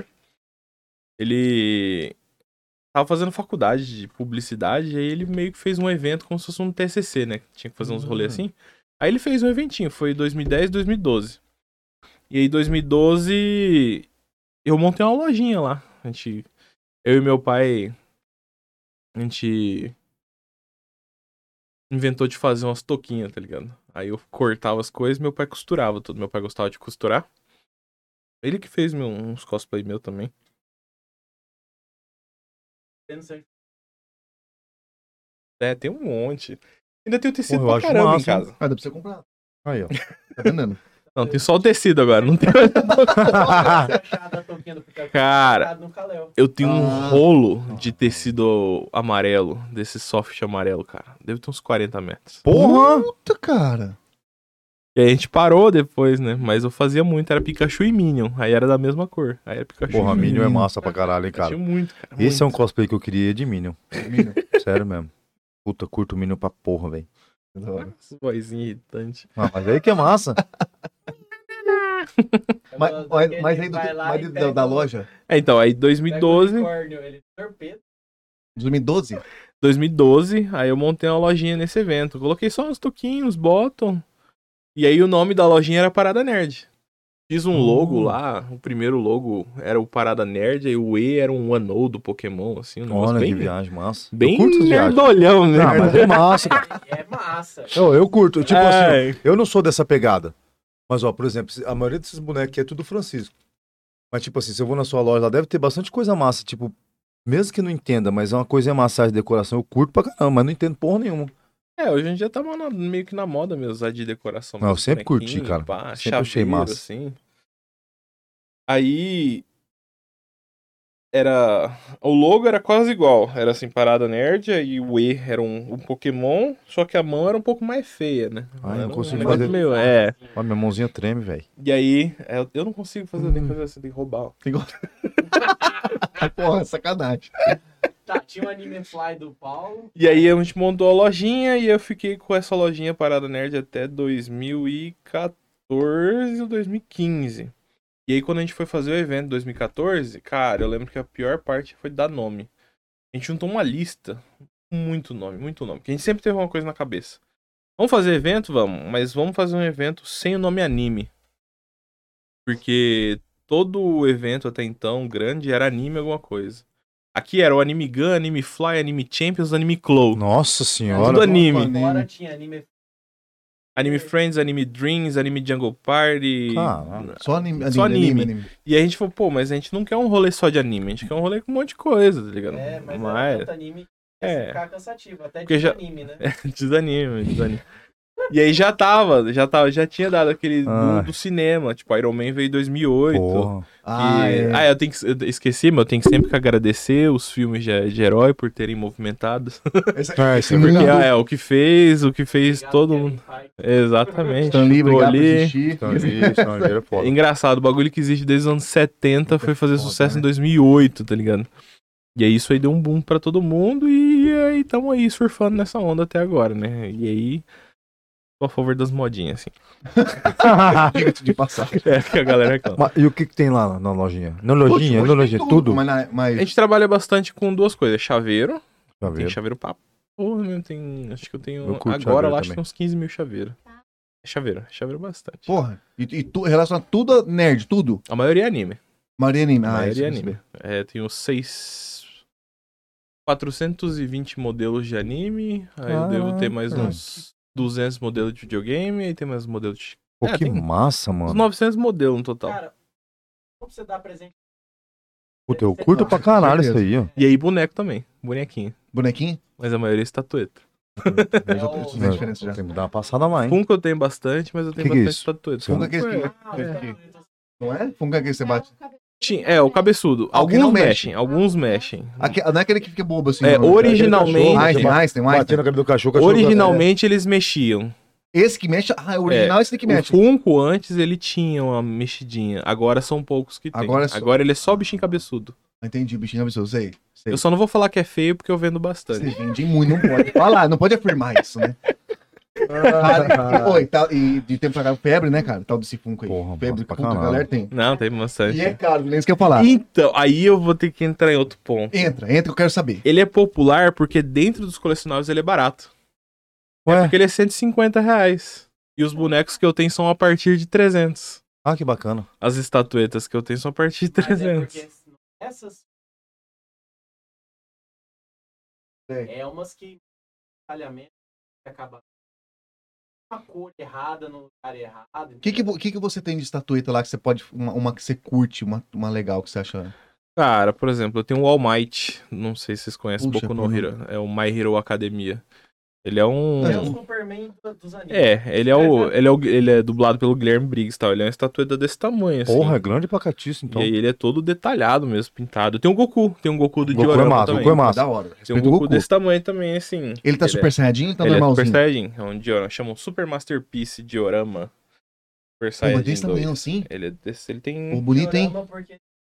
ele tava fazendo faculdade de publicidade e aí ele meio que fez um evento como se fosse um T C C, né? Tinha que fazer uns rolês assim. Aí ele fez um eventinho, foi dois mil e dez, dois mil e doze. E aí dois mil e doze eu montei uma lojinha lá. A gente, eu e meu pai, a gente inventou de fazer umas touquinhas, tá ligado? Aí eu cortava as coisas e meu pai costurava tudo. Meu pai gostava de costurar. Ele que fez meu, uns cosplay meu também. É, tem um monte. Ainda tem o tecido Porra, eu pra acho caramba em massa, hein? casa. Ah, dá pra você comprar. Aí, ó. Tá vendendo? Não, tem só o tecido agora, não tem... Cara, no Kalel. eu tenho um Ah. rolo de tecido amarelo, desse soft amarelo, cara. Deve ter uns quarenta metros. Porra! Puta, cara. E aí a gente parou depois, né? Mas eu fazia muito, era Pikachu e Minion. Aí era da mesma cor. Aí era Pikachu Porra, e Minion é massa pra caralho, hein, Tinha cara. muito, cara. Esse é um muito. cosplay que eu queria de Minion. Minion. Sério mesmo. Puta, curto Minion pra porra, velho. Da hora. Vozinha irritante. Ah, mas aí que é massa. Mas, mas, mas aí do, mas da, da loja, É, então, aí dois mil e doze, dois mil e doze? dois mil e doze, aí eu montei uma lojinha nesse evento. Coloquei só uns toquinhos, bottom. E aí o nome da lojinha era Parada Nerd. Fiz um logo Hum. lá, o primeiro logo era o Parada Nerd, aí o E era um One do Pokémon, assim, um negócio Olha bem, que viagem massa. bem eu curto essas viagens. nerdolhão, né? Não, mas é massa, cara. É massa. Eu, eu curto. Tipo assim, É. eu não sou dessa pegada. Mas, ó, por exemplo, a maioria desses bonecos aqui é tudo Francisco. Mas, tipo assim, se eu vou na sua loja, lá deve ter bastante coisa massa. Tipo, mesmo que não entenda, mas é uma coisa massa de decoração, eu curto pra caramba, mas não entendo porra nenhuma. É, hoje em dia tá na- meio que na moda mesmo, usar de decoração. Não, eu mesmo, sempre curti, bonequinho, cara. pá, Sempre achei chaveiro, massa. Assim. Aí. Era. O logo era quase igual. Era assim, Parada Nerd, e o E era um, um Pokémon, só que a mão era um pouco mais feia, né? Ai, Era não um consigo negócio fazer. meio- é. Ó, minha mãozinha treme, velho. E aí, é, eu não consigo fazer, eu tenho que fazer assim, tem que roubar. Porra, sacanagem. Tá, tinha o Anime Fly do Paulo. E aí a gente montou a lojinha e eu fiquei com essa lojinha Parada Nerd até dois mil e quatorze ou dois mil e quinze. E aí, quando a gente foi fazer o evento em dois mil e quatorze, cara, eu lembro que a pior parte foi dar nome. A gente juntou uma lista, muito nome, muito nome, que a gente sempre teve uma coisa na cabeça. Vamos fazer evento? Vamos, mas vamos fazer um evento sem o nome anime. Porque todo o evento até então, grande, era anime alguma coisa. Aqui era o Anime Gun, Anime Fly, Anime Champions, Anime Claw. Nossa Tudo senhora. anime. Agora tinha anime. Anime Friends, Anime Dreams, Anime Jungle Party. Caralho. Só anime. anime, Só anime. anime. E aí a gente falou, pô, mas a gente não quer um rolê só de anime, a gente quer um rolê com um monte de coisa, tá ligado? É, mas, mas... era tanto anime que É. ia ficar cansativo. Até Porque de já- anime, né? desanima, desanima. E aí já tava, já tava, já tinha dado aquele Ai. boom do cinema, tipo, Iron Man veio em dois mil e oito. Porra. Ah, E- é. ah, eu tenho que. Eu esqueci, mas eu tenho que sempre que agradecer os filmes de, de herói por terem movimentado. Esse, É, esse isso é Porque mundo, ah, é o que fez, o que fez Obrigado, todo Kevin mundo. Feige. Exatamente. Stan Lee, Tô obrigado por ali. assistir. Então, isso, então, é foda. É engraçado, o bagulho que existe desde os anos setenta foi fazer Foda, sucesso né? em dois mil e oito, tá ligado? E aí isso aí deu um boom pra todo mundo e aí tamo aí surfando nessa onda até agora, né? E aí, tô a favor das modinhas, assim. Diga-se de passagem. É que a galera reclama. Mas e o que que tem lá na lojinha? Na lojinha, Hoje na tem lojinha, tudo? Mas, na- mas- A gente trabalha bastante com duas coisas, chaveiro. Deixa eu Tem ver. chaveiro pra porra mesmo, tem. Acho que eu tenho. Eu curto Agora chaveiro eu acho que também. tem uns quinze mil chaveiros. É chaveiro, é chaveiro bastante. Porra, e, e tu, relaciona tudo a nerd, tudo? A maioria é anime. Maria anime. A Ah, maioria isso, é isso anime. É, tem os seis. quatrocentos e vinte modelos de anime. Aí eu devo ter mais Caraca. uns duzentos modelos de videogame. Aí tem mais modelos de. Pô, É, que tem massa, Uns mano. novecentos modelos no total. Cara, como você dá presente? Puta, eu curto pra caralho isso aí, ó. E aí boneco também. Bonequinho. Bonequinho? Mas a maioria é estatueta. Eu já o- tô eu tô vendo a diferença já. Tem que dar uma passada lá, hein? Funko eu tenho bastante, mas eu tenho Que que é bastante isso? estatueta. Funko é aquele que- Ah, que- é. Não é? Como é que você bate? Tinha- É, o cabeçudo. Ah, o que Alguns não mexe. mexem, alguns mexem. Aque- não é aquele que fica bobo assim. É, não. originalmente- Einstein, Einstein, Batendo Einstein. na cabeça do cachorro, o cachorro... Originalmente eles mexiam. Esse que mexe. Ah, é o original, esse daqui O mexe. Funko antes ele tinha uma mexidinha. Agora são poucos que tem. Agora Agora, é só- ele é só bichinho cabeçudo. Entendi, bichinho absurdo, sei. sei. Eu só não vou falar que é feio porque eu vendo Você bastante. vende muito, não pode falar, não pode afirmar isso, né? Cara, e, pô, e, tal, e de tempo pra cá, febre, né, cara? Tal desse Funko aí. Porra, febre, massa pra puta, a caralho. galera tem. Não, tem bastante. E é caro, nem isso que eu ia falar. Então, aí eu vou ter que entrar em outro ponto. Entra, entra que eu quero saber. Ele é popular porque dentro dos colecionáveis ele é barato. É Ué? porque ele é cento e cinquenta reais. E os bonecos que eu tenho são a partir de trezentos. Ah, que bacana. As estatuetas que eu tenho são a partir de Mas é trezentos. porque essas Sei. é umas que falhamento acaba uma cor errada no lugar errado. O que, que, vo- que, que você tem de estatueta lá que você pode. Uma, uma que você curte, uma, uma legal que você acha. Cara, por exemplo, eu tenho o All Might. Não sei se vocês conhecem Puxa, Boku no por Hero. É o My Hero Academia. Ele é um. Não, É o não. Superman do- dos animes. É, ele é o. Ele é, o, ele é dublado pelo Guilherme Briggs e tal. Ele é uma estatueta desse tamanho, assim. Porra, é grande pra catiço, então. E aí ele é todo detalhado mesmo, pintado. Tem um Goku, tem um Goku do Goku é diorama massa, também. Goku é massa. Da hora. Tem um Respeito o Goku, Goku. desse tamanho também, assim. Ele tá é- super saiyajin ou tá ele é normalzinho? Super Saiyajin, é um diorama. Chama um Super Masterpiece diorama. Super Pô, mas Saiyajin desse dois. tamanho assim? Ele, é desse, ele Pô, tem... bonito, hein? Diorama porque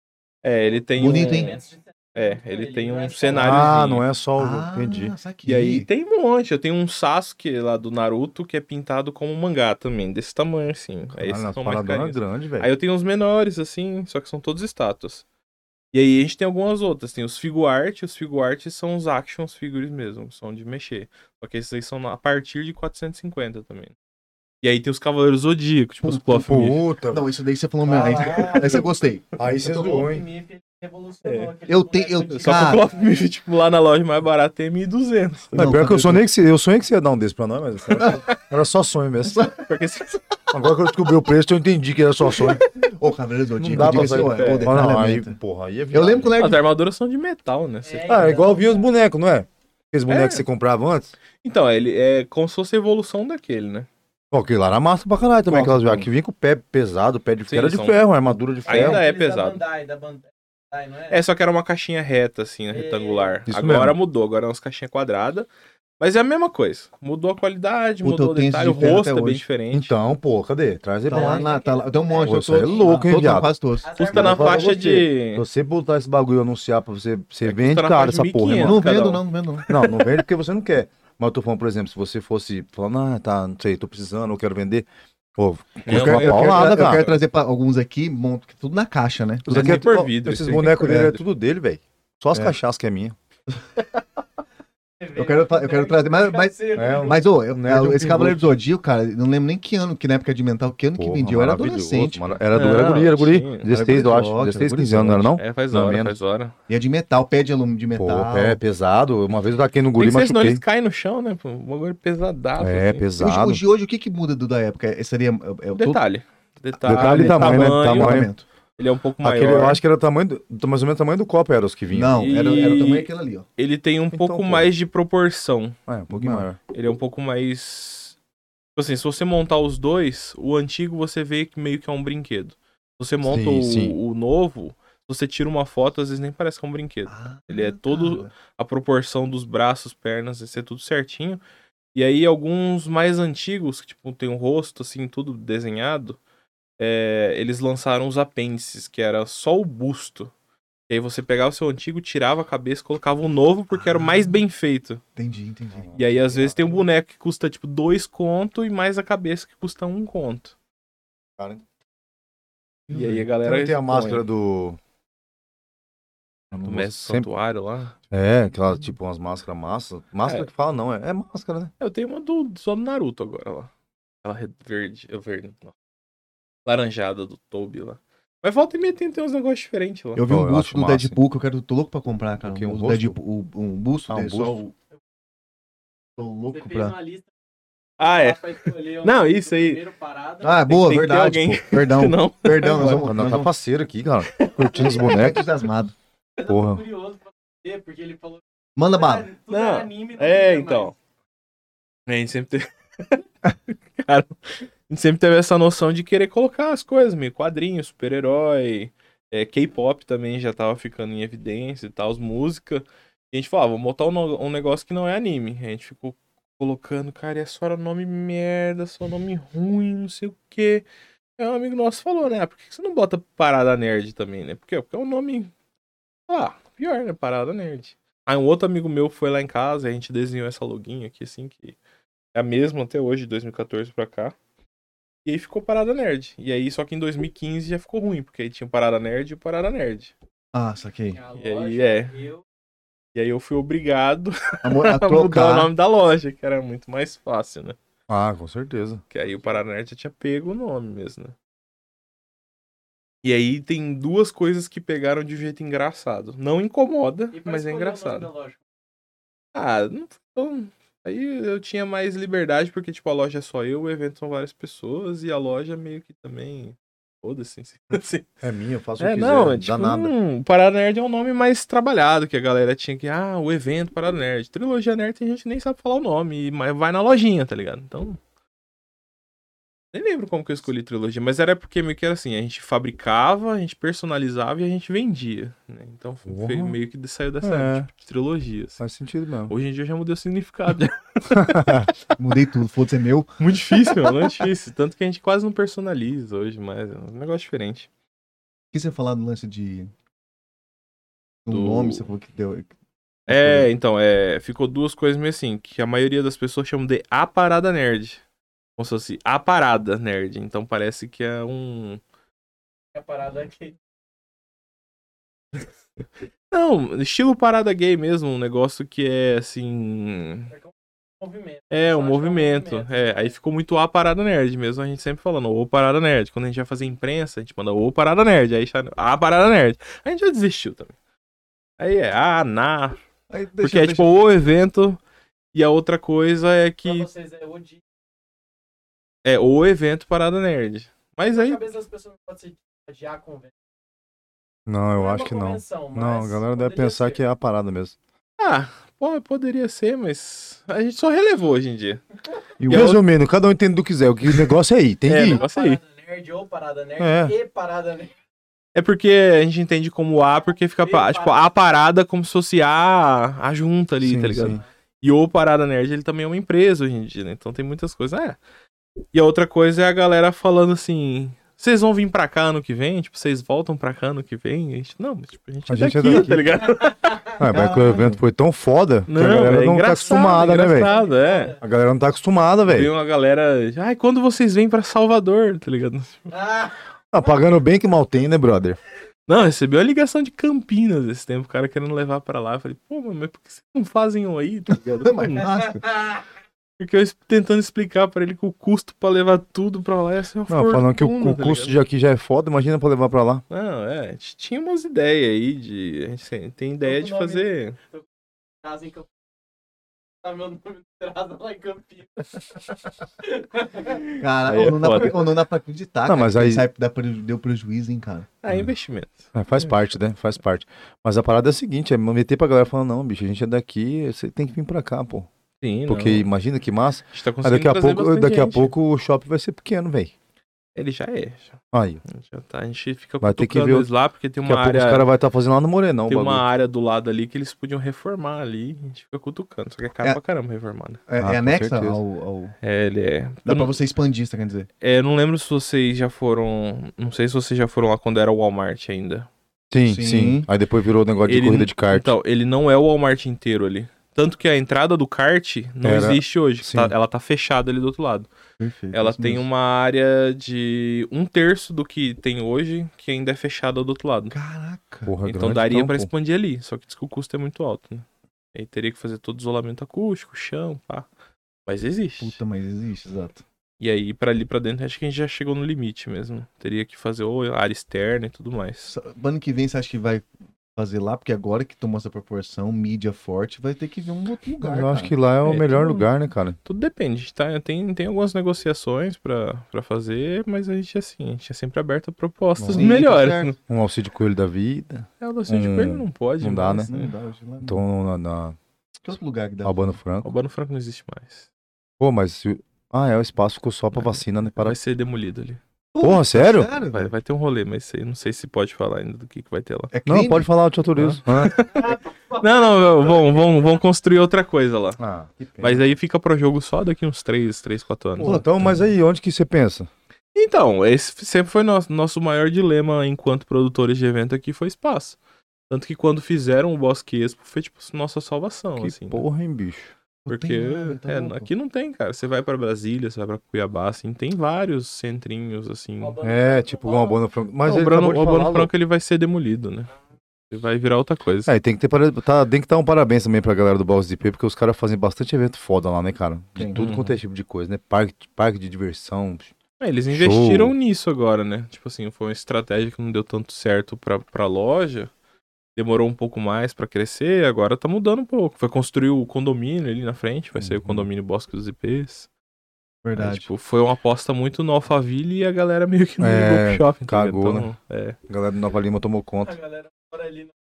É, ele tem Bonito, um... hein? É, ele tem não um é só- cenário. Ah, não é só o... Ah, Entendi. saquei. E aí tem um monte. Eu tenho um Sasuke lá do Naruto que é pintado como um mangá também, desse tamanho, assim. Aí esses Caralho, são as mais paradonas carinhos. grandes, velho. Aí eu tenho uns menores, assim, só que são todos estátuas. E aí a gente tem algumas outras. Tem os Figuart. Os Figuart são os actions figures mesmo, são de mexer. Só que esses aí são a partir de quatrocentos e cinquenta também. E aí tem os Cavaleiros Zodíaco, tipo os Cloth Myth. Puta. Não, isso daí você falou mesmo. Aí, Ah, aí você gostei. Aí você zoou, hein? Mif revolucionou aquele Eu tenho- boneco eu- de- Só que Cara. o Cloth Myth, tipo, lá na loja mais barata tem mil e duzentos. Não, Não, pior que eu tá sonhei que, você, eu sonhei que você ia dar um desse pra nós, mas era, era só sonho mesmo. Porque se- Agora que eu descobri o preço, eu entendi que era só sonho. Ô, Cavaleiro do Não Zodíaco, dá pra diga assim, sair. ó, É. ô, Ah, não, aí, detalhamento. porra, aí é Eu viagem. lembro que o as Leg... armaduras são de metal, né? Você- É, Ah, é então. igual vinha os bonecos, não é? Aqueles bonecos É. que você comprava antes. Então, ele é como se fosse a evolução daquele, né? Pô, aquele lá era massa pra caralho também, Nossa, aquelas então. viagens que vinha com o pé pesado, pé de Sim, ferro, era de são- ferro, uma armadura de ferro. Ainda é Aqueles pesado. Da Bandai, da Bandai, não é? É, só que era uma caixinha reta, assim, né, É, retangular. isso Agora mesmo. mudou, agora é umas caixinhas quadradas. Mas é a mesma coisa. Mudou a qualidade, Puta, mudou eu o tenho detalhe, o esse de ferro rosto até é bem hoje. diferente. Então, pô, cadê? Traz aí Tá pra lá, nós. na, tá lá. Tem um monte, Pô, eu isso aí é tô... louco, hein, todos, viado? quase todos. As Custa na Eu falo pra faixa você, de... Se você botar esse bagulho e anunciar pra você, você É, vende custa na caro faixa de essa porra, mil e irmão. Não cada vendo, um. não, não vendo, não. Não, não vende porque você não quer. Mas eu tô falando, por exemplo, se você fosse falando, ah, tá, não sei, tô precisando, eu quero vender. Pô, É Eu, uma quero, eu, quero, paulada, eu cara. quero trazer pra alguns aqui, monto tudo na caixa, né? Tudo aqui é por tudo- vidro, Esses isso aí bonecos tem que dele é por tudo dele, velho. Só as É. cachaças que é minha. Eu quero, fa- eu quero trazer, mas, mas, É, mas ô, eu- nerd é um esse Cavaleiro do piloto. Zodíaco, cara, eu não lembro nem que ano, que na época de mental, que ano que Porra, vendia. Eu era maravilhoso, adolescente. mano. cara. Era do Não, era guri, era guri. tinha. dezesseis, eu acho. gurizote, dezesseis, era quinze anos, não era não? É, faz Não, hora, menos. faz hora. E é de metal, pé de aluno de Pô, metal. pé pesado. Uma vez eu taquei no Tem guri que e ser, senão machuquei. eles caem no chão, né? Pô, um bagulho pesadaço. É, assim. pesado. Hoje, hoje, hoje, o que que muda do da época? É, seria é, é, o todo- Detalhe. Detalhe, Detalhe e tamanho, né? Tamanho. acabamento. Ele é um pouco maior. Aquele, eu acho que era o tamanho, do, mais ou menos o tamanho do copo era os que vinham. Não, era, era o E- tamanho aquele ali, ó. Ele tem um Então, pouco pô. mais de proporção. É, um pouquinho maior. Ele é um pouco mais... Tipo assim, se você montar os dois, o antigo você vê que meio que é um brinquedo. Se você monta Sim, o, sim. o novo, se você tira uma foto, às vezes nem parece que é um brinquedo. Ele é todo- cara. A proporção dos braços, pernas, vai ser tudo certinho. E aí, alguns mais antigos, que tipo, tem um rosto, assim, tudo desenhado, é, eles lançaram os apêndices, que era só o busto. E aí você pegava o seu antigo, tirava a cabeça, colocava um novo, porque era o mais bem feito. Entendi, entendi. E aí, às vezes, tem um boneco que custa, tipo, dois conto e mais a cabeça que custa um conto. Cara, E aí a Então galera... tem a põe máscara do... do mestre Sempre... santuário lá. É, aquela, tipo, umas máscaras massa. Máscara É. que fala, não, é, é máscara, né? Eu tenho uma do, só do Naruto agora lá. Aquela re- verde, eu verde, não. Laranjada do Toby lá. Mas volta e meia tem, tem uns negócios diferentes lá. Eu vi Pô, um eu busto acho do massa, Deadpool que eu quero, tô louco pra comprar, cara. O quê? Um Um, rosto? Deadpool, um busto Ah, um dele, só busto? o... Tô louco Você fez pra... uma lista Ah, é. pra escolher um Não, do isso aí. primeiro parada. Ah, boa, tem que ter verdade, alguém. pô. Perdão, Não. perdão, nós vamos... Nós Nós tá vamos... parceiro aqui, cara. Curtindo os bonecos. entusiasmado. Mas eu tô porra. curioso pra ver, porque ele falou que Manda tudo bala. era- tudo Não, era anime, não É, queria então. mais. A gente sempre teve... Cara, a gente sempre teve essa noção de querer colocar as coisas, meio quadrinhos, super-herói, é, K-pop também já tava ficando em evidência e tal, as músicas. E a gente falava, vamos botar um, no- um negócio que não é anime. A gente ficou colocando, cara, e é só nome merda, só nome ruim, não sei o quê. Aí um amigo nosso falou, né, ah, por que você não bota Parada Nerd também, né? Porque, porque é um nome, ah, pior, né, Parada Nerd. Aí um outro amigo meu foi lá em casa, a gente desenhou essa login aqui, assim, que é a mesma até hoje, de dois mil e quatorze pra cá. E aí ficou Parada Nerd. E aí, só que em dois mil e quinze já ficou ruim, porque aí tinha o Parada Nerd e o Parada Nerd. Ah, saquei. A E aí, loja, é. eu, E aí eu fui obrigado Amor, a a mudar o trocar. nome da loja, que era muito mais fácil, né? Ah, com certeza. Que aí o Parada Nerd já tinha pego o nome mesmo, né? E aí tem duas coisas que pegaram de um jeito engraçado. Não incomoda, e pra mas é escolher o nome engraçado. da loja. Ah, não foi tão... Aí eu tinha mais liberdade, porque, tipo, a loja é só eu, o evento são várias pessoas, e a loja meio que também... Foda-se, assim. É minha, eu faço o É, que quiser, não, é não tipo, dá nada. um, Parada Nerd é um nome mais trabalhado, que a galera tinha que... Ah, o evento Parada Nerd. Trilogia Nerd tem gente que nem sabe falar o nome, mas vai na lojinha, tá ligado? Então... Nem lembro como que eu escolhi trilogia, mas era porque meio que era assim, a gente fabricava, a gente personalizava e a gente vendia, né? Então foi Porra. meio que saiu dessa É. tipo, de trilogia. assim. Faz sentido mesmo. Hoje em dia eu já mudei o significado. Mudei tudo, foda-se, é meu. Muito difícil, mano, muito difícil. Tanto que a gente quase não personaliza hoje mais, é um negócio diferente. O que você falar do lance de... Um Do- nome, você falou que deu... É, então, é, ficou duas coisas meio assim, que a maioria das pessoas chamam de a parada nerd. Como se fosse a parada nerd. Então parece que é um... A parada aqui. Não, estilo parada gay mesmo, um negócio que é assim... Movimento. É, Só um acho que é um movimento. movimento, É, né? aí ficou muito a parada nerd mesmo, a gente sempre falando, ô parada nerd. Quando a gente vai fazer imprensa, a gente manda ô parada nerd. Aí já- a parada nerd. A gente já desistiu também. Aí é a, na. Aí, deixa, Porque é deixa- tipo o evento. E a outra coisa é Pra que vocês é o de... é o evento parada nerd. Mas Na aí. cabeça das pessoas não pode ser de a convenção. Não, eu Não é acho uma que não. convenção, Não, a mas galera deve poderia pensar ser. que é a parada mesmo. Ah, pô, poderia ser, mas. A gente só relevou hoje em dia. E o- E a Resumindo, cada um entende do que quiser. O que o negócio é aí, tem É, que ir. negócio aí. Parada nerd ou parada nerd É. e parada nerd. É porque a gente entende como A, porque fica. pa- Tipo, a parada como se fosse a, a junta ali, Sim, tá ligado? sim. E o Parada Nerd, ele também é uma empresa hoje em dia, né? Então tem muitas coisas. É. E a outra coisa é a galera falando assim: vocês vão vir pra cá ano que vem? Tipo, vocês voltam pra cá ano que vem? A gente, não, mas, tipo, a gente A é gente é daqui, daqui. tá ligado? Ah, mas que o evento foi tão foda que Não, a galera é não tá engraçado, acostumada, né, velho? engraçado, é. A galera não tá acostumada, Tem velho. uma galera. Ai, quando vocês vêm pra Salvador, tá ligado? Ah, Ah, pagando bem que mal tem, né, brother? Não, recebeu a ligação de Campinas esse tempo, o cara querendo levar pra lá. Eu falei, pô, mas por que vocês não fazem um aí, tá ligado? Mas fácil. Porque eu es- tentando explicar pra ele que o custo pra levar tudo pra lá ia ser uma Não, falando que o, fortuna, o tá custo ligado? de aqui já é foda, imagina pra levar pra lá. Não, é, a gente tinha umas ideias aí de. A gente tem ideia de fazer. casa em Campinas. Tá meu nome entrada lá em Campinas. Cara, Aí é não, dá foda. pra, ou não dá pra acreditar, Não, cara, mas que aí- isso aí dá preju- deu prejuízo, hein, cara. Ah, investimento. É, faz parte, né? Faz parte. Mas a parada é a seguinte, é meter pra galera falando, não, bicho, a gente é daqui, você tem que vir pra cá, pô. Sim, Porque não. imagina que massa. A gente tá Aí conseguindo daqui a trazer pouco, bastante daqui a gente. pouco o shopping vai ser pequeno, velho. Ele já é. Já, Aí, já tá. A gente fica Vai ter que cutucando ver o- eles lá, porque tem daqui uma a pouco área. os caras vão estar fazendo lá no Morenão o Tem bagulho. uma área do lado ali que eles podiam reformar ali. A gente fica cutucando. Só que é caro É. pra caramba reformar, né? É, Ah, é com anexa certeza. ao, ao- É, ele é. Dá eu, pra não, você expandir, você quer dizer? é, eu não lembro se vocês já foram. Não sei se vocês já foram lá quando era o Walmart ainda. Sim, Sim. sim, Aí depois virou negócio de Ele- corrida de kart. Então, ele não é o Walmart inteiro ali. Tanto que a entrada do kart não Era- existe hoje. sim. tá- ela tá fechada ali do outro lado. Perfeito. Ela isso tem mesmo. uma área de um terço do que tem hoje, que ainda é fechada do outro lado. Caraca. Porra, Então grande daria então, pra pô. expandir ali. Só que diz que o custo é muito alto, né? Aí teria que fazer todo o isolamento acústico, chão, pá. Mas existe. Puta, mas existe, exato. E aí, pra ali pra dentro, acho que a gente já chegou no limite mesmo. Teria que fazer ou área externa e tudo mais. Só- Ano que vem você acha que vai fazer lá? Porque agora que tomou essa proporção, mídia forte, vai ter que vir um outro lugar. Eu acho cara. que lá é o É, melhor tudo- lugar, né, cara? Tudo depende, tá? Tem, tem algumas negociações pra, pra fazer, mas a gente, assim, a gente é sempre aberto a propostas Sim, tá melhores. certo. né? Um Alcide Coelho da vida. É, o docinho Hum, de coelho não pode, não dá, mais, Não dá hoje lá. Então, na, na Que outro lugar que dá? Albano Franco. Albano Franco não existe mais. Pô, mas... se- Ah, é, o espaço ficou só pra vacina, né? Para... Vai ser demolido ali. Porra, sério? Vai, velho? vai ter um rolê, mas eu não sei se pode falar ainda do que, que vai ter lá. É Não, crime? pode falar, eu te autorizo. Ah, Não, não, vão, vão, vão construir outra coisa lá. ah, que pena. Mas aí fica pro jogo só daqui uns três, três, quatro anos. Pô, então, mas aí, onde que você pensa? Então, esse sempre foi nosso, nosso maior dilema enquanto produtores de evento aqui, foi espaço. Tanto que quando fizeram o Bosque Expo, foi tipo nossa salvação, Que assim. né? porra, hein, bicho? Não Porque tem nada, tá é, louco. aqui não tem, cara. Você vai pra Brasília, você vai pra Cuiabá, assim, tem vários centrinhos, assim. É, tipo, um Albano Franco. Mas Não, ele o Bruno, acabou de o Albano falar, Franco ele vai ser demolido, né? Ele vai virar outra coisa. É, tem que ter para... tá, tem que dar um parabéns também pra galera do Balls de P, porque os caras fazem bastante evento foda lá, né, cara? De Tem. tudo Uhum. quanto é tipo de coisa, né? Parque, parque de diversão. É, eles Show. investiram nisso agora, né? Tipo assim, foi uma estratégia que não deu tanto certo pra, pra loja. Demorou um pouco mais pra crescer, agora tá mudando um pouco. Foi construir o condomínio ali na frente, vai ser o Uhum. condomínio Bosque dos I Ps. Aí, Verdade. tipo, foi uma aposta muito no Alphaville e a galera meio que não É, ligou pro shopping. tá ligado? cagou, Então, é. A galera do Nova Lima tomou A conta. galera mora ali no...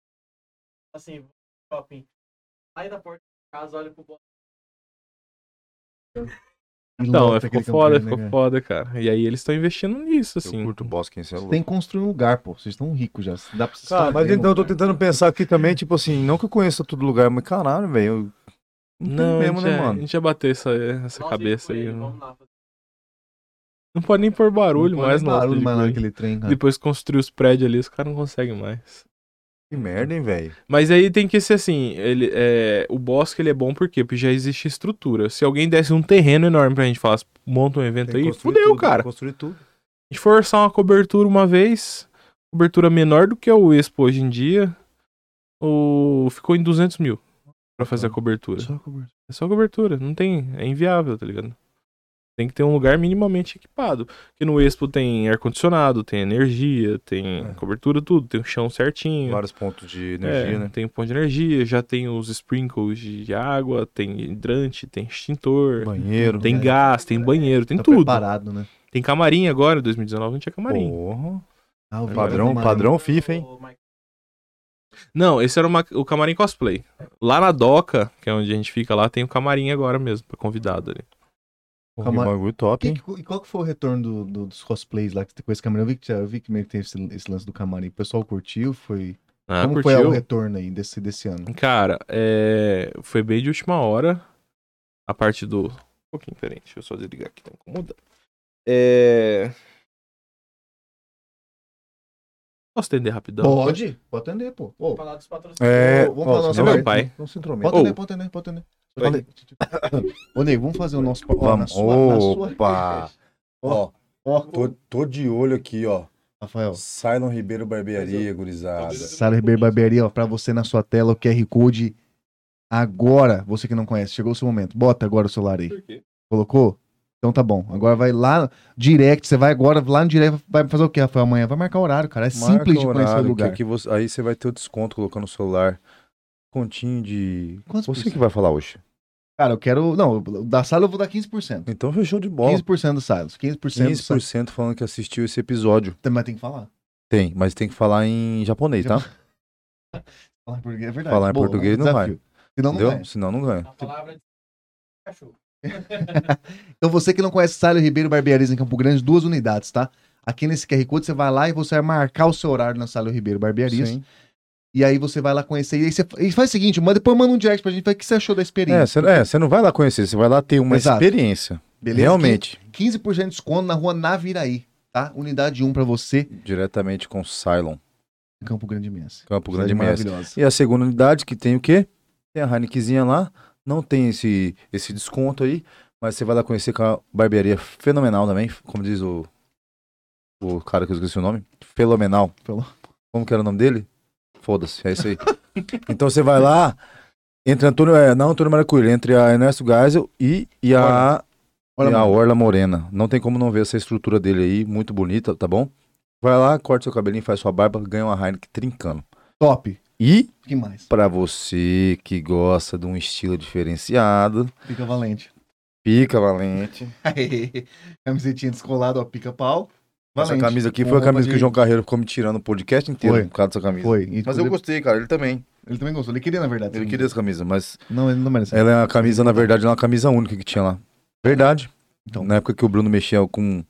Assim, shopping. Sai da porta de casa, olha pro bosque. E Então, lota ficou aquele foda, campeão, né, ficou cara? foda, cara. E aí eles estão investindo nisso, Eu assim. curto o Bosque, isso é louco. Tem que construir um lugar, pô. Vocês estão ricos já. Dá pra vocês Cara, mas fazerem então eu tô um lugar. tentando pensar aqui também, tipo assim, não que eu conheça todo lugar, mas caralho, velho. eu- Não, Não, tem mesmo, a, né, gente, é- a mano? gente já bateu essa, essa Nossa, cabeça e aí. ele, Não, Vamos lá. fazer. não pode nem pôr barulho Não mais pode no barulho Alto de mais Coelho. naquele trem, cara. Depois que construir os prédios ali, os caras não conseguem mais. Que merda, hein, velho. Mas aí tem que ser assim, ele, é, o Bosque ele é bom por quê? Porque já existe estrutura. Se alguém desse um terreno enorme pra gente falar, monta um evento aí, fudeu, cara. Construir tudo. A gente forçar uma cobertura uma vez, cobertura menor do que o Expo hoje em dia, o... ficou em duzentos mil pra fazer a cobertura. Só cobertura. É só cobertura, não tem, é inviável, tá ligado? Tem que ter um lugar minimamente equipado. Porque no Expo tem ar-condicionado, tem energia, tem É. cobertura, tudo, tem o chão certinho. Vários pontos de energia, É, né? tem ponto de energia, já tem os sprinkles de água, tem hidrante, tem extintor, Banheiro. tem É. gás, tem banheiro, tem Tá tudo. preparado, né? Tem camarim agora, em dois mil e dezenove não tinha camarim. Porra. Ah, o Padrão, Vitor padrão FIFA, hein? O Mike- Não, esse era uma- o camarim cosplay. Lá na Doca, que é onde a gente fica lá, tem o camarim agora mesmo, pra convidado ali. Porra, Calma- que bagulho top, Que- hein? que- E qual que foi o retorno do- do- dos cosplays lá que você com esse camarim? Eu vi que, eu vi que meio que teve esse, esse lance do camarim. O pessoal curtiu? Foi... Ah, Como curtiu? foi o retorno aí desse, desse ano? Cara, é... foi bem de última hora. A parte do... Um pouquinho diferente, deixa eu só desligar aqui, tá incomodando. É... Posso atender rapidão? Pode, pode atender, pô. Ô, Vamos falar dos patrocinadores. É, Vamos ó, falar nosso senão meu vai- pai. Não se intromete. Pode Ô. atender, pode atender, pode atender. Oi. Falei. Ô, Ney, vamos fazer o nosso... Ó, na Vamos. sua, na sua... Opa! Ó, Ó, tô, tô de olho aqui, ó. Rafael. Cylon Ribeiro Barbearia, gurizada. Sara Ribeiro Barbearia, ó, pra você na sua tela, o Q R Code agora. Você que não conhece, chegou o seu momento. Bota agora o celular aí. Por quê? Colocou? Então tá bom. Agora vai lá, direct, você vai agora lá no direct, vai fazer o quê, Rafael? Amanhã vai marcar horário, cara. É Marca simples de o conhecer o horário, que lugar. aqui você- aí você vai ter o desconto colocando o celular. Continho de. Quantos por Você cento? que vai falar hoje. Cara, eu quero. Não, da sala eu vou dar quinze por cento. Então fechou de bola. quinze por cento do Silas. quinze por cento do quinze por Silas. cento falando que assistiu esse episódio. Mas tem que falar. Tem, mas tem que falar em japonês, tá? Falar em português é verdade. Falar em Boa, português um não desafio. Senão não Entendeu? ganha. Senão não ganha. A palavra de cachorro. Então você que não conhece Sálio Ribeiro Barbearias em Campo Grande, duas unidades, tá? Aqui nesse Q R Code você vai lá e você vai marcar o seu horário na Sálio Ribeiro Barbearias. Sim. E aí você vai lá conhecer. E aí você e faz o seguinte, manda, depois manda um direct pra gente ver o que você achou da É, experiência. você é, você não vai lá conhecer, você vai lá ter uma Exato. experiência. Beleza? Realmente. quinze por cento de desconto na rua Naviraí, tá? Unidade um pra você, Diretamente com Cylon. em Campo Grande Messi. Campo Grande Cidade Messi. maravilhosa. E a segunda unidade que tem o quê? Tem a Heinekenzinha lá. Não tem esse, esse desconto aí. Mas você vai lá conhecer com a barbearia fenomenal também. Como diz o, o cara que eu esqueci o nome. Fenomenal. Felo- Como que era o nome dele? Foda-se, é isso aí. Então você vai lá, entre Antônio, é, não Antônio Maracuíra, entre a Ernesto Geisel e, e a, Orla e a Morena. Orla Morena. Não tem como não ver essa estrutura dele aí, muito bonita, tá bom? Vai lá, corta seu cabelinho, faz sua barba, ganha uma Heineken trincando. Top. E O que mais? pra você que gosta de um estilo diferenciado, Fica valente. pica valente. Camisetinha descolada, ó, pica-pau. Essa Valente. camisa aqui Com foi a roupa camisa que de- o João Carreiro ficou me tirando o podcast inteiro Foi. por causa dessa camisa. Foi. Mas eu Inclusive, gostei, cara, ele também. Ele também gostou. Ele queria, na verdade. Ele queria essa camisa, mas Não, ele não merece. ela é uma camisa, na verdade, é uma camisa única que tinha lá. Verdade. Então. Na época que o Bruno mexia com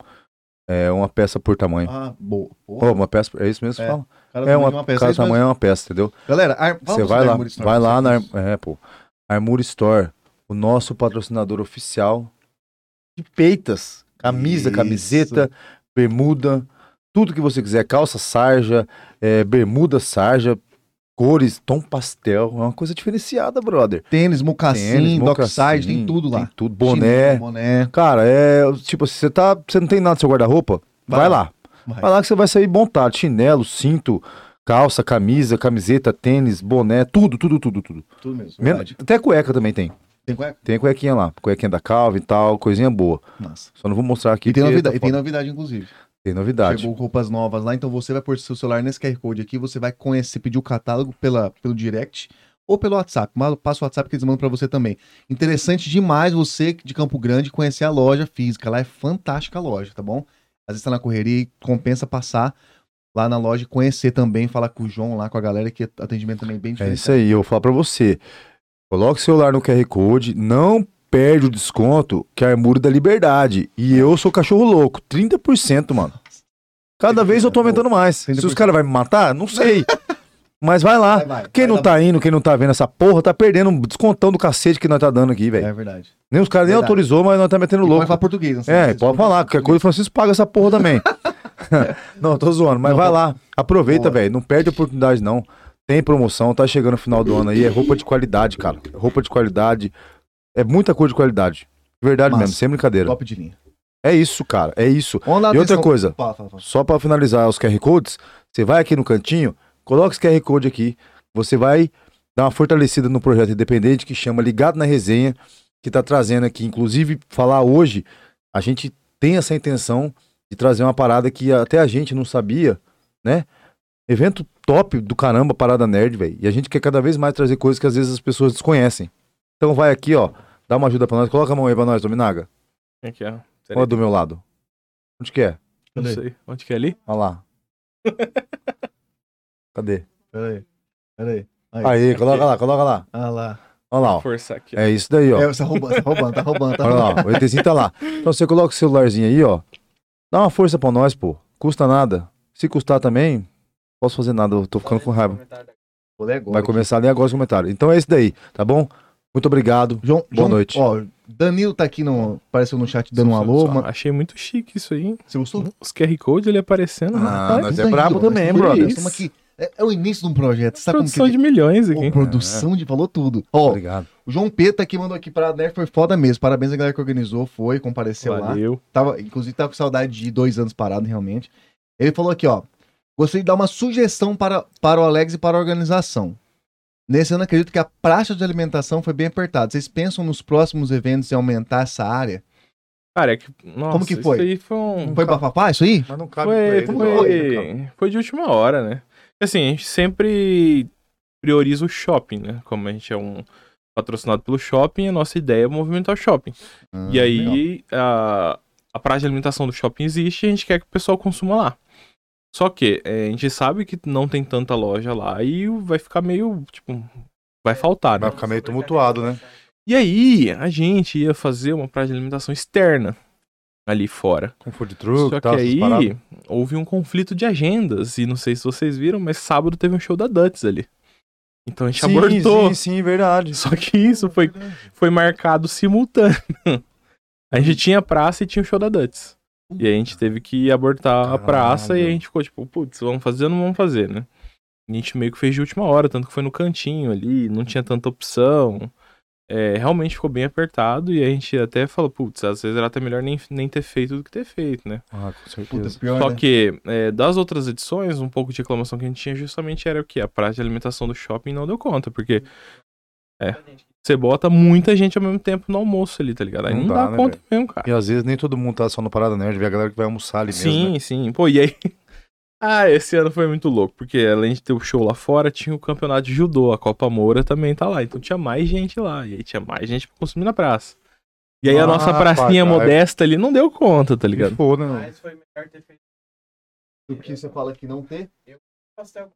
é, uma peça por tamanho. Ah, boa. Ó, uma peça, é isso mesmo que É, você fala? Cara, É tamanho uma, de uma peça. cada É isso mesmo. tamanho é uma peça, entendeu? Galera, ar... Você vai lá, vai lá na, Ar- é, pô, Armura Store, o nosso patrocinador oficial de peitas, camisa, Isso. camiseta, bermuda, tudo que você quiser, calça sarja, é, bermuda sarja, cores, tom pastel, é uma coisa diferenciada, brother. Tênis, mocassim, Tênis, dockside, mocassim, tem tudo lá. Tem tudo, boné. Chinelo, boné. Cara, é tipo, se você tá, você não tem nada no seu guarda-roupa, Vai vai, lá. lá. Vai. Vai lá que você vai sair montado, chinelo, cinto, calça, camisa, camiseta, tênis, boné, tudo, tudo, tudo, tudo. Tudo mesmo. Men- verdade. Até cueca também tem. Tem cueca? Tem a cuequinha lá, cuequinha da Calvin e tal, coisinha boa. Nossa. Só não vou mostrar aqui. E tem porque novidade, tá e tem foda. novidade, inclusive. Tem novidade. Chegou roupas novas lá, então você vai pôr seu celular nesse Q R Code aqui, você vai conhecer, pedir o catálogo pela, pelo direct ou pelo WhatsApp. Mas passa o WhatsApp que eles mandam pra você também. Interessante demais você de Campo Grande conhecer a loja física. Lá é fantástica a loja, tá bom? Às vezes tá na correria e compensa passar lá na loja e conhecer também, falar com o João lá, com a galera, que atendimento também bem É diferente. isso aí, eu vou falar pra você. Coloque o celular no Q R Code, não perde o desconto que é a Armura da Liberdade. E eu sou cachorro louco, trinta por cento, mano. Cada vez eu tô aumentando mais. trinta por cento. Se os caras vão me matar, não sei. Mas vai lá. Vai, vai, Quem vai não dar- tá indo, quem não tá vendo essa porra, tá perdendo um descontão do cacete que nós tá dando aqui, velho. É verdade. Nem os caras nem Verdade. autorizou, mas nós tá metendo E louco. pode falar português, não sei É, se pode falar, qualquer coisa o Francisco paga essa porra também. Não, tô zoando, mas Não, vai tô- lá, aproveita, Boa. velho, não perde a oportunidade não. Tem promoção, tá chegando o final do ano aí, é roupa de qualidade, cara. Roupa de qualidade, é muita coisa de qualidade. Verdade Massa. mesmo, sem brincadeira. Top de linha. É isso, cara, é isso. Vamos lá, E outra atenção- coisa, Fala, fala, fala. só pra finalizar os Q R Codes, você vai aqui no cantinho, coloca esse Q R Code aqui, você vai dar uma fortalecida no projeto independente que chama Ligado na Resenha, que tá trazendo aqui, inclusive, falar hoje, a gente tem essa intenção de trazer uma parada que até a gente não sabia, né? Evento top do caramba, Parada Nerd, velho. E a gente quer cada vez mais trazer coisas que às vezes as pessoas desconhecem. Então vai aqui, ó, dá uma ajuda pra nós, coloca a mão aí pra nós, Dominaga. Quem que é? Olha do meu lado. Onde que é? Não Cadê? sei. Onde que é ali? Olha lá. Cadê? Peraí. Peraí. Aí. Aí, coloca lá, coloca lá. Ah lá. Olha lá, ó. Forçar aqui. ó. É isso daí, ó. É, você tá roubando, tá roubando, tá roubando, tá Olha roubando. lá, ó. O ETzinho tá lá. Então você coloca o celularzinho aí, ó. Dá uma força pra nós, pô. Custa nada. Se custar também, posso fazer nada. Eu tô ficando com raiva. Vou ler agora Vai aqui. começar a ler agora os comentários. Então é isso daí, tá bom? Muito obrigado. João, Boa João- noite. Ó, Danilo tá aqui, no, apareceu no chat dando um Só- alô. só ma- Achei muito chique isso aí. Você gostou? Os Q R Code ele aparecendo. Ah, rapaz. nós é Danilo, brabo nós também, estamos- brother. nós estamos aqui. É, é o início de um projeto. Você sabe como que Produção de milhões aqui. Pô, produção de falou tudo. Ó, Obrigado. o João Pedro tá aqui, mandou aqui pra Nerd, foi foda mesmo. Parabéns a galera que organizou, foi, compareceu lá. Valeu. Tava, inclusive tava com saudade de dois anos parado, realmente. Ele falou aqui, ó. Gostaria de dar uma sugestão para, para o Alex e para a organização. Nesse ano, acredito que a praça de alimentação foi bem apertada. Vocês pensam nos próximos eventos em aumentar essa área? Cara, é que. Nossa, Como que foi? Isso aí foi um. Foi bafafá isso aí? Mas não cabe Foi, pra ele. como não. foi? foi, foi de última hora, né? Assim, a gente sempre prioriza o shopping, né? Como a gente é um patrocinado pelo shopping, a nossa ideia é movimentar o shopping. Ah, e legal. aí, a, a praça de alimentação do shopping existe e a gente quer que o pessoal consuma lá. Só que é, a gente sabe que não tem tanta loja lá e vai ficar meio, tipo, vai faltar, né? Vai ficar meio tumultuado, né? E aí, a gente ia fazer uma praça de alimentação externa ali fora. Com food truck Só e que tal, essas paradas. aí houve um conflito de agendas. E não sei se vocês viram, mas sábado teve um show da Duts ali. Então a gente Sim, abortou. sim, sim, verdade. Só que isso foi, foi marcado simultâneo. A gente tinha praça e tinha o show da Duts. E aí a gente teve que abortar a Caralho. praça e a gente ficou tipo, putz, vamos fazer ou não vamos fazer, né? A gente meio que fez de última hora, tanto que foi no cantinho ali, não tinha tanta opção. É, realmente ficou bem apertado e a gente até falou, putz, às vezes era até melhor nem, nem ter feito do que ter feito, né? Ah, com Puta, certeza. pior, Só né? que é, das outras edições, um pouco de reclamação que a gente tinha justamente era o quê? A praça de alimentação do shopping não deu conta, porque é, você bota muita gente ao mesmo tempo no almoço ali, tá ligado? Aí Não não, dá, dá, né, conta mesmo, cara. E às vezes nem todo mundo tá só no Parada Nerd, vê a galera que vai almoçar ali Sim, mesmo, né? sim. Pô, e aí... Ah, esse ano foi muito louco, porque além de ter o show lá fora, tinha o campeonato de judô, a Copa Moura também tá lá, então tinha mais gente lá, e aí tinha mais gente pra consumir na praça. E aí a Ah, nossa pracinha pá, cara. modesta ali não deu conta, tá Que ligado? foda, né? Mas foi melhor ter feito O que você fala que não ter? pastel.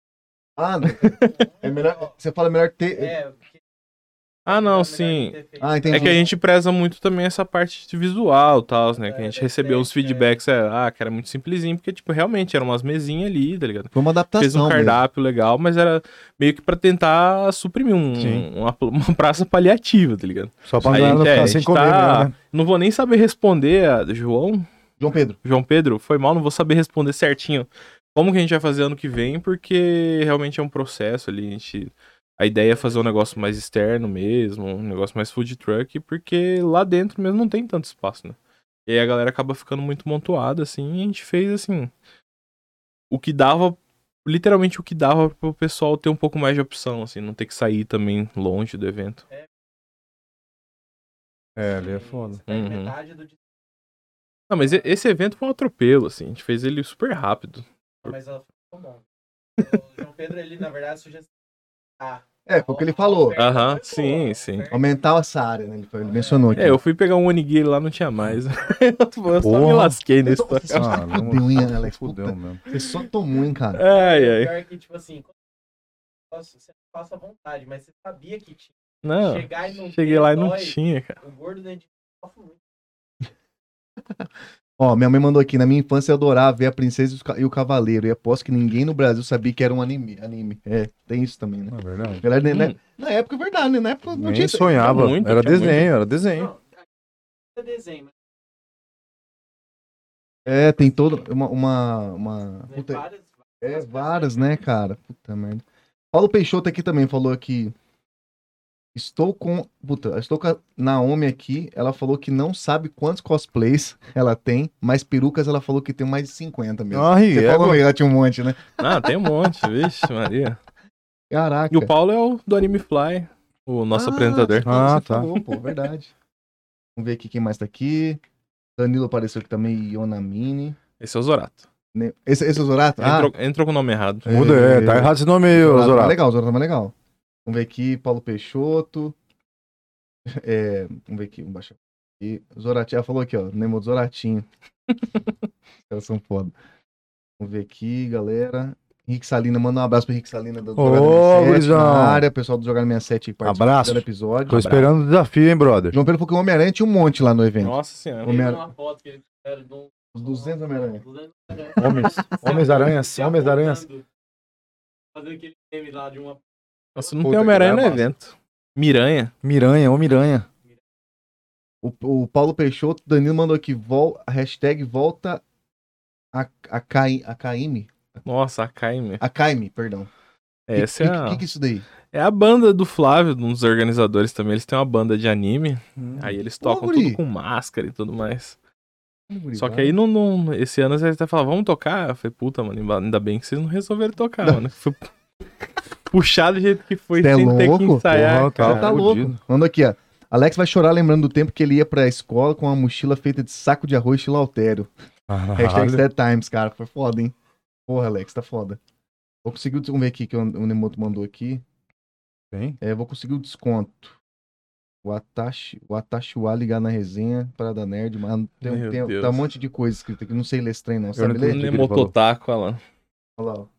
Ah, não. É melhor, você fala melhor ter... É, porque Ah, não, era melhor sim. ter feito. Ah, entendi. É que a gente preza muito também essa parte de visual e tal, né? Que a gente É, recebeu os é. feedbacks, é, ah, que era muito simplesinho, porque, tipo, realmente eram umas mesinhas ali, tá ligado? Foi uma adaptação Fez um mesmo. cardápio legal, mas era meio que pra tentar suprimir um, Sim. uma, uma praça paliativa, tá ligado? Só pra Aí, galera não é, ficar a sem gente comer tá- mesmo, né? Não vou nem saber responder a João, João Pedro. João Pedro, foi mal, não vou saber responder certinho como que a gente vai fazer ano que vem, porque realmente é um processo ali, a gente... A ideia é fazer um negócio mais externo mesmo, um negócio mais food truck, porque lá dentro mesmo não tem tanto espaço, né? E aí a galera acaba ficando muito montuada, assim, e a gente fez, assim, o que dava, literalmente o que dava pro pessoal ter um pouco mais de opção, assim, não ter que sair também longe do evento. É, ali é foda. Você perde Uhum. metade do dia, Não, mas e- esse evento foi um atropelo, assim, a gente fez ele super rápido. mas ela ficou bom. O João Pedro, ele, na verdade, sugestão. Ah, É, foi o que ele falou. Aham, sim, sim. Aumentar essa área, né? Ele, foi- ele mencionou aqui. É, eu fui pegar um onigiri lá, não tinha mais. eu só me Porra. lasquei nesse Você só Ah, se não- fudeu, hein, Alex? Fudeu Puta, mesmo. Você só tomou, hein, cara? Ai, o ai. pior é que, tipo assim, quando você você não passa à vontade, mas você sabia que tinha. Não, Chegar e não cheguei ter, lá e não dói. tinha, cara. O gordo dentro de sofre muito. Ó, minha mãe mandou aqui. Na minha infância eu adorava ver a Princesa e os Ca- e o Cavaleiro. E aposto que ninguém no Brasil sabia que era um anime. anime. É, tem isso também, né? Não é verdade. Galera, né, Hum. né? Na época é verdade, né? Na época não Nem tinha. sonhava. tinha muito, era tinha desenho, era desenho. Não, é desenho, mas É, tem toda uma. uma, uma... tem Puta, várias. é, várias, né, cara? Puta merda. Paulo Peixoto aqui também falou aqui. Estou com. Puta, estou com a Naomi aqui. Ela falou que não sabe quantos cosplays ela tem, mas perucas ela falou que tem mais de cinquenta mesmo. Ai, Você é, falou pô. mesmo, ela tinha um monte, né? Ah, tem um monte, vixe, Maria. Caraca. E o Paulo é o do Anime Fly, o nosso Ah, apresentador. você falou, Ah, você tá. falou, pô, verdade. Vamos ver aqui quem mais tá aqui. Danilo apareceu aqui também, Ionamini. Esse é o Zorato. Ne- Esse, esse é o Zorato? Ah, Entrou, entrou com o nome errado. Muda, é, tá errado esse nome aí, ô Zorato tá mais Zorato. legal, o Zorato tá mais legal. Vamos ver aqui, Paulo Peixoto. É, vamos ver aqui, vamos baixar aqui. Zoratinho, ela falou aqui, ó, Nemo do Zoratinho. Os caras são foda. Vamos ver aqui, galera. Henrique Salina, manda um abraço pro Henrique Salina do Ô, Jogada sessenta e sete, gurizão. na área, pessoal do Jogada sessenta e sete que participou Abraço. do episódio. Tô esperando o desafio, hein, brother. João Pedro falou que o Homem-Aranha tinha um monte lá no evento. Nossa senhora. Homem- Teve uma foto que eles fizeram de um. Os duzentos Homem-Aranha. duzentos Homem-Aranha. Homens, Homens-Aranhas, Se Homens-Aranhas. apontando, Fazendo aquele meme lá de uma. Nossa, não Puta tem que Homem-Aranha no massa. evento. Miranha. Miranha, ô Miranha. O, o Paulo Peixoto, Danilo mandou aqui, vol, a hashtag volta a, a, Caim, a Caime. Nossa, a Caime. A Caime, perdão. Essa que, é que, a... que, que é isso daí? É a banda do Flávio, um dos organizadores também. Eles têm uma banda de anime. Hum. Aí eles Ô, tocam guri. tudo com máscara e tudo mais. Guri, Só que vai. aí, não, não- esse ano, eles até falaram, vamos tocar? Eu falei, puta, mano, ainda bem que vocês não resolveram tocar, Não. mano. Foi puxado do jeito que foi, Cê é sem ter que louco? ensaiar, Porra, cara. Você tá fudido. louco. Mandou aqui, ó. Alex vai chorar lembrando do tempo que ele ia pra escola com uma mochila feita de saco de arroz estilo Altério. Hashtag Caralho. Sad Times, cara. Foi foda, hein? Porra, Alex, tá foda. Vou conseguir, vamos ver aqui que o o Nemoto mandou aqui. Tem? É, vou conseguir o desconto. O Atashi, o Atashuá ligar na resenha, Parada Nerd, mano. Tem, Meu tem, Deus. tá um monte de coisa escrita aqui, não sei ler esse trem não, Eu sabe não ler? entendi. que ele Nemototaco, olha lá. Olha lá, ó.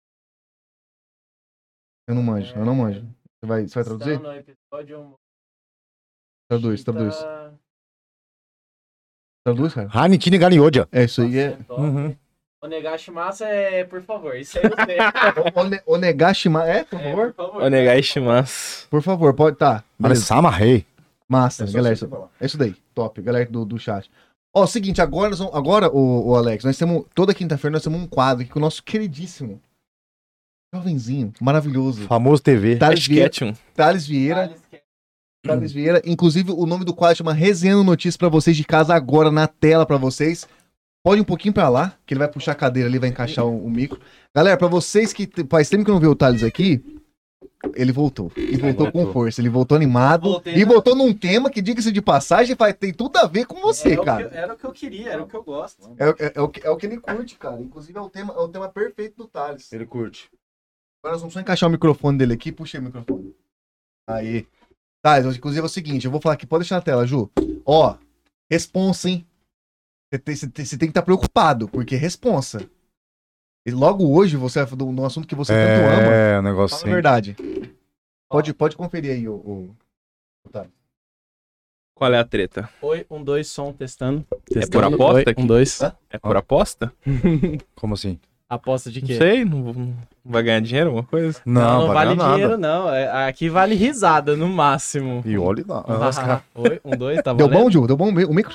Eu não manjo, eu não manjo. Você vai, você vai traduzir? Estão no episódio Traduz, traduz. Chita- Traduz, cara? Hanitini Garinhoja. É, isso aí é... Top. Uhum. O Negashimasa é, por favor, isso aí eu sei. One- Onegashima, é, por É, favor? por favor. Onegaishimasu. Por favor, pode, tá. Olha, Beleza. Samarrei. Massa, É só galera. você isso- falar. É isso daí, top. Galera do, do chat. Ó, seguinte, agora, nós vamos- agora o, o Alex, nós temos, toda quinta-feira nós temos um quadro aqui com o nosso queridíssimo, jovenzinho, maravilhoso, Famoso T V. Thales Vieira. Ketchum. Thales Vieira. Thales, que- Thales Vieira. Inclusive, o nome do quadro chama Resenhando Notícias pra vocês de casa agora na tela pra vocês. Pode ir um pouquinho pra lá, que ele vai puxar a cadeira ali, vai encaixar o, o micro. Galera, pra vocês que te- faz tempo que não vê o Thales aqui, ele voltou. E voltou com Voltou. força, ele voltou animado. Voltei, e né? voltou num tema que, diga-se de passagem, vai, tem tudo a ver com você, era, cara. O que, era o que eu queria, era o que eu gosto. É, é- é o que, é o que ele curte, cara. Inclusive, é o tema, é o tema perfeito do Thales. Ele curte. Agora nós vamos só encaixar o microfone dele aqui. Puxa aí o microfone. Aí. Thales, inclusive é o seguinte, eu vou falar aqui, pode deixar na tela, Ju. Ó, responsa, hein? Você tem, você tem- você tem que estar preocupado, porque é responsa. E logo hoje, você vai no assunto que você tanto ama, É, o negócio fala a assim. verdade. Pode, pode conferir aí o, o, o Thales. Qual é a treta? Oi, um, dois, som, testando. É testando. por aposta Oi, aqui? um, dois. Hã? É por aposta? Como assim? Aposta de Não quê? sei, não, não vai ganhar dinheiro, alguma coisa? Não, não vai vale ganhar dinheiro, nada. não. É- Aqui vale risada, no máximo. E olhe lá. Ah, Oi, um, dois, tá Deu valendo? bom, Ju? Deu bom o micro?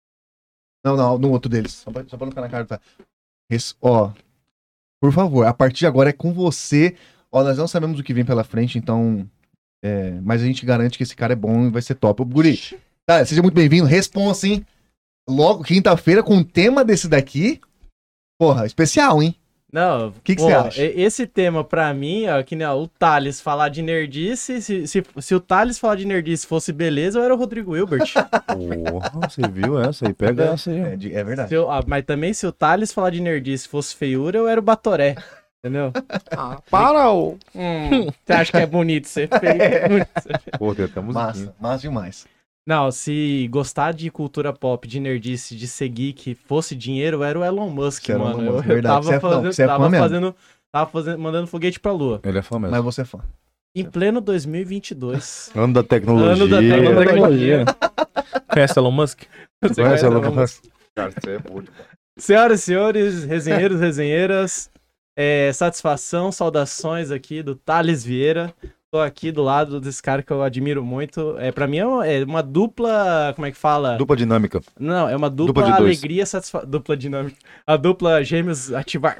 Não, não, no outro deles. Só pra, só pra não ficar na cara do Thales. Esse- Ó, por favor, a partir de agora é com você. Ó, nós não sabemos o que vem pela frente, então. É, mas a gente garante que esse cara é bom e vai ser top. Ô, Guri, tá, seja muito bem-vindo. Responsa, hein? Logo, quinta-feira, com o tema desse daqui. Porra, especial, hein? Não, Que que pô, você acha? e- esse tema pra mim, ó, que nem ó, o Thales falar de nerdice, se, se, se o Thales falar de nerdice fosse beleza, eu era o Rodrigo Hilbert. Porra, você viu essa aí? Pega essa aí. É, ó. de- é verdade. Se eu- ah, mas também se o Thales falar de nerdice fosse feiura, eu era o Batoré. Entendeu? Ah, para o... Hum, você acha que é bonito ser feio? Bonito ser feio. Pô, tem até musiquinha. Massa, massa demais. Não, se gostar de cultura pop, de nerdice, de ser geek, fosse dinheiro, eu era o Elon Musk, Você era o mano. Elon Eu, Musk, eu verdade. tava Você é fã, fazendo, você é tava fã mesmo. fazendo, tava fazendo, mandando foguete pra lua. Ele é fã mesmo. Mas você é fã. Em pleno dois mil e vinte e dois. Ano da tecnologia. Ano da tecnologia. Conhece Elon Musk? Você Conhece conhece Elon Elon Musk? Cara, você é bom demais. Senhoras e senhores, resenheiros, resenheiras, é, satisfação, saudações aqui do Thales Vieira. Tô aqui do lado desse cara que eu admiro muito. É, pra mim é uma, é uma dupla, como é que fala? Dupla dinâmica. Não, é uma dupla, Dupla de dois. alegria, satisfação. Dupla dinâmica. A dupla gêmeos ativar.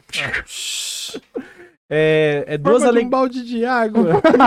É, é duas Forma de um alegrias. balde de água.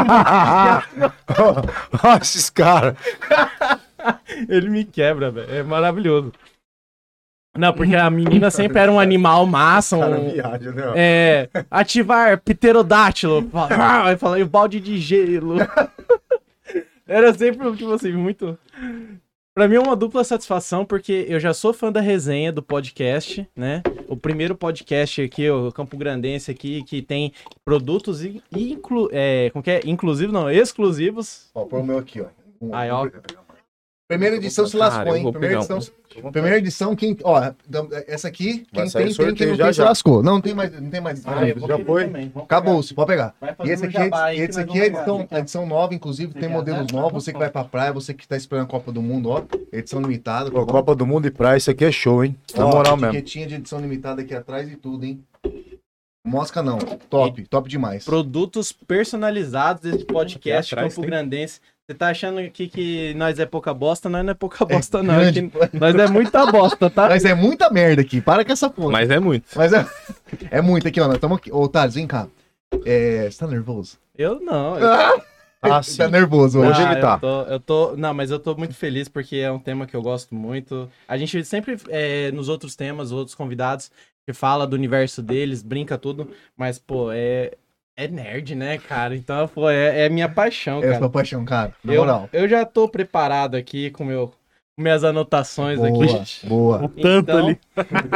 Olha esses caras. Ele me quebra, velho. É maravilhoso. Não, porque a menina sempre era um animal massa, um, viagem, né? é, ativar pterodátilo. Fala- Aí fala, e o balde de gelo. Era sempre, tipo assim, muito... Pra mim é uma dupla satisfação, porque eu já sou fã da resenha do podcast, né? O primeiro podcast aqui, o Campo Grandense aqui, que tem produtos in- inclu, é, como que é? Inclusivos, não, exclusivos. Ó, põe o meu aqui, ó. Um- Aí, ó. Primeira edição se Cara, lascou, eu hein? vou Primeira pegar um. edição, primeira edição, quem. Ó, então, essa aqui, Vai quem sair tem, tem, sorteio quem não já, tem, se já. lascou. Não, não tem mais. Não tem mais. Ah, eu vou já querer foi? também, vamos Acabou, pegar. se pode pegar. Vai E fazer esse um aqui, é, jabá aí e que esse nós aqui é vamos edição, pegar. a edição nova, inclusive, tem Obrigado, modelos né? novos. Você que vai pra praia, você que tá esperando a Copa do Mundo, ó. Edição limitada. Pô, Copa do Mundo e praia, isso aqui é show, hein? Na Ó, moral mesmo. etiquetinha de edição limitada aqui atrás e tudo, hein? Mosca não. Top, top demais. Produtos personalizados desse podcast atrás, Campo tem. Grandense. Você tá achando aqui que nós é pouca bosta? Nós não é pouca É bosta, não. grande. Aqui nós é muita bosta, tá? Mas é muita merda aqui. Para com essa porra. Mas é muito. Mas é, é muito aqui, ó. Nós estamos aqui. Ô, Thales, vem cá. É, você tá nervoso? Eu não. Eu... Ah, Você sim. tá nervoso hoje. Hoje Ah, ele tá. Eu tô, eu tô- não, mas eu tô muito feliz porque é um tema que eu gosto muito. A gente sempre, é, nos outros temas, outros convidados, que fala do universo deles, brinca tudo, mas, pô, é, é nerd, né, cara? Então, pô, é, é minha paixão, É a cara. sua paixão, cara. Na Eu, moral. eu já tô preparado aqui com meu, com minhas anotações Boa, aqui. boa. Tanto Então, ali.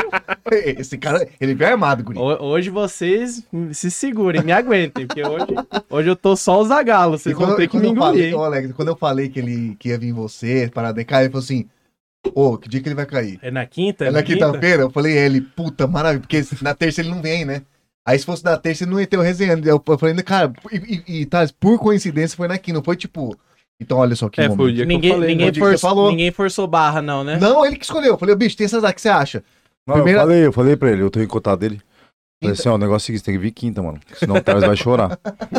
Esse cara, ele veio armado, guri. ho- Hoje vocês se segurem, me aguentem, porque hoje, hoje eu tô só o zagalo, vocês E quando, vão ter e que quando me eu engolir, falei, hein? ô, Alex, quando eu falei que ele que ia vir você, parada de cair, ele falou assim, ô, que dia que ele vai cair? É na quinta? É na quinta-feira? Eu falei, ele, puta, maravilha, porque na terça ele não vem, né? Aí se fosse na terça ele não ia ter o resenha. Eu eu falei, cara, e, e, e tá, por coincidência foi na quinta, não foi tipo... Então olha só que É, momento. foi o dia que eu Ninguém, falei. ninguém, no dia que você forçou, falou. ninguém forçou barra, não, né? Não, ele que escolheu. Eu falei, bicho, tem essas aqui, o que você acha? Não, Primeira- eu falei, eu falei pra ele, eu tô em contato dele. Falei Quinta. assim, ó, o negócio é o seguinte, tem que vir quinta, mano. Senão o Thales vai chorar.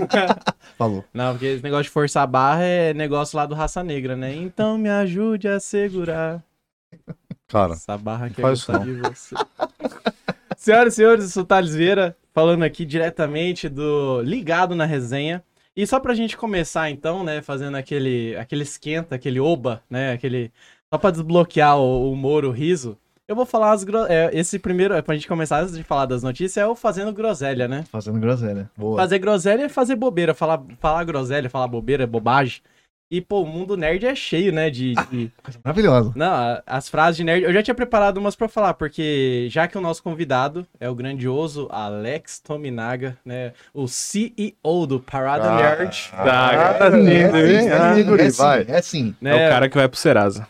Falou. Não, porque esse negócio de forçar barra é negócio lá do Raça Negra, né? Então me ajude a segurar Cara, essa barra que é faz isso gostar de você. Senhoras e senhores, eu sou o Thales Vieira, falando aqui diretamente do Ligado na Resenha. E só pra gente começar então, né, fazendo aquele, aquele esquenta, aquele oba, né, aquele... Só pra desbloquear o, o humor, o riso, eu vou falar as... Gro... É, esse primeiro, é pra gente começar, antes de falar das notícias, é o Fazendo Groselha, né? Fazendo groselha. Boa. Fazer groselha é fazer bobeira, falar, falar groselha, falar bobeira, bobagem. E, pô, o mundo nerd é cheio, né, de... de... Maravilhosa. Não, a- as frases de nerd... Eu já tinha preparado umas pra falar, porque já que o nosso convidado é o grandioso Alex Tominaga, né, o C E O do Parada Ah, Nerd, Tá, É, cara. sim, Ah, é sim, guri, é sim, vai. é sim. né, É o cara que vai pro Serasa.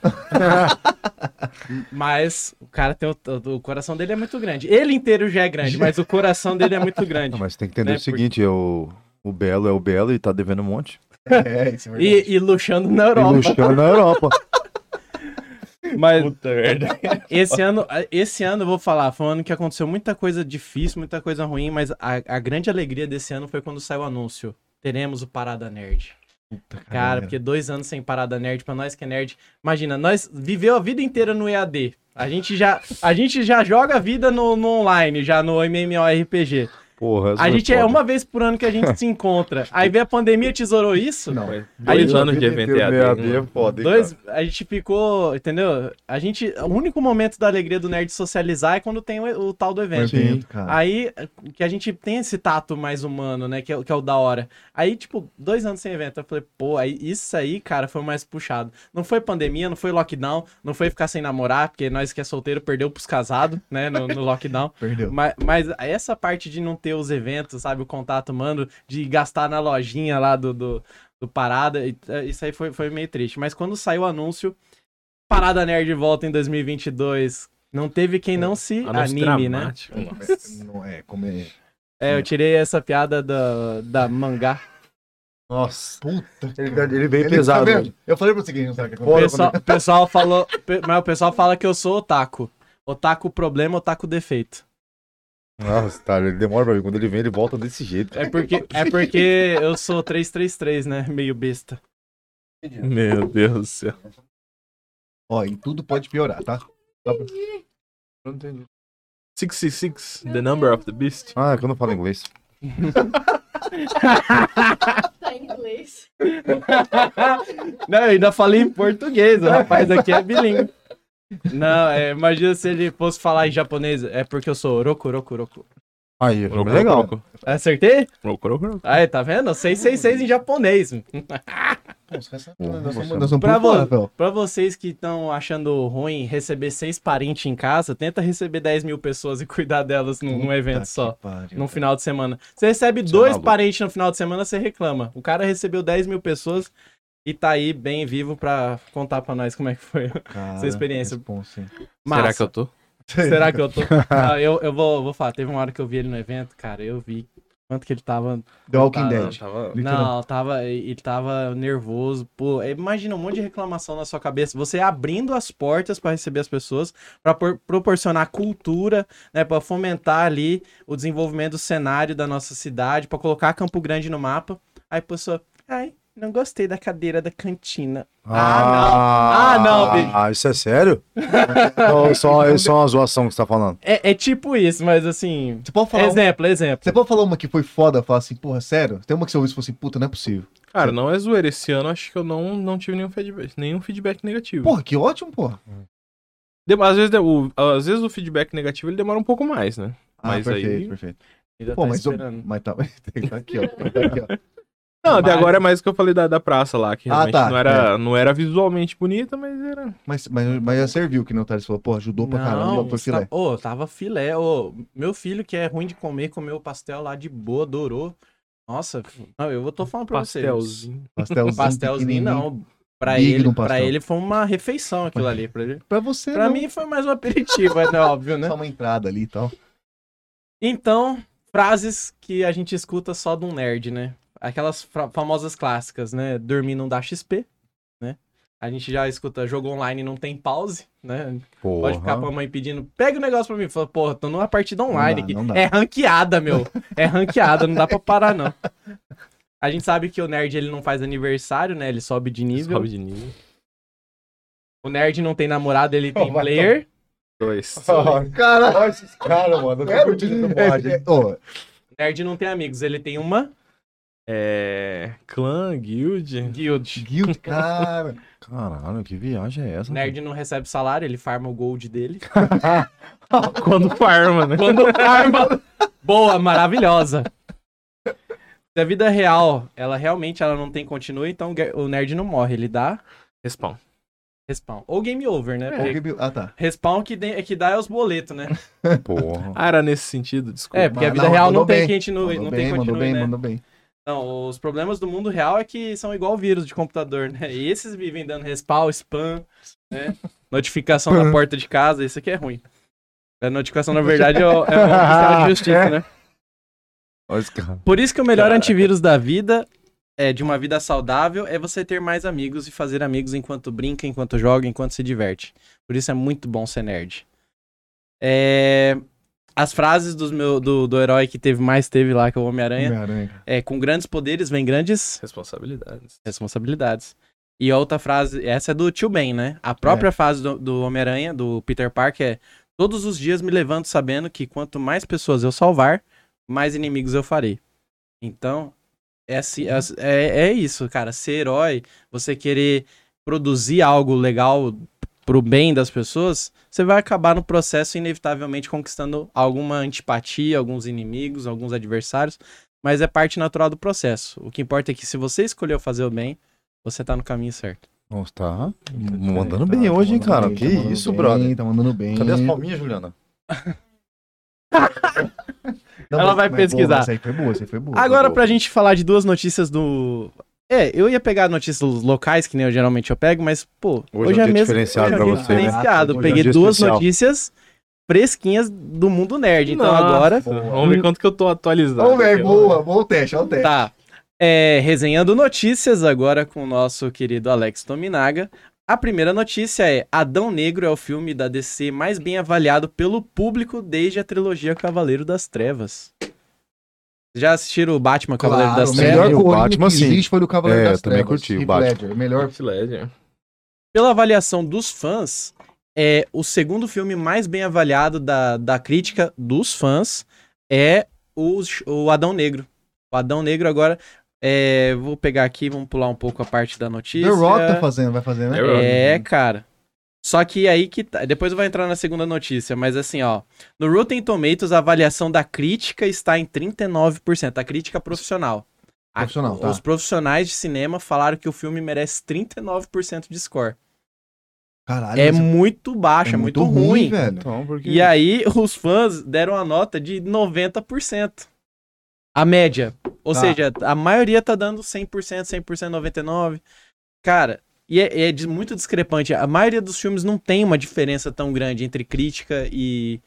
mas o cara tem o, o, o coração dele é muito grande. Ele inteiro já é grande, mas o coração dele é muito grande. não, mas tem que entender Né, o seguinte, o, o Belo é o Belo e tá devendo um monte. É, isso é verdade. E, e luxando na E Europa. luxando na Europa. Mas Puta merda. esse ano, esse ano eu vou falar, foi um ano que aconteceu muita coisa difícil, muita coisa ruim, mas a, a grande alegria desse ano foi quando saiu o anúncio. Teremos o Parada Nerd. Cara, porque dois anos sem Parada Nerd, pra nós que é nerd. Imagina, nós viveu a vida inteira no E A D. A gente já, a gente já joga a vida no, no online, já no MMORPG. Porra, A gente é uma vez por ano que a gente se encontra. Aí vem a pandemia, tesourou isso. Não. Dois anos de evento E A D. é foda, hein, Dois, cara. a gente ficou, entendeu? A gente, o único momento da alegria do nerd socializar é quando tem o, o tal do evento. Evento, cara. Aí, que a gente tem esse tato mais humano, né? Que é, o- que é o da hora. Aí, tipo, dois anos sem evento. Eu falei, pô, aí, isso aí, cara, foi o mais puxado. Não foi pandemia, não foi lockdown, não foi ficar sem namorar, porque nós que é solteiro perdeu pros casados, né? No, no lockdown. Perdeu. Mas, mas essa parte de não ter os eventos, sabe? O contato humano, de gastar na lojinha lá do, do, do Parada, e, é, isso aí foi, foi meio triste. Mas quando saiu o anúncio, Parada Nerd volta em dois mil e vinte e dois, não teve quem não se Anúncio anime, né? dramático, mano. Não é, como é. É, eu tirei essa piada da, da mangá. Nossa. Puta. Ele, ele veio Ele- pesado. tá vendo? Eu falei pra você que a gente não sabe o que O aconteceu. pessoal, o pessoal falou, pe- mas o pessoal fala que eu sou otaku. Otaku problema, otaku defeito. Nossa, tá, ele demora pra vir. Quando ele vem, ele volta desse jeito. É porque, é porque eu sou trezentos e trinta e três, né? Meio besta. Meu Deus do céu. Ó, e tudo pode piorar, tá? Só pra- Não entendi. sessenta e seis, The Number of the Beast. Ah, é que eu não falo inglês. Tá em inglês. Não, eu ainda falei em português, o rapaz aqui é bilíngue. Não, é, imagina se ele fosse falar em japonês, é porque eu sou Roku, Roku, Roku. Aí, é Roco, legal. roco, Acertei? roco, roco, roco. Aí, tá vendo? seiscentos e sessenta e seis em japonês. Pô, os caras sabem, nós somos- você- nós somos Pra, por fora, vo Fel. pra vocês que estão achando ruim receber seis parentes em casa, tenta receber dez mil pessoas e cuidar delas num, num evento Puta só. que pariu, Num cara. final de semana. Você recebe Você é dois maluco. parentes no final de semana, você reclama. O cara recebeu dez mil pessoas e tá aí bem vivo pra contar pra nós como é que foi. Cara, essa experiência. responsa, hein? Massa. Será que eu tô? Será que eu tô? Ah, eu, eu vou, vou falar, teve uma hora que eu vi ele no evento, cara, eu vi Quanto que ele tava... The Walking Tava- Dead. Tava... Não, tava, ele tava nervoso. Pô, imagina um monte de reclamação na sua cabeça. Você abrindo as portas pra receber as pessoas, pra por- proporcionar cultura, né, para fomentar ali o desenvolvimento do cenário da nossa cidade, pra colocar Campo Grande no mapa. Aí a pessoa, ai, não gostei da cadeira da cantina. Ah, não. Ah, não, bicho. Ah, isso é sério? Não, só, é só uma zoação que você tá falando. É, é tipo isso, mas assim. Você pode falar. um- Exemplo, exemplo. Você pode falar uma que foi foda, falar assim, porra, sério? Tem uma que você ouviu e falou assim, puta, não é possível. Cara, não é zoeira. Esse ano acho que eu não, não tive nenhum feedback, nenhum feedback negativo. Porra, que ótimo, porra. Dem- Às vezes, o, às vezes o feedback negativo ele demora um pouco mais, né? Ah, Mas perfeito, aí- perfeito. Ainda Pô, tá mas, o- esperando. mas tá, tá aqui, ó. Tá aqui, ó. Não, até Mas- agora é mais o que eu falei da, da praça lá, que Ah, realmente tá, não, era, não era visualmente bonita, mas era... Mas, mas, mas já serviu que não tá? Você falou, porra, ajudou pra caramba, foi você tá- filé. Ô, tava filé. Ô, meu filho, que é ruim de comer, comeu o pastel lá de boa, adorou. Nossa, não, eu tô falando pra você. Pastelzinho. Pastelzinho, Pastelzinho, pequenininho. não. Pra Big ele, num pra pastel. ele foi uma refeição aquilo ali. Pra, ele. Pra você, pra não. mim foi mais um aperitivo, é óbvio, né? Só uma entrada ali e tal. Então, frases que a gente escuta só de um nerd, né? Aquelas fra- famosas clássicas, né? Dormir não dá X P, né? A gente já escuta jogo online não tem pause, né? Porra. Pode ficar pra mãe pedindo, pega o negócio pra mim. Fala, porra, tô numa partida online dá, aqui. não dá. É ranqueada, meu. É ranqueada, não dá pra parar, não. A gente sabe que o nerd, ele não faz aniversário, né? Ele sobe de nível. Sobe de nível. O nerd não tem namorado, ele tem Oh, vai player. Dois. Cara, Olha esses caras, mano. é, é, ô, O nerd não tem amigos, ele tem uma É... Clã, guild... guild. Guild, cara. Caralho, que viagem é essa? O nerd não recebe salário, ele farma o gold dele. Quando farma, né? Quando farma, boa, maravilhosa. Se a vida real, ela realmente ela não tem continue, então o nerd não morre, ele dá Respawn. respawn. Ou game over, né? Porque Ah, tá. respawn que, de- que dá é os boletos, né? Porra. Ah, era nesse sentido, desculpa. É, porque a Mas vida não, real não mandou tem bem. continue, Mandou não bem, tem mandou continue, bem, né? mandou bem. Não, os problemas do mundo real é que são igual vírus de computador, né? E esses vivem dando respawn, spam, né? Notificação na porta de casa, isso aqui é ruim. A notificação, na verdade, é o, é o oficial de justiça, né? Olha esse cara. Por isso que o melhor Caraca. antivírus da vida, é, de uma vida saudável, é você ter mais amigos e fazer amigos enquanto brinca, enquanto joga, enquanto se diverte. Por isso é muito bom ser nerd. É, as frases dos meu, do, do herói que teve mais teve lá, que é o Homem-Aranha, Homem-Aranha. é com grandes poderes vem grandes Responsabilidades. responsabilidades. E a outra frase, essa é do Tio Ben, né? A própria frase do, do Homem-Aranha, do Peter Parker, é: todos os dias me levanto sabendo que quanto mais pessoas eu salvar, mais inimigos eu farei. Então, é, assim- é, é, é isso, cara. Ser herói, você querer produzir algo legal pro bem das pessoas, você vai acabar no processo inevitavelmente conquistando alguma antipatia, alguns inimigos, alguns adversários, mas é parte natural do processo. O que importa é que se você escolheu fazer o bem, você tá no caminho certo. Nossa, tá mandando Tá, bem tá hoje, hein, mandando cara? bem, Que tá mandando isso, bem, brother? Tá mandando bem. Cadê as palminhas, Juliana? Não, Ela mas- vai mas pesquisar. boa, essa aí foi boa, essa aí foi boa. Agora, foi boa. pra gente falar de duas notícias do... É, eu ia pegar notícias locais, que nem eu geralmente eu pego, mas, pô, Hoje hoje, é um é dia mesmo diferenciado hoje é um pra dia você, né? diferenciado. Hoje é um Peguei dia duas especial. notícias fresquinhas do mundo nerd. Então Nossa, agora... Vamos ver quanto que eu tô atualizado. Ô, velho, aqui, boa, bom teste, ó o teste. Tá. É, resenhando notícias agora com o nosso querido Alex Tominaga. A primeira notícia é: Adão Negro é o filme da D C mais bem avaliado pelo público desde a trilogia Cavaleiro das Trevas. Já assistiram o Batman Cavaleiro Claro, das o Trevas? melhor Sim, o Coringa Batman, que sim. existe foi do Cavaleiro É, das eu também Trevas. curti o Heath Batman. Ledger, melhor. Heath Ledger. Pela avaliação dos fãs, é o segundo filme mais bem avaliado da, da crítica dos fãs é o, o Adão Negro. O Adão Negro agora, é, vou pegar aqui, vamos pular um pouco a parte da notícia. The Rock tá fazendo, vai fazer, né? The Rock. É, cara. Só que aí que tá. Depois eu vou entrar na segunda notícia, mas assim, ó. No Rotten Tomatoes, a avaliação da crítica está em trinta e nove por cento. A crítica profissional. A- Profissional, tá. Os profissionais de cinema falaram que o filme merece trinta e nove por cento de score. Caralho, É mas muito baixo, é, muito, ruim. velho. Então, porque... E aí, os fãs deram a nota de noventa por cento. A média. Ou Tá. seja, a maioria tá dando cem por cento, cem por cento, noventa e nove por cento. Cara, e é, é de- muito discrepante. A maioria dos filmes não tem uma diferença tão grande entre crítica e,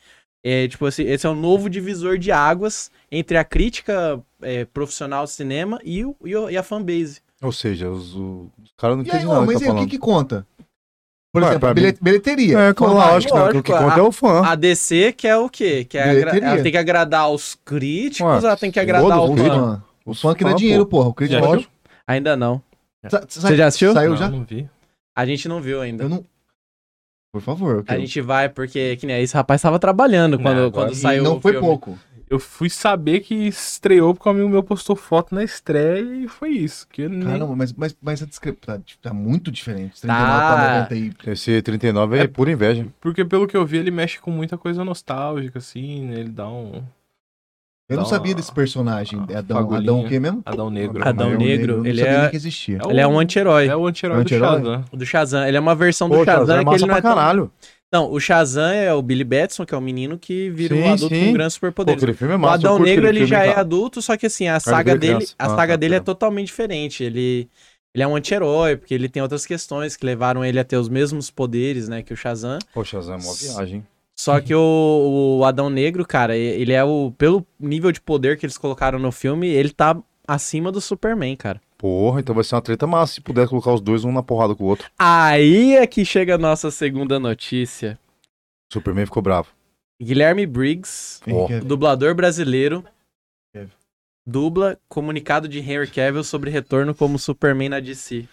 É, tipo assim, esse é um novo divisor de águas entre a crítica é, profissional de cinema e, o, e, o- e a fanbase. Ou seja, os, o- os caras não E aí, entendem ó, nada mas que e tá aí, o que falando. que conta? Por Ué, exemplo, pra bilhe- bilheteria. É, Fala, lógico, né? O lógico, que conta é o fã. A D C quer o quê? Quer agra- Bilheteria. ela tem que agradar os críticos, Ué, ela tem que agradar foda-se o os O fã. críticos. fã. O fã que dá fã, dinheiro, pô. porra. O crítico Já pode- Ainda não. Sa- sa- Você já assistiu? Saiu Não, já? não vi. A gente não viu ainda. Eu não... Por favor. eu A quero. gente vai porque, que nem esse rapaz estava trabalhando quando, Não, quando agora- E saiu não o foi filme. pouco. Eu fui saber que estreou porque o amigo meu postou foto na estreia e foi isso. Que eu nem... Caramba, mas, mas, mas a discrepância tá, tá muito diferente. Tá. trinta e nove pra noventa aí. Esse trinta e nove é, pura inveja. Porque pelo que eu vi, ele mexe com muita coisa nostálgica, assim, né? Ele dá um... Eu não Dá sabia uma- desse personagem. uma Adão, fagulhinha. Adão o quê mesmo? Adão Negro. Adão Adão Negro, eu não ele sabia é- nem que existia. É o- Ele é um anti-herói É o anti-herói do Anti-herói? Shazam. do Shazam. Ele é uma versão do Pô, Shazam Shazam é que massa ele não pra é tão... caralho. Não, o Shazam é o Billy Batson, que é o menino que vira um Sim, adulto sim. com grandes Pô, superpoderes. aquele filme é O massa. eu Adão curto Negro, aquele ele filme, já é cara. adulto, só que assim, a ele saga vira dele, criança. a Ah, saga tá, dele é perdão. totalmente diferente. Ele, ele é um anti-herói, porque ele tem outras questões que levaram ele a ter os mesmos poderes, né, que o Shazam. Pô, Shazam é uma viagem. Só que o, o Adão Negro, cara, ele é o... Pelo nível de poder que eles colocaram no filme, ele tá acima do Superman, cara. Porra, então vai ser uma treta massa se puder colocar os dois um na porrada com o outro. Aí é que chega a nossa segunda notícia. Superman ficou bravo. Guilherme Briggs, Ó. Quem que é? dublador brasileiro, Cavill. dubla comunicado de Henry Cavill sobre retorno como Superman na D C.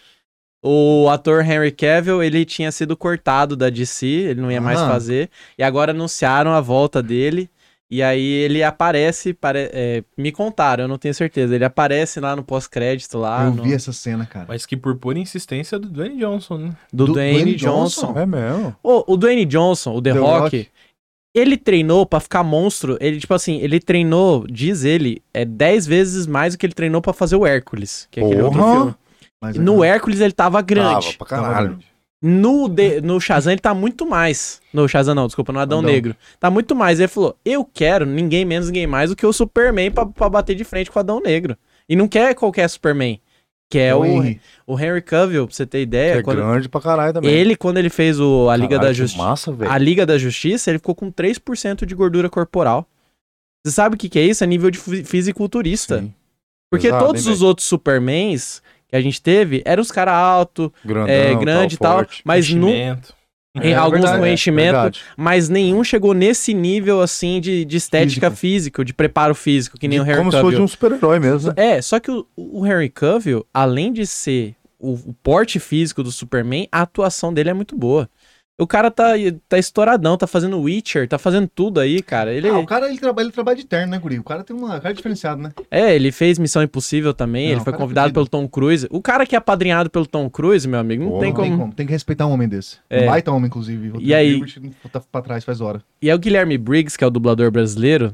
O ator Henry Cavill, ele tinha sido cortado da D C, ele não ia mais Ah. fazer, e agora anunciaram a volta dele, e aí ele aparece, pare- é, me contaram, eu não tenho certeza, ele aparece lá no pós-crédito lá, Eu no- vi essa cena, cara. Mas que por pura insistência do Dwayne Johnson, né? do, do Dwayne, Dwayne Johnson. Johnson? É mesmo. O, o Dwayne Johnson, o The, The Rock, Rock. ele treinou pra ficar monstro. Ele, tipo assim, ele treinou, diz ele, é dez vezes mais do que ele treinou pra fazer o Hércules, que é aquele outro Porra! filme. Mas No é- Hércules ele tava grande. Tava pra Tava caralho. grande. No, de- no Shazam ele tá muito mais. No Shazam não, desculpa, no Adão, Adão. Negro. Tá muito mais. Ele falou, eu quero ninguém menos, ninguém mais do que o Superman pra, pra bater de frente com o Adão Negro. E não quer qualquer Superman. Quer o, Henry. o Henry Cavill, pra você ter ideia. É quando- grande pra caralho também. ele, quando ele fez o, a Liga Caralho, da que Justiça. massa, velho. A Liga da Justiça, ele ficou com três por cento de gordura corporal. Você sabe o que, que é isso? É nível de fi- fisiculturista. Sim. Porque Pesado, todos hein, os velho? outros Supermans que a gente teve eram os caras altos, Grandão, é, grande e tal, forte. mas nu- Enchimento. em É alguns verdade, com é enchimento, Verdade. mas nenhum chegou nesse nível assim de, de estética físico, de preparo físico, que nem De- o Harry Como se Cavill. fosse um super-herói mesmo. né? É, só que o, o Henry Cavill, além de ser o, o porte físico do Superman, a atuação dele é muito boa. O cara tá, tá estouradão, tá fazendo Witcher, tá fazendo tudo aí, cara. Ele, Ah, o cara, ele trabalha, ele trabalha de terno, né, guri? O cara tem uma cara diferenciada, né? É, ele fez Missão Impossível também, Não, ele foi o cara é convidado fudido. pelo Tom Cruise. O cara que é apadrinhado pelo Tom Cruise, meu amigo, não Pô, tem Não como... tem como. Tem que respeitar um homem desse. É. Um baita homem, inclusive. O E aí- Gilbert tá pra trás faz hora. E é o Guilherme Briggs, que é o dublador brasileiro,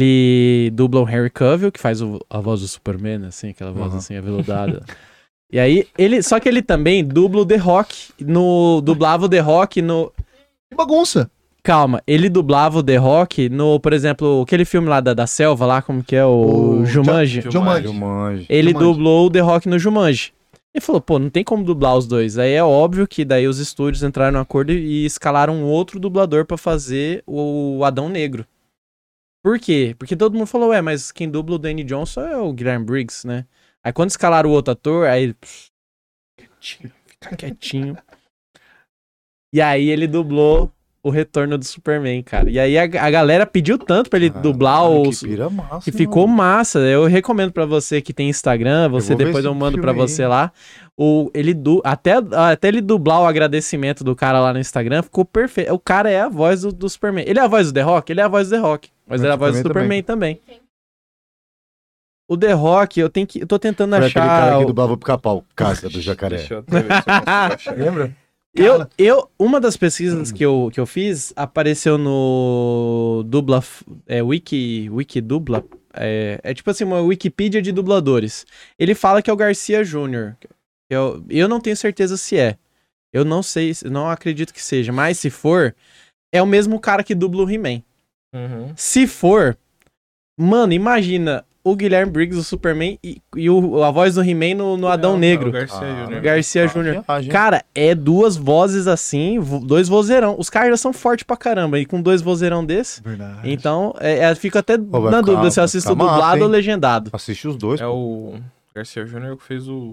ele dubla o Henry Cavill, que faz o- a voz do Superman, assim, aquela voz Uhum. assim, aveludada. E aí, ele... Só que ele também dubla o The Rock, no... dublava o The Rock no... Que bagunça! Calma, ele dublava o The Rock no, por exemplo, aquele filme lá da, da selva, lá, como que é, o, O Jumanji. Ja- Jumanji. Jumanji. Ele Jumanji. dublou o The Rock no Jumanji. Ele falou, pô, não tem como dublar os dois. Aí é óbvio que daí os estúdios entraram no acordo e escalaram um outro dublador pra fazer o Adão Negro. Por quê? Porque todo mundo falou, ué, mas quem dubla o Danny Johnson é o Guilherme Briggs, né? Aí quando escalaram o outro ator, aí ele... pff, quietinho, fica quietinho. E aí ele dublou o retorno do Superman, cara. E aí a, a galera pediu tanto pra ele Caralho, dublar o... Que pira massa, Que ficou mano. massa. Eu recomendo pra você que tem Instagram, você vou ver depois esse eu mando filme pra aí. você lá. O ele du, até até ele dublar o agradecimento do cara lá no Instagram, ficou perfeito. O cara é a voz do, do Superman. Ele é a voz do The Rock, ele é a voz do The Rock, mas É, ele é a voz do Superman Superman também. O The Rock, eu tenho que eu tô tentando Foi aquele cara achar que o- dublava o pica-pau, Casa do Jacaré. Deixa eu até ver se eu consigo achar. Lembra? Eu, Cara. eu, uma das pesquisas que eu, que eu fiz apareceu no Dubla, é, Wiki, Wiki Dubla, é, é tipo assim, uma Wikipedia de dubladores. Ele fala que é o Garcia Júnior. Eu, eu não tenho certeza se é. Eu não sei, não acredito que seja, mas se for, é o mesmo cara que dubla o He-Man. Uhum. Se for, mano, imagina o Guilherme Briggs, o Superman, e, e o, a voz do He-Man no, no Adão É, Negro. o Garcia Ah, Júnior. Garcia Ah, Júnior. viagem. Cara, é duas vozes assim, vo- dois vozeirão. Os caras já são fortes pra caramba, e com dois vozeirão desse. Verdade. Então, é, é, fico até Pô, vai na ficar- dúvida se eu vai assisto ficar massa, dublado hein? ou legendado. Assiste os dois, É pô. o Garcia Júnior que fez o...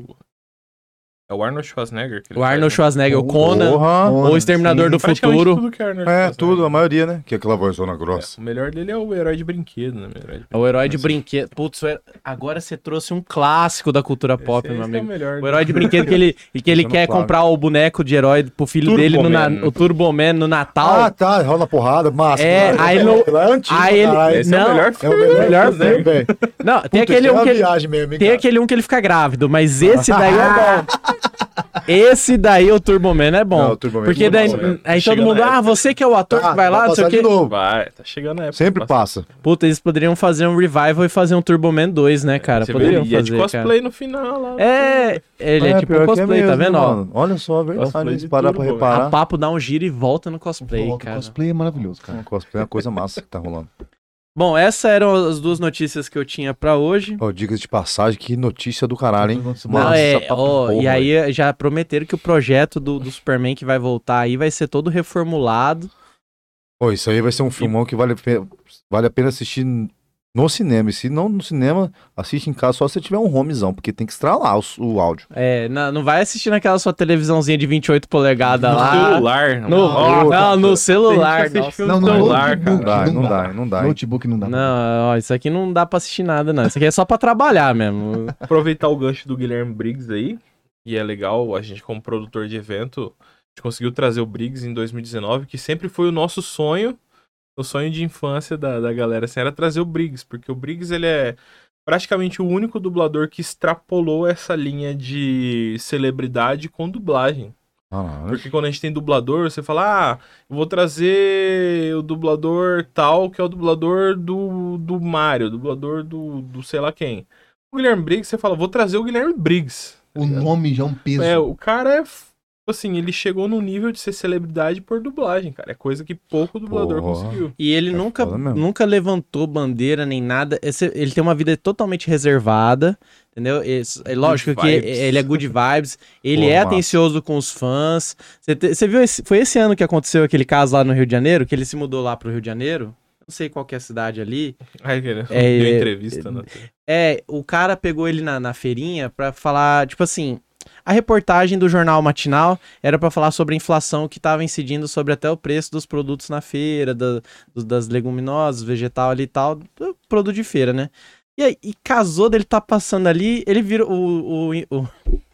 É o Arnold Schwarzenegger. que ele O faz, Arnold né? Schwarzenegger, o Conan, Porra. o Exterminador sim. do Praticamente Futuro. tudo que é Arnold É, Schwarzenegger. tudo, a maioria, né? Que é aquela vozona grossa. É, o melhor dele é o herói de brinquedo, né? O herói de É o herói de Esse- brinquedo. Putz, o her- agora você trouxe um clássico da cultura pop, esse- meu esse é o amigo. melhor. O herói de brinquedo que ele, e que ele Deixando quer claro. comprar o boneco de herói pro filho Turbo dele, no na- Man. o Turbo Man, no Natal. Ah, tá, rola na porrada, massa. É, Não, aí no- Lá é antigo, aí ele- caralho. Esse Não, é o melhor É o filme. melhor, melhor filme, filme. velho. Não, tem Puta, aquele isso é um uma que ele, viagem mesmo, hein, tem cara? aquele um que ele fica grávido, mas esse daí é bom. Esse daí, o Turbo Man, é bom. Não, o Turbo Man é Porque bom, daí, né? aí Chega todo mundo, na ah, época. você que é o ator Tá, que vai lá, vai não sei o passar quê. de novo. Vai, tá chegando a época. Sempre Bastante. passa. Puta, eles poderiam fazer um revival e fazer um Turbo Man dois, né, cara? Você Poderiam vê, e é de fazer, cosplay no final lá. cara. É, ele é, É, tipo pior um que é cosplay, tá mesmo, vendo? Ó, mano? Olha só, a verdade, Cosplay se de parar tudo, pra pô. a reparar. papo dá um giro e volta no cosplay, Pô, cara. cosplay é maravilhoso, cara. Um cosplay é uma coisa massa que tá rolando. Bom, essas eram as duas notícias que eu tinha pra hoje. Ó, dicas de passagem, que notícia do caralho, hein? Não, Nossa, é, papo ó, porra, e aí já prometeram que o projeto do, do Superman que vai voltar aí vai ser todo reformulado. Pô, isso aí vai ser um filmão que vale, a pe- vale a pena assistir no cinema. E se não no cinema, assiste em casa só se tiver um homezão, porque tem que estralar o, o áudio. É, na- não vai assistir naquela sua televisãozinha de vinte e oito polegadas No lá. celular. No, Nossa, não, no celular. tem que assistir Nossa. filme Não, no no celular, notebook, cara. Não dá, não dá, não dá, hein? Notebook não dá. Não, ó, isso aqui não dá pra assistir nada, não. Isso aqui é só pra trabalhar mesmo. Aproveitar o gancho do Guilherme Briggs aí, e é legal, a gente como produtor de evento, a gente conseguiu trazer o Briggs em dois mil e dezenove, que sempre foi o nosso sonho, o sonho de infância da, da galera, assim, era trazer o Briggs, porque o Briggs, ele é praticamente o único dublador que extrapolou essa linha de celebridade com dublagem. Caralho. Porque quando a gente tem dublador, você fala, ah, eu vou trazer o dublador tal, que é o dublador do, do Mario, o dublador do, do sei lá quem. O Guilherme Briggs, você fala, vou trazer o Guilherme Briggs. O nome já é um peso. É, o cara é, f- assim, ele chegou no nível de ser celebridade por dublagem, cara. É coisa que pouco dublador Porra. conseguiu. E ele É nunca, foda mesmo. nunca levantou bandeira nem nada. Esse- ele tem uma vida totalmente reservada, entendeu? Esse- é lógico Good que vibes. ele é good vibes, ele Porra, é massa. atencioso com os fãs. Você te- você viu, esse- foi esse ano que aconteceu aquele caso lá no Rio de Janeiro, que ele se mudou lá pro Rio de Janeiro? Não sei qual que é a cidade ali. Aí ele É, deu é, entrevista, né? É, o cara pegou ele na, na feirinha pra falar, tipo assim, a reportagem do jornal matinal era pra falar sobre a inflação que tava incidindo sobre até o preço dos produtos na feira, da- do- das leguminosas, vegetal ali e tal, do produto de feira, né? E aí, e casou dele tá passando ali, ele vira o, o, o,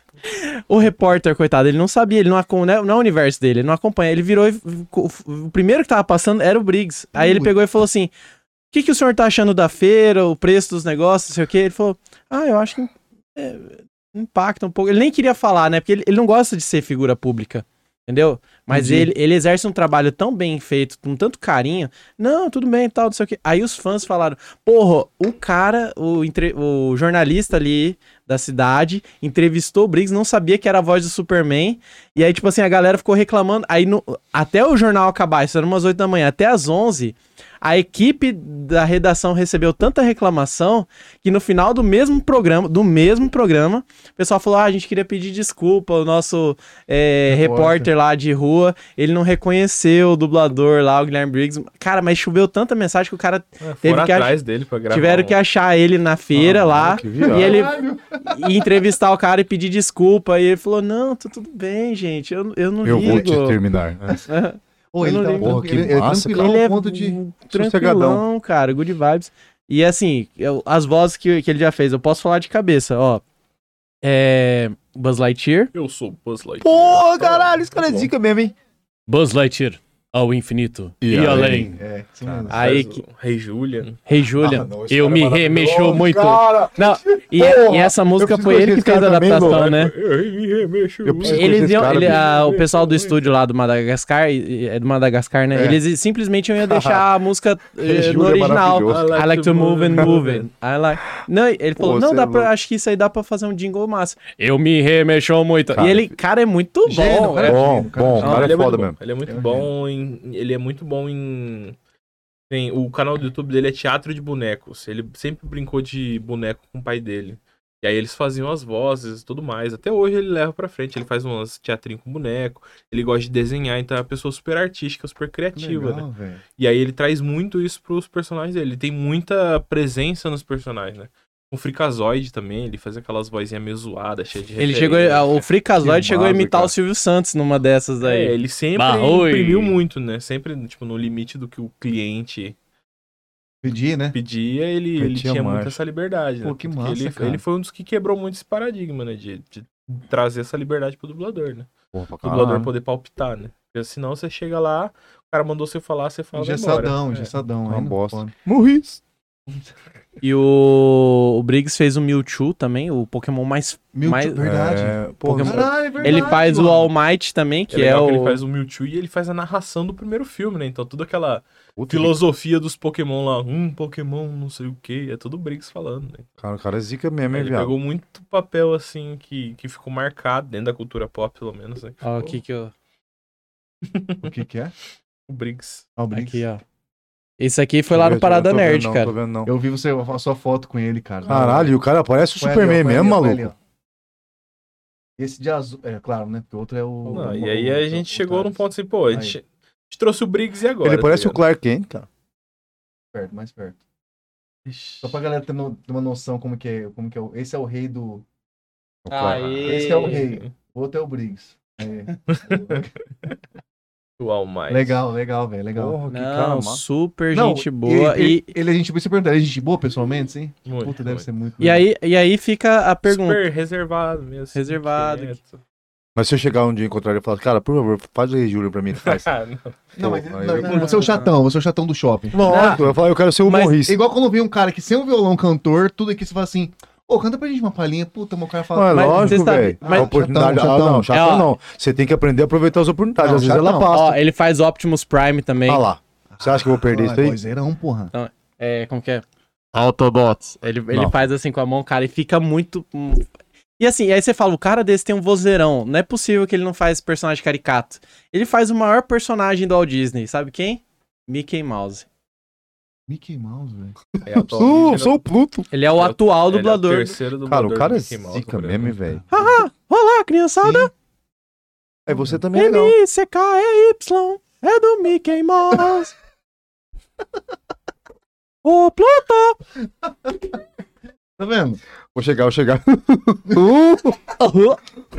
o repórter, coitado, ele não sabia, ele não, acom- não é não é o universo dele, ele não acompanha, ele virou e o primeiro que tava passando era o Briggs. Aí ele pegou e falou assim: o que, que o senhor tá achando da feira, o preço dos negócios, não sei o que? Ele falou, ah, eu acho que é, impacta um pouco. Ele nem queria falar, né? Porque ele, ele não gosta de ser figura pública, entendeu? Mas Entendi. ele, ele exerce um trabalho tão bem feito, com tanto carinho. Não, tudo bem e tal, não sei o que. Aí os fãs falaram, porra, o cara, o, entre- o jornalista ali da cidade, entrevistou o Briggs, não sabia que era a voz do Superman. E aí, tipo assim, a galera ficou reclamando. Aí, no- até o jornal acabar, isso era umas oito da manhã, até às onze, a equipe da redação recebeu tanta reclamação que no final do mesmo programa, do mesmo programa, o pessoal falou, ah, a gente queria pedir desculpa, o nosso é, Repórter. repórter lá de rua, ele não reconheceu o dublador lá, o Guilherme Briggs. Cara, mas choveu tanta mensagem que o cara É, Teve foram que atrás dele pra gravar. tiveram um- que achar ele na feira Ah, lá, que viagem. e ele e entrevistar o cara e pedir desculpa, e ele falou, não, tá tudo bem, gente, eu, eu não Eu ligo. vou te terminar. Pô, eu ele não tá lembro. Porra, que tranquilo, ele é massa, tranquilão Ele ao é ponto de... tranquilão, sossegadão. cara, good vibes. E assim, eu- as vozes que, que ele já fez, eu posso falar de cabeça, ó. É. Buzz Lightyear. Eu sou Buzz Lightyear. Porra, caralho, isso cara é zica mesmo, hein? Buzz Lightyear, ao infinito E além. É, isso mesmo. Aí, Faz o Rei Julian. Rei Julian, Ah, não, esse eu cara é me maravilhoso, remexeu muito. cara. Não, e, Porra, e essa música preciso foi ele que conhecer esse fez a cara também, adaptação, mano. né? Eu me remexo. Eu preciso- Eles conhecer iam, esse cara, ele- bicho. a- o pessoal do estúdio lá do Madagascar, e- é do Madagascar, né? É. Eles simplesmente iam deixar a música eh, Júlio no é original. maravilhoso. I like to move and move it. I like... Não, ele falou, Pô, não, cê dá é pra, louco. acho que isso aí dá pra fazer um jingle massa. Eu me remexeu muito. Cara, e ele, cara, é muito Gênio, bom. cara. é. Bom, Cara, bom, o Não, cara ele é foda muito mesmo. bom. Ele é muito É um bom em. Ele é muito bom em. Tem, o canal do YouTube dele é Teatro de Bonecos. Ele sempre brincou de boneco com o pai dele. E aí eles faziam as vozes e tudo mais. Até hoje ele leva pra frente. Ele faz umas teatrinho com boneco. Ele gosta de desenhar, então é uma pessoa super artística, super criativa, Legal, né? velho. E aí ele traz muito isso pros personagens dele. Ele tem muita presença nos personagens, né? O Freakazoid também, ele faz aquelas vozinhas meio zoadas, cheias de Ele chegou, referência. a- o Freakazoid Que chegou a massa, imitar cara. o Silvio Santos numa dessas aí. É, ele sempre Barroi. imprimiu muito, né? Sempre, tipo, no limite do que o cliente Pedir, né? pedia, ele, ele Metia tinha marcha. muita essa liberdade, né? Pô, que Tanto massa, ele, cara. ele foi um dos que quebrou muito esse paradigma, né? De, de trazer essa liberdade pro dublador, né? Porra, pra O dublador caralho. poder palpitar, né? Porque senão você chega lá, o cara mandou você falar, você fala, vai embora. Gessadão, É. gessadão. Uma aí não bosta. pode. Morri. E o, o Briggs fez o Mewtwo também, o Pokémon mais... Mewtwo, mais... verdade. É, pô, Pokémon- Caralho, é verdade, Ele faz o mano. All Might também, que é é, legal o... que ele faz o Mewtwo e ele faz a narração do primeiro filme, né? Então toda aquela puta que- filosofia dos Pokémon lá, um Pokémon não sei o que, é tudo Briggs falando, né? Cara, o cara é zica mesmo, hein, Ele viado? pegou muito papel, assim, que, que ficou marcado dentro da cultura pop, pelo menos, né? Que Ó, ficou aqui que eu... O que que é? O Briggs. Ah, o Briggs. Aqui, ó. Esse aqui foi Tô lá vendo, no Parada tô vendo Nerd, não, cara. Tô vendo, não. Eu vi você, a sua foto com ele, cara. Caralho, e o cara parece o Põe ali, Superman ó, põe mesmo, ali, ó, põe maluco. ali, ó. Esse de azul, é claro, né? Porque o outro é o... Não, o- e aí o- a o- gente o chegou Thales. num ponto assim, pô, a gente, a gente trouxe o Briggs e agora? Ele tá parece o ligado? Clark Kent, cara. Perto, mais perto. Ixi. Só pra galera ter, no- ter uma noção como que é, como que é o... Esse é o rei do... O Clark. Aê. Esse é o rei. O outro é o Briggs. É. O All Might. Legal, legal, velho, legal. Porra, que cara Não, massa. super Não, gente boa. Ele, E, ele, a gente se perguntar, ele é gente boa pessoalmente, sim? Muito, Puta, deve muito. ser muito. e, aí, e aí fica a pergunta. Super reservado mesmo. Reservado. quieto. Mas se eu chegar um dia e encontrar ele e falar, cara, por favor, faz o Rei Júlio pra mim. ele Faz. Ah, não. Não, mas Pô, aí não, eu- você é o chatão, você é o chatão do shopping. Lógico, eu falo, eu quero ser o Mas humorista. Igual quando eu vi um cara que sem um violão cantor, tudo aqui você fala assim, ô, canta pra gente uma palhinha, puta, meu cara Não, fala. é Mas lógico, você sabe- velho. mas- A oportunidade. Chatão, Ah, não, chatão. chatão É, ó. não. Você tem que aprender a aproveitar as oportunidades. Não, Às vezes ela chatão. passa. Ó, ele faz Optimus Prime também. Ah lá. Você acha que eu vou perder isso Ah, aí? vozeirão, porra. É, como que é? Autobots. Ele, ele Não. faz assim com a mão, cara, e fica muito. hum. E assim, aí você fala, o cara desse tem um vozeirão. Não é possível que ele não faz personagem caricato. Ele faz o maior personagem do Walt Disney. Sabe quem? Mickey Mouse. Mickey Mouse, velho. É, atualmente Sou, ele é sou o Pluto. Ele é o Ele é o- atual ele é o dublador. terceiro Cara, dublador o cara do é Mickey Mouse zica no mesmo, Brasil. velho. Haha, olá, criançada. É você também é legal. M C K E Y é do Mickey Mouse. Ô, Pluto. Tá vendo? Vou chegar, vou chegar. Uh,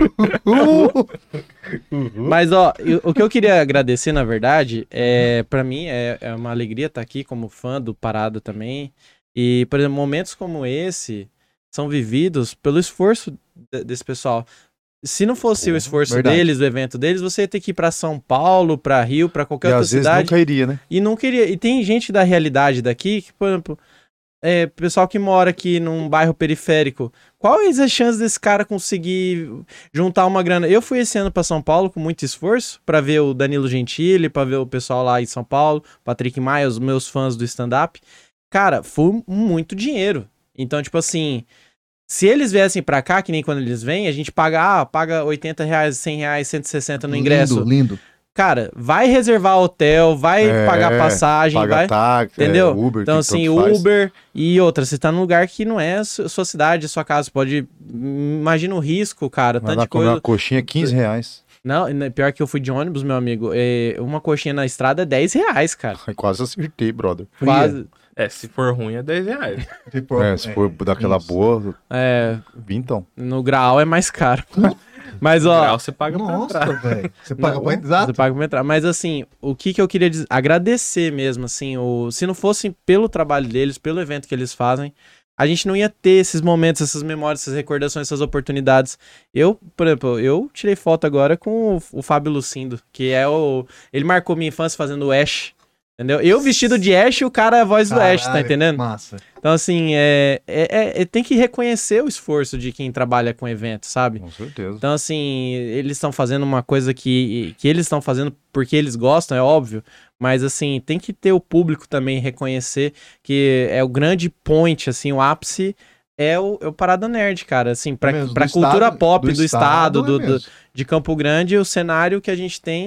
uh. Mas, ó, eu- o que eu queria agradecer, na verdade, é para mim é, é uma alegria estar aqui como fã do Parada também. E, por exemplo, momentos como esse são vividos pelo esforço de- desse pessoal. Se não fosse o esforço verdade. deles, o evento deles, você ia ter que ir pra São Paulo, pra Rio, pra qualquer E outra às vezes cidade. não cairia, né? E não queria. E tem gente da realidade daqui que, por exemplo, é, pessoal que mora aqui num bairro periférico. Quais as chances desse cara conseguir juntar uma grana? Eu fui esse ano pra São Paulo com muito esforço pra ver o Danilo Gentili, pra ver o pessoal lá em São Paulo, Patrick Maia, os meus fãs do stand-up. Cara, foi muito dinheiro. Então, tipo assim, se eles viessem pra cá, que nem quando eles vêm, a gente paga, ah, paga oitenta reais, cem reais, cento e sessenta no ingresso. Lindo, lindo. Cara, vai reservar hotel, vai É, pagar passagem, Paga vai. táxi, Entendeu? é, Uber, Então, que assim, tanto faz. Uber e outra, você tá num lugar que não é a su- sua cidade, a sua casa. Você pode. Imagina o risco, cara. Vai Tanto lá de comer coisa. uma coxinha, quinze reais. Não, e pior que eu fui de ônibus, meu amigo. é, uma coxinha na estrada é dez reais, cara. Ai, quase acertei, brother. Quase. É, se for ruim é dez reais. Tipo, É, se for daquela isso. boa, É, vintão. no grau é mais caro. Mas, ó. Grau você paga pra Nossa, entrar. velho. Você paga Não, pra exato? Você paga pra entrar. Mas assim, o que que eu queria dizer? Agradecer mesmo, assim, o... se não fosse pelo trabalho deles, pelo evento que eles fazem, a gente não ia ter esses momentos, essas memórias, essas recordações, essas oportunidades. Eu, por exemplo, eu tirei foto agora com o, o Fábio Lucindo, que é o... Ele marcou minha infância fazendo o Ash, entendeu? Eu vestido de Ash e o cara é a voz do Ash, tá Caralho, entendendo? Massa. Então, assim, é, é, é- tem que reconhecer o esforço de quem trabalha com evento, sabe? Com certeza. Então, assim, eles estão fazendo uma coisa que, que eles estão fazendo porque eles gostam, é óbvio. Mas, assim, tem que ter o público também reconhecer que é o grande point, assim, o ápice é o, é o Parada Nerd, cara. Assim, pra, É mesmo, pra do cultura estado- pop do, estado, é do, do- mesmo. de Campo Grande, o cenário que a gente tem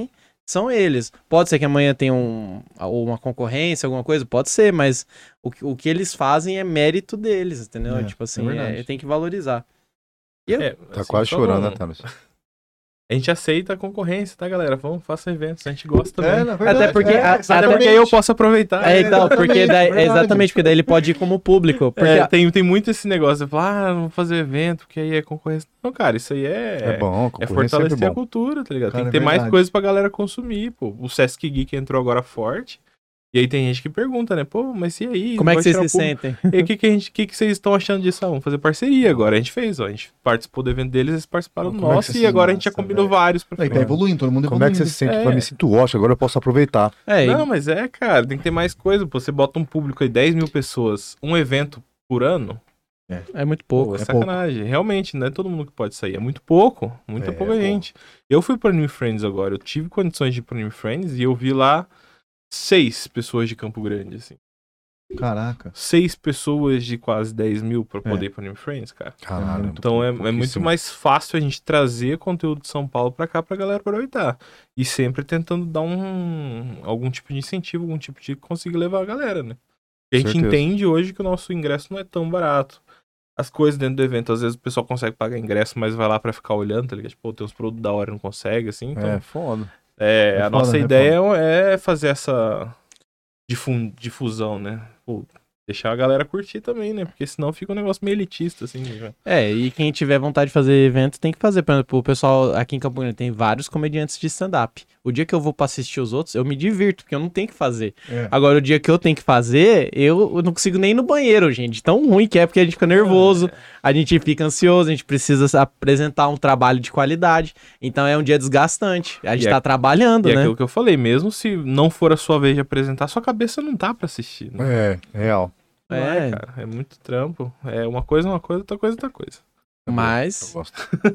são eles. Pode ser que amanhã tenha um, uma concorrência, alguma coisa, pode ser, mas o, que- o que eles fazem é mérito deles, entendeu? É, tipo é assim, verdade. é, tem que valorizar. E eu- É, Tá assim, quase só chorando, não- né, Thales? A gente aceita a concorrência, tá, galera? Vamos, faça eventos, a gente gosta também. É, na verdade, Até porque- é, a- Até exatamente. porque aí eu posso aproveitar. É, então, exatamente, porque daí, é verdade. exatamente, porque daí ele pode ir como público. Porque É, a- tem, tem muito esse negócio de falar, ah, vamos fazer evento, porque aí é concorrência. Não, cara, isso aí é, É, bom, é concorrência é fortalecer sempre a bom. cultura, tá ligado? Cara, tem que é ter mais verdade. coisas pra galera consumir, pô. O Sesc Geek entrou agora forte. E aí tem gente que pergunta, né? Pô, mas e aí? como é que Vai vocês tirar se o público? sentem? E o que, que, a gente- que, que vocês estão achando disso? Ah, vamos fazer parceria agora. A gente fez, ó. A gente participou do evento deles, eles participaram do Como é que nosso. você E se agora a gente já mostra, combinou velho? vários pra Não, e frente. tá evoluindo, todo mundo Como é que evoluindo. você se sente? É. Pra me sinto ótimo, agora eu posso aproveitar. É, e- Não, mas é, cara, tem que ter mais coisa. Pô. Você bota um público aí, dez mil pessoas, um evento por ano. é muito Pô, pouco. é é sacanagem. Realmente, não é todo mundo que pode sair. É muito pouco. Muita É, pouca pô. gente. Eu fui pro Anime Friends agora. Eu tive condições de ir pro Anime Friends e eu vi lá seis pessoas de Campo Grande, assim. Caraca. Seis pessoas de quase dez mil pra É. poder ir pro Anime Friends, cara. Caralho. muito Então é, é muito pouquíssimo. mais fácil a gente trazer conteúdo de São Paulo pra cá pra galera aproveitar. E sempre tentando dar um algum tipo de incentivo, algum tipo de conseguir levar a galera, né? Porque a gente Certeza. entende hoje que o nosso ingresso não é tão barato. As coisas dentro do evento, às vezes o pessoal consegue pagar ingresso, mas vai lá pra ficar olhando, tá ligado? Tipo, pô, tem uns produtos da hora e não consegue, assim. Então, É, foda. é, É a foda, nossa é ideia é fazer essa difun- difusão, né? Pô, deixar a galera curtir também, né? Porque senão fica um negócio meio elitista, assim. Né? É, e quem tiver vontade de fazer evento tem que fazer. Por exemplo, o pessoal aqui em Campo Grande tem vários comediantes de stand-up. O dia que eu vou pra assistir os outros, eu me divirto, porque eu não tenho que fazer. É. Agora, o dia que eu tenho que fazer, eu eu não consigo nem ir no banheiro, gente. Tão ruim que é, porque a gente fica nervoso, a gente fica ansioso, a gente precisa apresentar um trabalho de qualidade. Então é um dia desgastante. A gente E é- tá trabalhando, E é né? aquilo que eu falei, mesmo se não for a sua vez de apresentar, sua cabeça não tá pra assistir, né? É, real. Não é, É. cara. É muito trampo. É uma coisa, uma coisa, outra coisa, outra coisa. Eu Mas. gosto.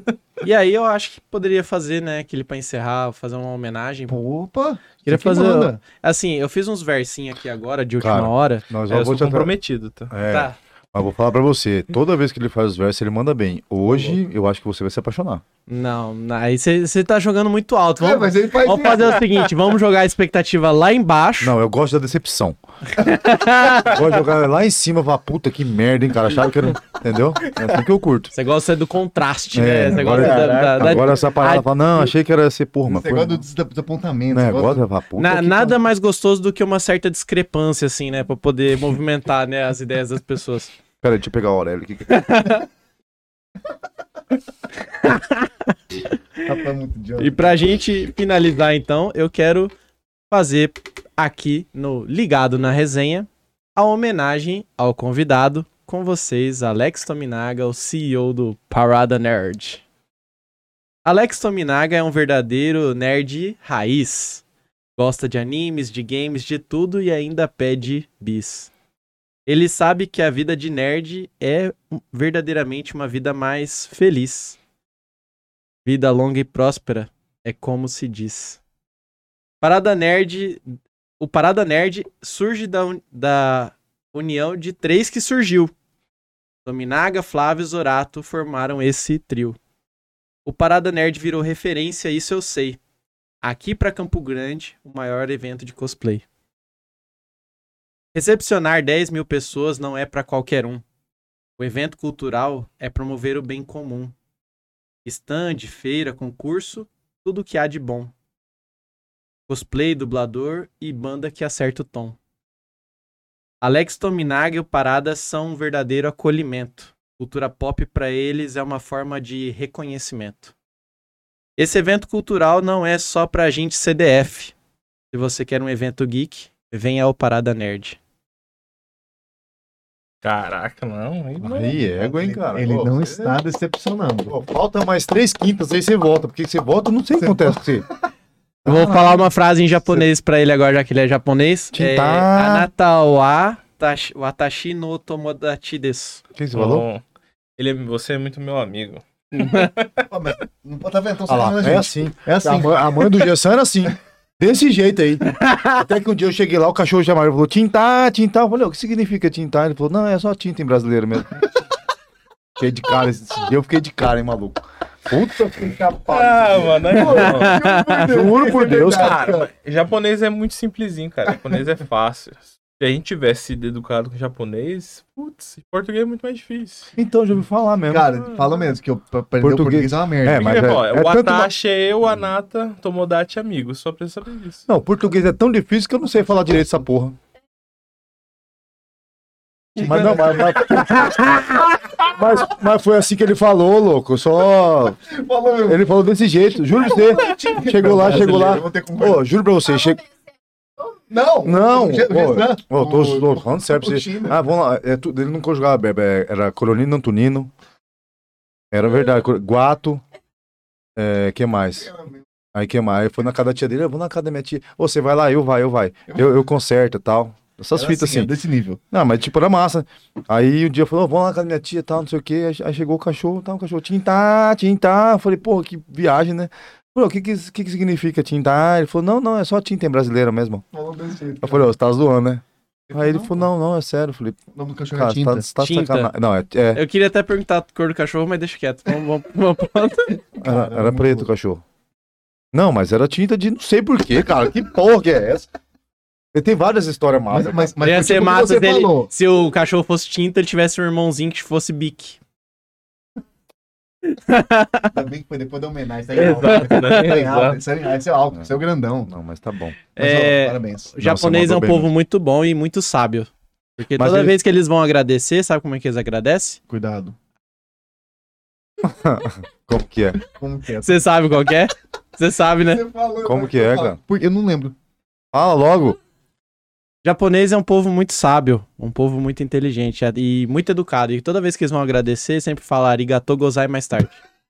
E aí eu acho que poderia fazer, né? Aquele pra encerrar, fazer uma homenagem. Opa. Queria você que fazer. manda. Assim, eu fiz uns versinhos aqui agora, de última Cara, hora. Nós É, eu vou sou te atra- comprometido, tá? É, Tá. mas vou falar pra você. Toda vez que ele faz os versos, ele manda bem. Hoje, eu acho que você vai se apaixonar. Não, não, aí você tá jogando muito alto. É, Vamos, mas ele faz vamos isso. fazer o seguinte: vamos jogar a expectativa lá embaixo. Não, eu gosto da decepção. Eu gosto de jogar lá em cima e falar, puta, que merda, hein, cara. Achava que era. Entendeu? É assim que eu curto. Você gosta do contraste, É, né? Você agora- gosta da, da- da- Agora essa parada fala, não, achei que era ser porra, mas Esse foi. negócio do des- desapontamento. Né, esse negócio- gosta de falar, puta. Na- que nada pariu. mais gostoso do que uma certa discrepância, assim, né? Pra poder movimentar, né, as ideias das pessoas. Pera aí, deixa eu pegar o Aurélio aqui. Rapaz, é muito idiota. E pra gente finalizar, então, eu quero fazer aqui no Ligado na Resenha a homenagem ao convidado com vocês, Alex Tominaga, o C E O do Parada Nerd. Alex Tominaga é um verdadeiro nerd raiz. Gosta de animes, de games, de tudo e ainda pede bis. Ele sabe que a vida de nerd é verdadeiramente uma vida mais feliz. Vida longa e próspera é como se diz. Parada Nerd, o Parada Nerd surge da, un- da união de três que surgiu. Tominaga, Flávio e Zorato formaram esse trio. O Parada Nerd virou referência, isso eu sei. Aqui para Campo Grande, o maior evento de cosplay. Recepcionar dez mil pessoas não é para qualquer um. O evento cultural é promover o bem comum. Stand, feira, concurso, tudo o que há de bom. Cosplay, dublador e banda que acerta o tom. Alex Tominaga e o Parada são um verdadeiro acolhimento. Cultura pop para eles é uma forma de reconhecimento. Esse evento cultural não é só pra gente C D F. Se você quer um evento geek, venha ao Parada Nerd. Caraca, não. Aí não. Aí, égua, hein, cara. Ele Pô, não você- está decepcionando. Pô, falta mais três quintas, aí você volta. Porque você volta, eu não sei o que acontece com você. Eu vou falar uma frase em japonês pra ele agora, já que ele é japonês. Tinta. É, Anata wa tashi- watashi no tomodachi desu. O que você falou? Bom, ele é- você é muito meu amigo. Pô, mas não tá vendo? Então, Olha lá, sacanagem, é gente. assim. É assim. A mãe, a mãe do Gessan era assim. Desse jeito aí. Até que um dia eu cheguei lá, o cachorro chamaram e falou: tintar, tintar. Eu falei: o que significa tintar? Ele falou: não, é só tinta em brasileiro mesmo. Fiquei de cara esse dia, eu fiquei de cara, hein, maluco. Puta que capaz. Ah, mano, aí não. Juro por Deus, Cara, japonês é muito simplesinho, cara. Japonês é fácil. Se a gente tivesse sido educado com japonês, putz, português é muito mais difícil. Então, já ouvi falar mesmo. Cara, fala mesmo, que eu pra aprender Português. o português é uma merda. É, mas Porque, é- ó, é o tanto uma- Atashi é eu, a Nata, Tomodachi amigo. Só precisa saber disso. Não, português é tão difícil que eu não sei falar direito essa porra. Mas não, mas, mas, mas, mas foi assim que ele falou, louco. Só. Falou, meu. Ele falou desse jeito, juro pra você. Chegou lá, chegou lá. Eu vou ter que concordar. Ô, juro pra você, che... Não! Não, o Je- o Jessan, ô, ô, tô, o- tô falando sério pra o você. China. Ah, vamos lá. É, tu- ele não conjugava, é, é, era Coronino Antonino. Era verdade. Cor- Guato. É, que mais? Aí que mais? Aí foi na casa da tia dele, eu vou na casa da minha tia. Ô, você vai lá, eu vai, eu vai. Eu, eu conserto e tal. Essas Era fitas assim, assim. é desse nível. Não, mas tipo, era massa. Aí o dia falou, vamos lá na casa da minha tia e tal, não sei o quê. Aí, aí chegou o cachorro, tá, o cachorro, tinta, tinta. Eu falei, porra, que viagem, né? Falei, o que que, que que significa tinta? Ele falou, não, não, é só tinta em brasileira mesmo. Falou desse jeito. Eu falei, ô, você tá zoando, né? Aí ele Não, falou, não, não, é sério. Eu falei, O nome do cachorro cara, é você tinta. tá, você tá Tinta. sacanagem. Não, é, é Eu queria até perguntar a cor do cachorro, mas deixa quieto. Vamos, vamos, vamos pro outro. era, Caramba, era preto o cachorro. Não, mas era tinta de não sei porquê, cara. Que porra que é essa? Ele tem várias histórias Mas, massas. mas, mas Ia foi ser tipo o que massa você se, ele- falou. se o cachorro fosse tinta, ele tivesse um irmãozinho que fosse bique. Ainda bem que foi depois da homenagem. Tá em alta. Exato, né? Tá em alta. Exato. Isso é- Esse é alto, esse é o grandão. Não, mas tá bom. Mas, É, ó, parabéns. O japonês é mandou um bem povo mesmo. muito bom e muito sábio. Porque Mas toda ele- vez que eles vão agradecer, sabe como é que eles agradecem? Cuidado. Como que é? Como que é? Você sabe qual que é? Você sabe, né? Você falou, Como mas que eu é, falo. cara? Porque eu não lembro. Fala logo. Japonês é um povo muito sábio, um povo muito inteligente e muito educado. E toda vez que eles vão agradecer, sempre falam arigatou gozai mais tarde.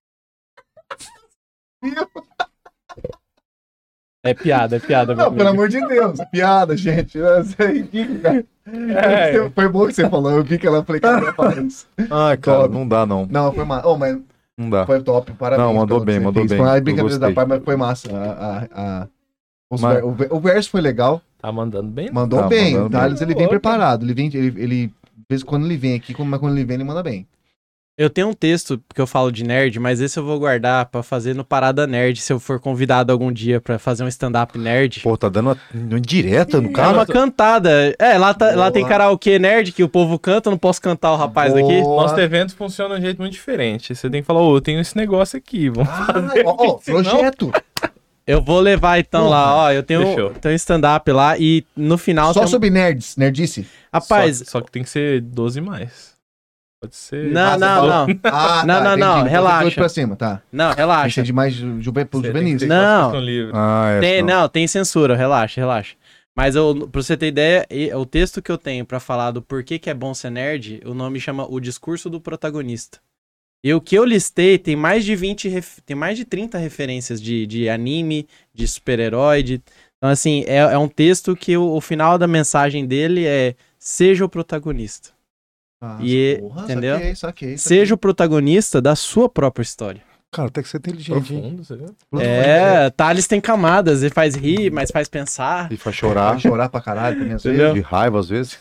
É piada, é piada. meu Não, pelo amigo. amor de Deus. Piada, gente. Isso é ridículo, cara. É. Foi bom que você falou. Eu vi que ela falei, cara, eu ia falar isso. Ai, cara, Top. não dá não. Não, foi massa. Oh, mas Não dá. foi top. Parabéns. Não, mandou pelo que bem, você mandou fez. bem. Foi uma Eu brincadeira da gostei. parte, mas foi massa. A, a, a- os Mas- ver- o, ver- o verso foi legal. Tá mandando bem? Mandou Tá, bem. mandando O Thales, bem. ele vem Louco. preparado. Ele vem, ele, ele, de vez em quando ele vem aqui, mas quando ele vem, ele manda bem. Eu tenho um texto que eu falo de nerd, mas esse eu vou guardar pra fazer no Parada Nerd, se eu for convidado algum dia pra fazer um stand-up nerd. Pô, tá dando uma, uma indireta no É cara. uma cantada. É, lá, tá- lá tem Boa. karaokê nerd que o povo canta, eu não posso cantar o rapaz daqui. Boa. Nosso evento funciona de um jeito muito diferente. Você tem que falar, ô, eu tenho esse negócio aqui, vamos Ah, fazer. ó, ó, projeto. Eu vou levar então lá, ó. Eu tenho, Fechou. tenho um stand-up lá e no final. Só tem um- sobre nerds, nerdice. Rapaz, Só, só que tem que ser doze mais. Pode ser. não, Ah, você não, falou- não. Ah, Não, não, não, Então, relaxa. dois pra cima, tá. Não, Acha relaxa. demais ju, juve, pro Você tem juvenis. que ter Não. classificação livre. Ah, é. Tem, não. não, tem censura, relaxa, relaxa. Mas eu, pra você ter ideia, e- o texto que eu tenho pra falar do porquê que é bom ser nerd, o nome chama O Discurso do Protagonista. E o que eu listei tem mais de vinte, ref- tem mais de trinta referências de, de anime, de super-herói. de- Então, assim, é, é um texto que o, o final da mensagem dele é: seja o protagonista. Ah, E- porra, entendeu? Saquei, saquei, Seja o protagonista da sua própria história. Cara, tem que ser inteligente, hein? Profundo, você viu? É, Thales tem camadas, ele faz rir, mas faz pensar. E faz Vai chorar. chorar pra caralho também, às Entendeu? vezes. De raiva, às vezes.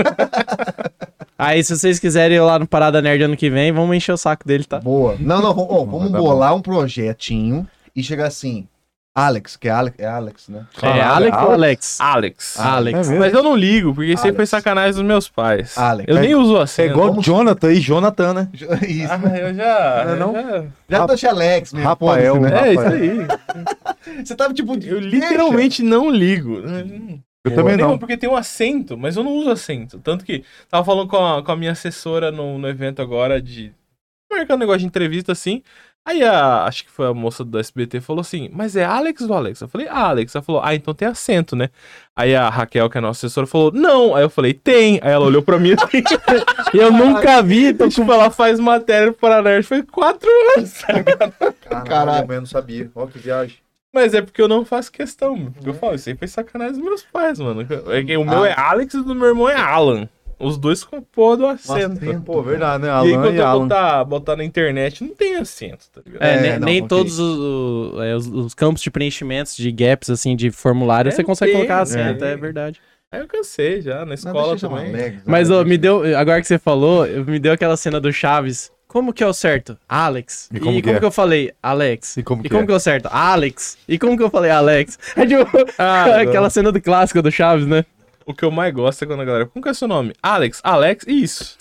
Aí, se vocês quiserem ir lá no Parada Nerd ano que vem, vamos encher o saco dele, tá? Boa. Não, não, vamos, ó, vamos Vai dar bolar um projetinho e chegar assim. Alex, que é Alex, é Alex, né? É Caralho, Alex ou Alex? Alex. Alex. É mesmo? Mas eu não ligo, porque isso aí Alex. foi sacanagem dos meus pais. Alex. Eu É- nem uso É acento. igual Vamos- Jonathan e Jonathan, né? Isso. Ah, eu já. Não é não? eu já- Já deixa Alex mesmo. Rafael, foda-se, É, isso Rafael. aí. Você tava tipo. Eu literalmente não ligo. Eu também não. Porque tem um acento, mas eu não uso acento. Tanto que tava falando com a, com a minha assessora no, no evento agora de. Marcando um negócio de entrevista assim. Aí a. Acho que foi a moça do S B T falou assim: mas é Alex ou Alex? Eu falei, Alex. Ela falou, ah, então tem acento, né? Aí a Raquel, que é a nossa assessora, falou, não. Aí eu falei, tem. Aí ela olhou pra mim assim. Eu nunca vi. Então, tipo, ela faz matéria para nerd. Foi quatro anos, tá ligado? Caralho, eu não sabia. Olha que viagem. Mas é porque eu não faço questão. mano. Porque eu falo, isso aí foi sacanagem dos meus pais, mano. É que o meu é Alex e o do meu irmão é Alan. Os dois com a porra do acento. Pô, verdade, né? E aí, Alan quando e eu Alan. botar, botar na internet, não tem acento, tá ligado? É, É, nem, não, nem ok. todos os, o- é, os- os campos de preenchimentos, de gaps, assim, de formulário, É, você consegue tem, colocar acento, é. é verdade. Aí eu cansei já, na Não, escola deixa eu chamar também. Alex, Mas, né? ô, me deu, agora que você falou, me deu aquela cena do Chaves, como que é o certo? Alex. E E como como, que é? que eu falei? Alex. E como E que como é? que é o certo? Alex. E como que eu falei? Alex. É tipo Ah, aquela cena do clássico do Chaves, né? O que eu mais gosto é quando a galera. Como que é seu nome? Alex. Alex? Isso.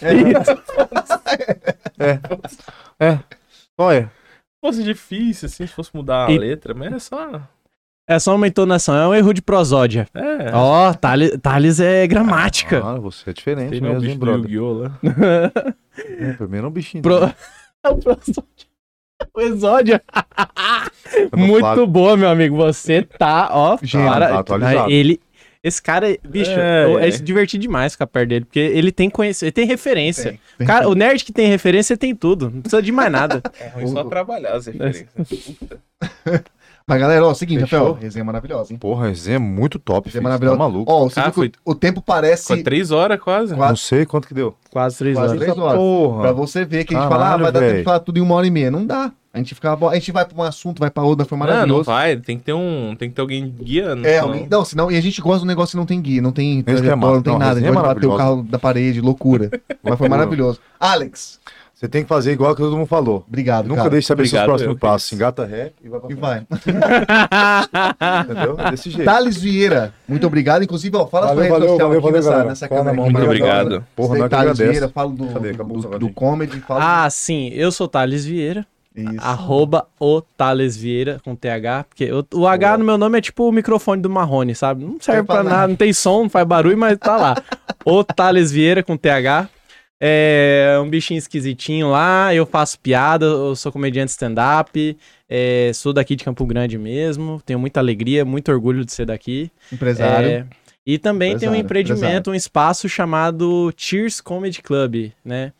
É. Olha. Se fosse difícil, assim, se fosse mudar a E- letra, mas é só. É só uma entonação, é um erro de prosódia. É. Ó, Thales, Thales é gramática. Ah, você é diferente Tem meu mesmo, bicho hein, do brother? Yu-Gi-Oh! lá. É, primeiro é um bichinho. Pro... né? o prosódia. O exódia. Camuflado. Muito boa, meu amigo. Você tá, ó, Gênio, para- tá atualizado. ele, esse cara, bicho, É, é, é. se divertir demais ficar perto dele, porque ele tem conhecimento, ele tem referência. Tem, tem Cara, tudo. o nerd que tem referência tem tudo, não precisa de mais nada. É ruim só trabalhar as referências. Mas galera, ó, é o seguinte, Fechou? Rafael, resenha maravilhosa, hein? Porra, resenha é muito top, Resenha filho. Você tá maravilhosa. maluco. Ó, você Ah, viu que foi- o, o tempo parece Ficou três horas quase. Quase- Não sei quanto que deu. Quase três Quase horas. três horas. Porra. pra você ver que a gente fala, ah, Caralho, vai dar tempo de velho. falar tudo em uma hora e meia. Não dá. A gente fica, a gente vai pra um assunto, vai pra outro, mas foi Não, não maravilhoso. vai. Tem que ter um. Tem que ter alguém guiando. É, senão- alguém, não, senão, e a gente gosta do negócio que não tem guia, não tem Esse que é trajetória, massa. não tem Não, nada. A gente resenha pode bater o maravilhosa. carro da parede, loucura. Mas foi maravilhoso. Alex, Você tem que fazer igual que todo mundo falou. obrigado, Nunca cara. deixe de saber seus Obrigado, próximos eu. passos. Engata ré e vai pra E frente. vai. Entendeu? É desse jeito. Thales Vieira, muito obrigado. Inclusive, ó, fala Valeu, sua rede valeu, social valeu, aqui valeu, nessa, galera. nessa Fala na câmera mão, aqui. muito maravilhosa. obrigado. Porra, Você, nós que Thales agradece. Vieira, fala do, Cadê? Acabou o do, negócio do comedy, fala Ah, sim, eu sou Thales Vieira, Isso. arroba o Thales Vieira, com T H, porque o, o H no meu nome é tipo o microfone do Marrone, sabe? Não serve Serve pra pra nada, nada. não tem som, não faz barulho, mas tá lá. O Thales Vieira, com T H. É um bichinho esquisitinho lá, eu faço piada, eu sou comediante stand-up, é, sou daqui de Campo Grande mesmo, tenho muita alegria, muito orgulho de ser daqui. Empresário. É, e também tem um Empresário, empreendimento, empresário. um espaço chamado Cheers Comedy Club, né?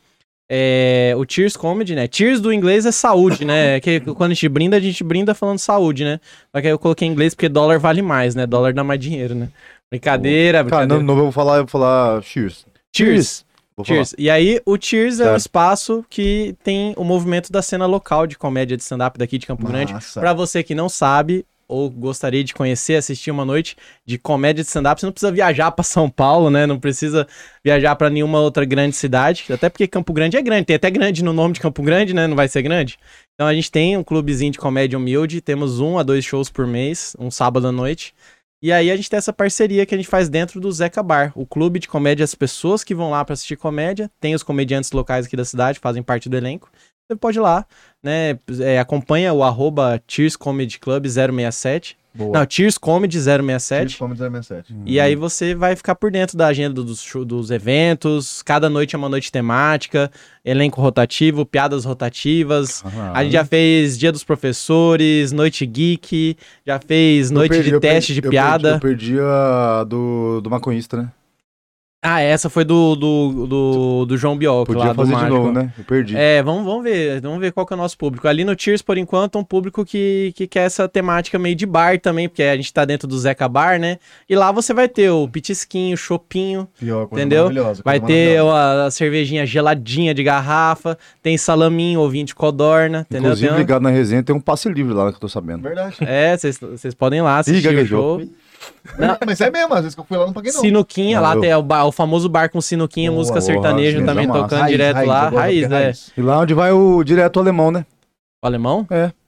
É, o Cheers Comedy, né? Cheers do inglês é saúde, né? Que quando a gente brinda, a gente brinda falando saúde, né? Só que aí eu coloquei em inglês porque dólar vale mais, né? Dólar dá mais dinheiro, né? Brincadeira, Cara, brincadeira. não, não vou falar, eu vou falar cheers. Cheers. Vou falar. Cheers. E aí, o Cheers é um Certo. espaço que tem o movimento da cena local de comédia de stand-up daqui de Campo Grande. Massa. Pra você que não sabe ou gostaria de conhecer, assistir uma noite de comédia de stand-up, você não precisa viajar pra São Paulo, né? Não precisa viajar pra nenhuma outra grande cidade, até porque Campo Grande é grande, tem até grande no nome de Campo Grande, né? Não vai ser grande. Então a gente tem um clubezinho de comédia humilde, temos um a dois shows por mês, um sábado à noite. E aí a gente tem essa parceria que a gente faz dentro do Zeca Bar, o clube de comédia, as pessoas que vão lá pra assistir comédia, tem os comediantes locais aqui da cidade, fazem parte do elenco. Você pode ir lá, né? É, acompanha o arroba Cheers Comedy Club zero seis sete. Boa. Não, Cheers Comedy zero seis sete. Cheers Comedy zero seis sete. E aí você vai ficar por dentro da agenda dos, show- dos eventos. Cada noite é uma noite temática, elenco rotativo, piadas rotativas. Ah, A gente já fez Dia dos Professores, Noite Geek, já fez eu noite perdi- de eu teste perdi- de eu piada. Perdi, eu perdi a do, do maconhista, né? Ah, essa foi do, do, do, do João Bioc, Podia lá do fazer de Mágico. novo, né? Eu perdi. É, vamos, vamos ver, vamos ver qual que é o nosso público. Ali no Cheers, por enquanto, é um público que, que quer essa temática meio de bar também, porque a gente tá dentro do Zeca Bar, né? E lá você vai ter o petisquinho, o chopinho, Pior, coisa entendeu? maravilhosa, vai coisa ter maravilhosa. a, a cervejinha geladinha de garrafa, tem salaminho, ovinho de codorna, entendeu? Inclusive, Tem uma- ligado na resenha, tem um passe livre lá que eu tô sabendo. Verdade. É, vocês- vocês podem ir lá assistir o gaguejou. show. Não, mas é mesmo, às vezes que eu fui lá não paguei não. Sinuquinha, lá Valeu. tem o, bar- o famoso bar com sinuquinha, Boa, música boa, sertaneja sim, também é massa. tocando Raiz, direto raiz, lá. eu gosto Raiz, porque é. raiz. E lá onde vai o direto alemão, né? O alemão?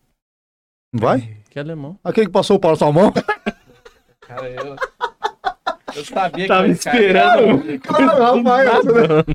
Não vai? Que alemão? Aquele que passou o Paulo Salmão? Cara, eu... Eu sabia Tava esse cara- esperando. Claro, rapaz.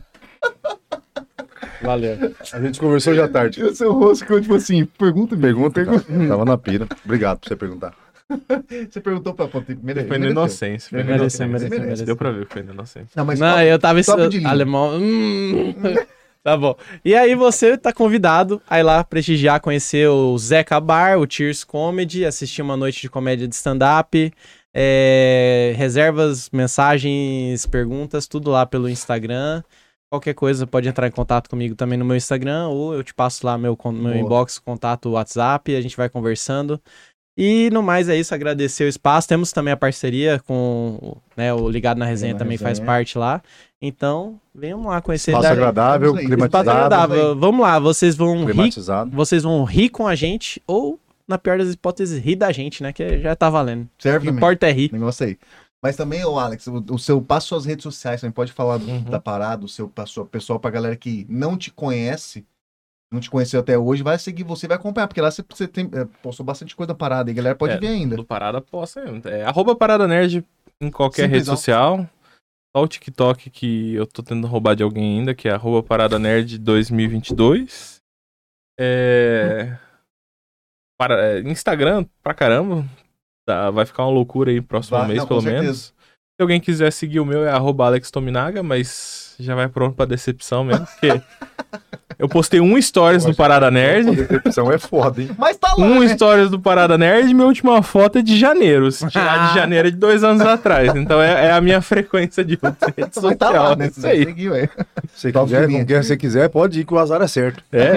Valeu. A gente conversou já à tarde. O seu rosto ficou tipo assim, pergunta me Pergunta, cara. Tava na pira. Obrigado por você perguntar. Você perguntou pra pô, mere- Foi na mereceu. inocência. Foi na Mereceu, inocência. mereceu, Merece. mereceu. Deu pra ver que foi na inocência. Não, mas Não, top- eu tava top esse- de linha. alemão. Hum. Tá bom. E aí você tá convidado a ir lá prestigiar, conhecer o Zeca Bar, o Cheers Comedy, assistir uma noite de comédia de stand-up. É, reservas, mensagens, perguntas, tudo lá pelo Instagram. Qualquer coisa pode entrar em contato comigo também no meu Instagram, ou eu te passo lá meu, con- meu Boa. inbox, contato, WhatsApp, a gente vai conversando. E no mais é isso, agradecer o espaço. Temos também a parceria com né, o Ligado na Resenha, na também faz Resenha. parte lá. Então, venham lá conhecer. Espaço Dá- agradável, vamos aí. Espaço climatizado. agradável. Vamos lá, vocês vão rir, Climatizado. vocês vão rir com a gente, ou, na pior das hipóteses, rir da gente, né? Que já tá valendo. O Serve que também. importa é rir. Negócio aí. Mas também, ô Alex, o, o seu passo suas redes sociais, também pode falar do- Uhum. da parada, o seu passo pessoal pra galera que não te conhece, não te conheceu até hoje, vai seguir você, vai acompanhar, porque lá você, você tem, é, postou bastante coisa parada e a galera pode É, ver ainda. Do Parada posta. É, arroba Parada Nerd em qualquer rede Simplesão. social. Só o TikTok que eu tô tentando roubar de alguém ainda, que é arroba Parada Nerd dois mil e vinte e dois. É... Para... é, Instagram, pra caramba. Tá, vai ficar uma loucura aí próximo Vai, mês, não, pelo com certeza. menos. Se alguém quiser seguir o meu, é arroba Alex Tominaga, mas já vai pronto pra decepção mesmo, porque eu postei um stories do Parada Nerd. Decepção é foda, hein? Mas tá lá, Um né? stories do Parada Nerd e minha última foto é de janeiro. Se tirar de janeiro é de dois anos atrás. Então é, é a minha frequência de rede Mas tá lá, social. né? Isso Você aí. seguiu, é. Se Top quiser, linha. com quem você quiser, pode ir que o azar é certo. É.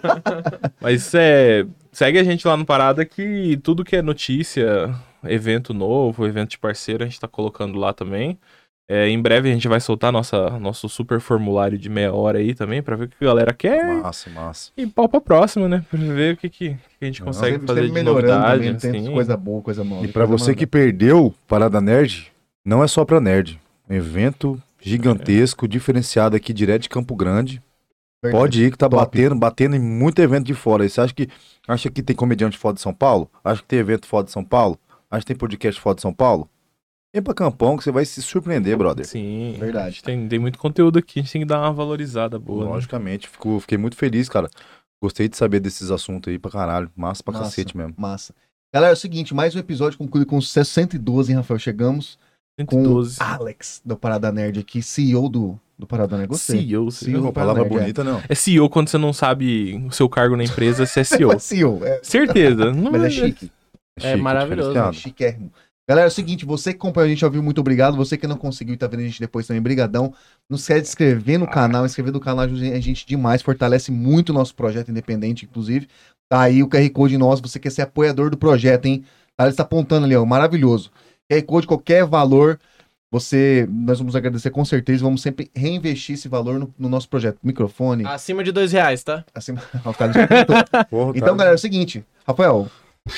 Mas é. Segue a gente lá no Parada que tudo que é notícia, evento novo, evento de parceiro, a gente tá colocando lá também. É, em breve a gente vai soltar nossa, nosso super formulário de meia hora aí também, pra ver o que a galera quer. Massa, massa. E pau pra próxima, né? Pra ver o que, que, que a gente Não, consegue Sempre, fazer sempre de melhorando novidade. também, tem assim. coisa boa, coisa nova. E pra você que perdeu Parada Nerd, não é só pra nerd. Um evento gigantesco, diferenciado aqui direto de Campo Grande. Pode ir que tá Top. batendo, batendo em muito evento de fora. E você acha que, acha que tem comediante fora de São Paulo? Acha que tem evento fora de São Paulo? Acha que tem podcast fora de São Paulo? Vem pra Campão que você vai se surpreender, brother. Sim, Verdade. a gente Tem, tem muito conteúdo aqui, a gente tem que dar uma valorizada boa. né? Logicamente, fico, fiquei muito feliz, cara. Gostei de saber desses assuntos aí pra caralho. Massa pra Massa. cacete mesmo. Massa. Galera, é o seguinte, mais um episódio conclui com sucesso cento e doze, hein, Rafael? Chegamos cento com e doze. o Alex do Parada Nerd aqui, C E O do, do Parada Nerd. Gostei. C E O. C E O. Uma do palavra Parada Nerd, bonita, não. É C E O quando você não sabe o seu cargo na empresa, você é C E O. É. C E O, é, Certeza. Não mas é chique. É maravilhoso, É diferenciado. chiquérrimo. Galera, é o seguinte, você que acompanhou a gente ao vivo, muito obrigado. Você que não conseguiu e tá vendo a gente depois também, brigadão. Não esquece de se inscrever no canal, inscrever no canal ajuda a gente demais, fortalece muito o nosso projeto independente, inclusive. Tá aí o Q R Code nosso, você quer ser apoiador do projeto, hein? Tá, ele está apontando ali, ó, maravilhoso. Q R Code, qualquer valor, você, nós vamos agradecer com certeza, vamos sempre reinvestir esse valor no, no nosso projeto. Microfone, Acima de dois reais, tá? assim, o cara já comentou. Porra, Então, cara. galera, é o seguinte, Rafael,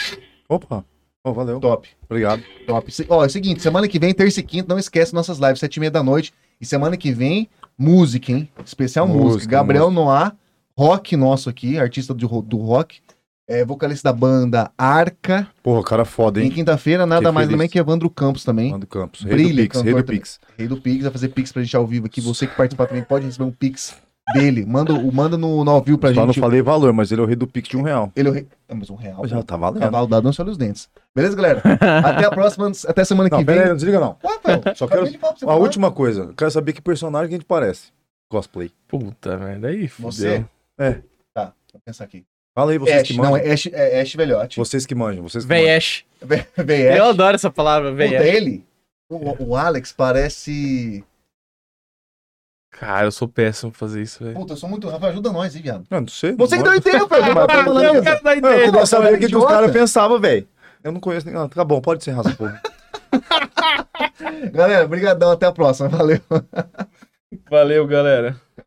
Opa. Oh, valeu. top. Obrigado. Top. Se- Ó, é o seguinte, semana que vem, terça e quinta, não esquece nossas lives, sete e meia da noite. E semana que vem, música, hein? Especial música. Música, Gabriel Noah, rock nosso aqui, artista do, ro- do rock. É, vocalista da banda Arca. Porra, cara foda, Em hein? quinta-feira, nada Fiquei mais feliz. também que Evandro Campos também. Mano do Campos. Rei Brilha, do Pix, rei cantor do também. Pix. Rei do Pix, vai fazer Pix pra gente ao vivo aqui. Você que participar também pode receber um Pix dele. Manda, o- manda no, no ao vivo pra Só não gente. falei valor, mas ele é o rei do Pix de um real. Ele é o rei. Ah, mas um real. Já tá valendo. Cavalo dado, não se olha os dentes. Beleza, galera? Até a próxima, até semana Não, que pera vem. aí, não desliga não. Ué, Rafael, Só acabei quero de falar pra você a falar. última coisa. Eu quero saber que personagem que a gente parece. Cosplay. Puta merda, aí Você? fudeu. Tá, vou pensar aqui. Fala aí, vocês Ash, que não, manjam. é Ash, é Ash Velhote. Vocês que manjam, vocês que Véi manjam. Ash. Vem Eu Ash. adoro essa palavra, véi Puta, Ash. ele, o, o Alex parece... Cara, eu sou péssimo pra fazer isso, velho. Puta, eu sou muito... Rafael, ajuda nós, hein, viado. Não, não sei. Você que não deu ideia, Rafael. Mas- Tá falando Eu isso. quero dar Não, eu ideia. queria saber o que, que os idiota. caras pensavam, velho. Eu não conheço ninguém. Ah, tá bom, pode ser raça, porra. Galera, brigadão, até a próxima. Valeu. Valeu, galera.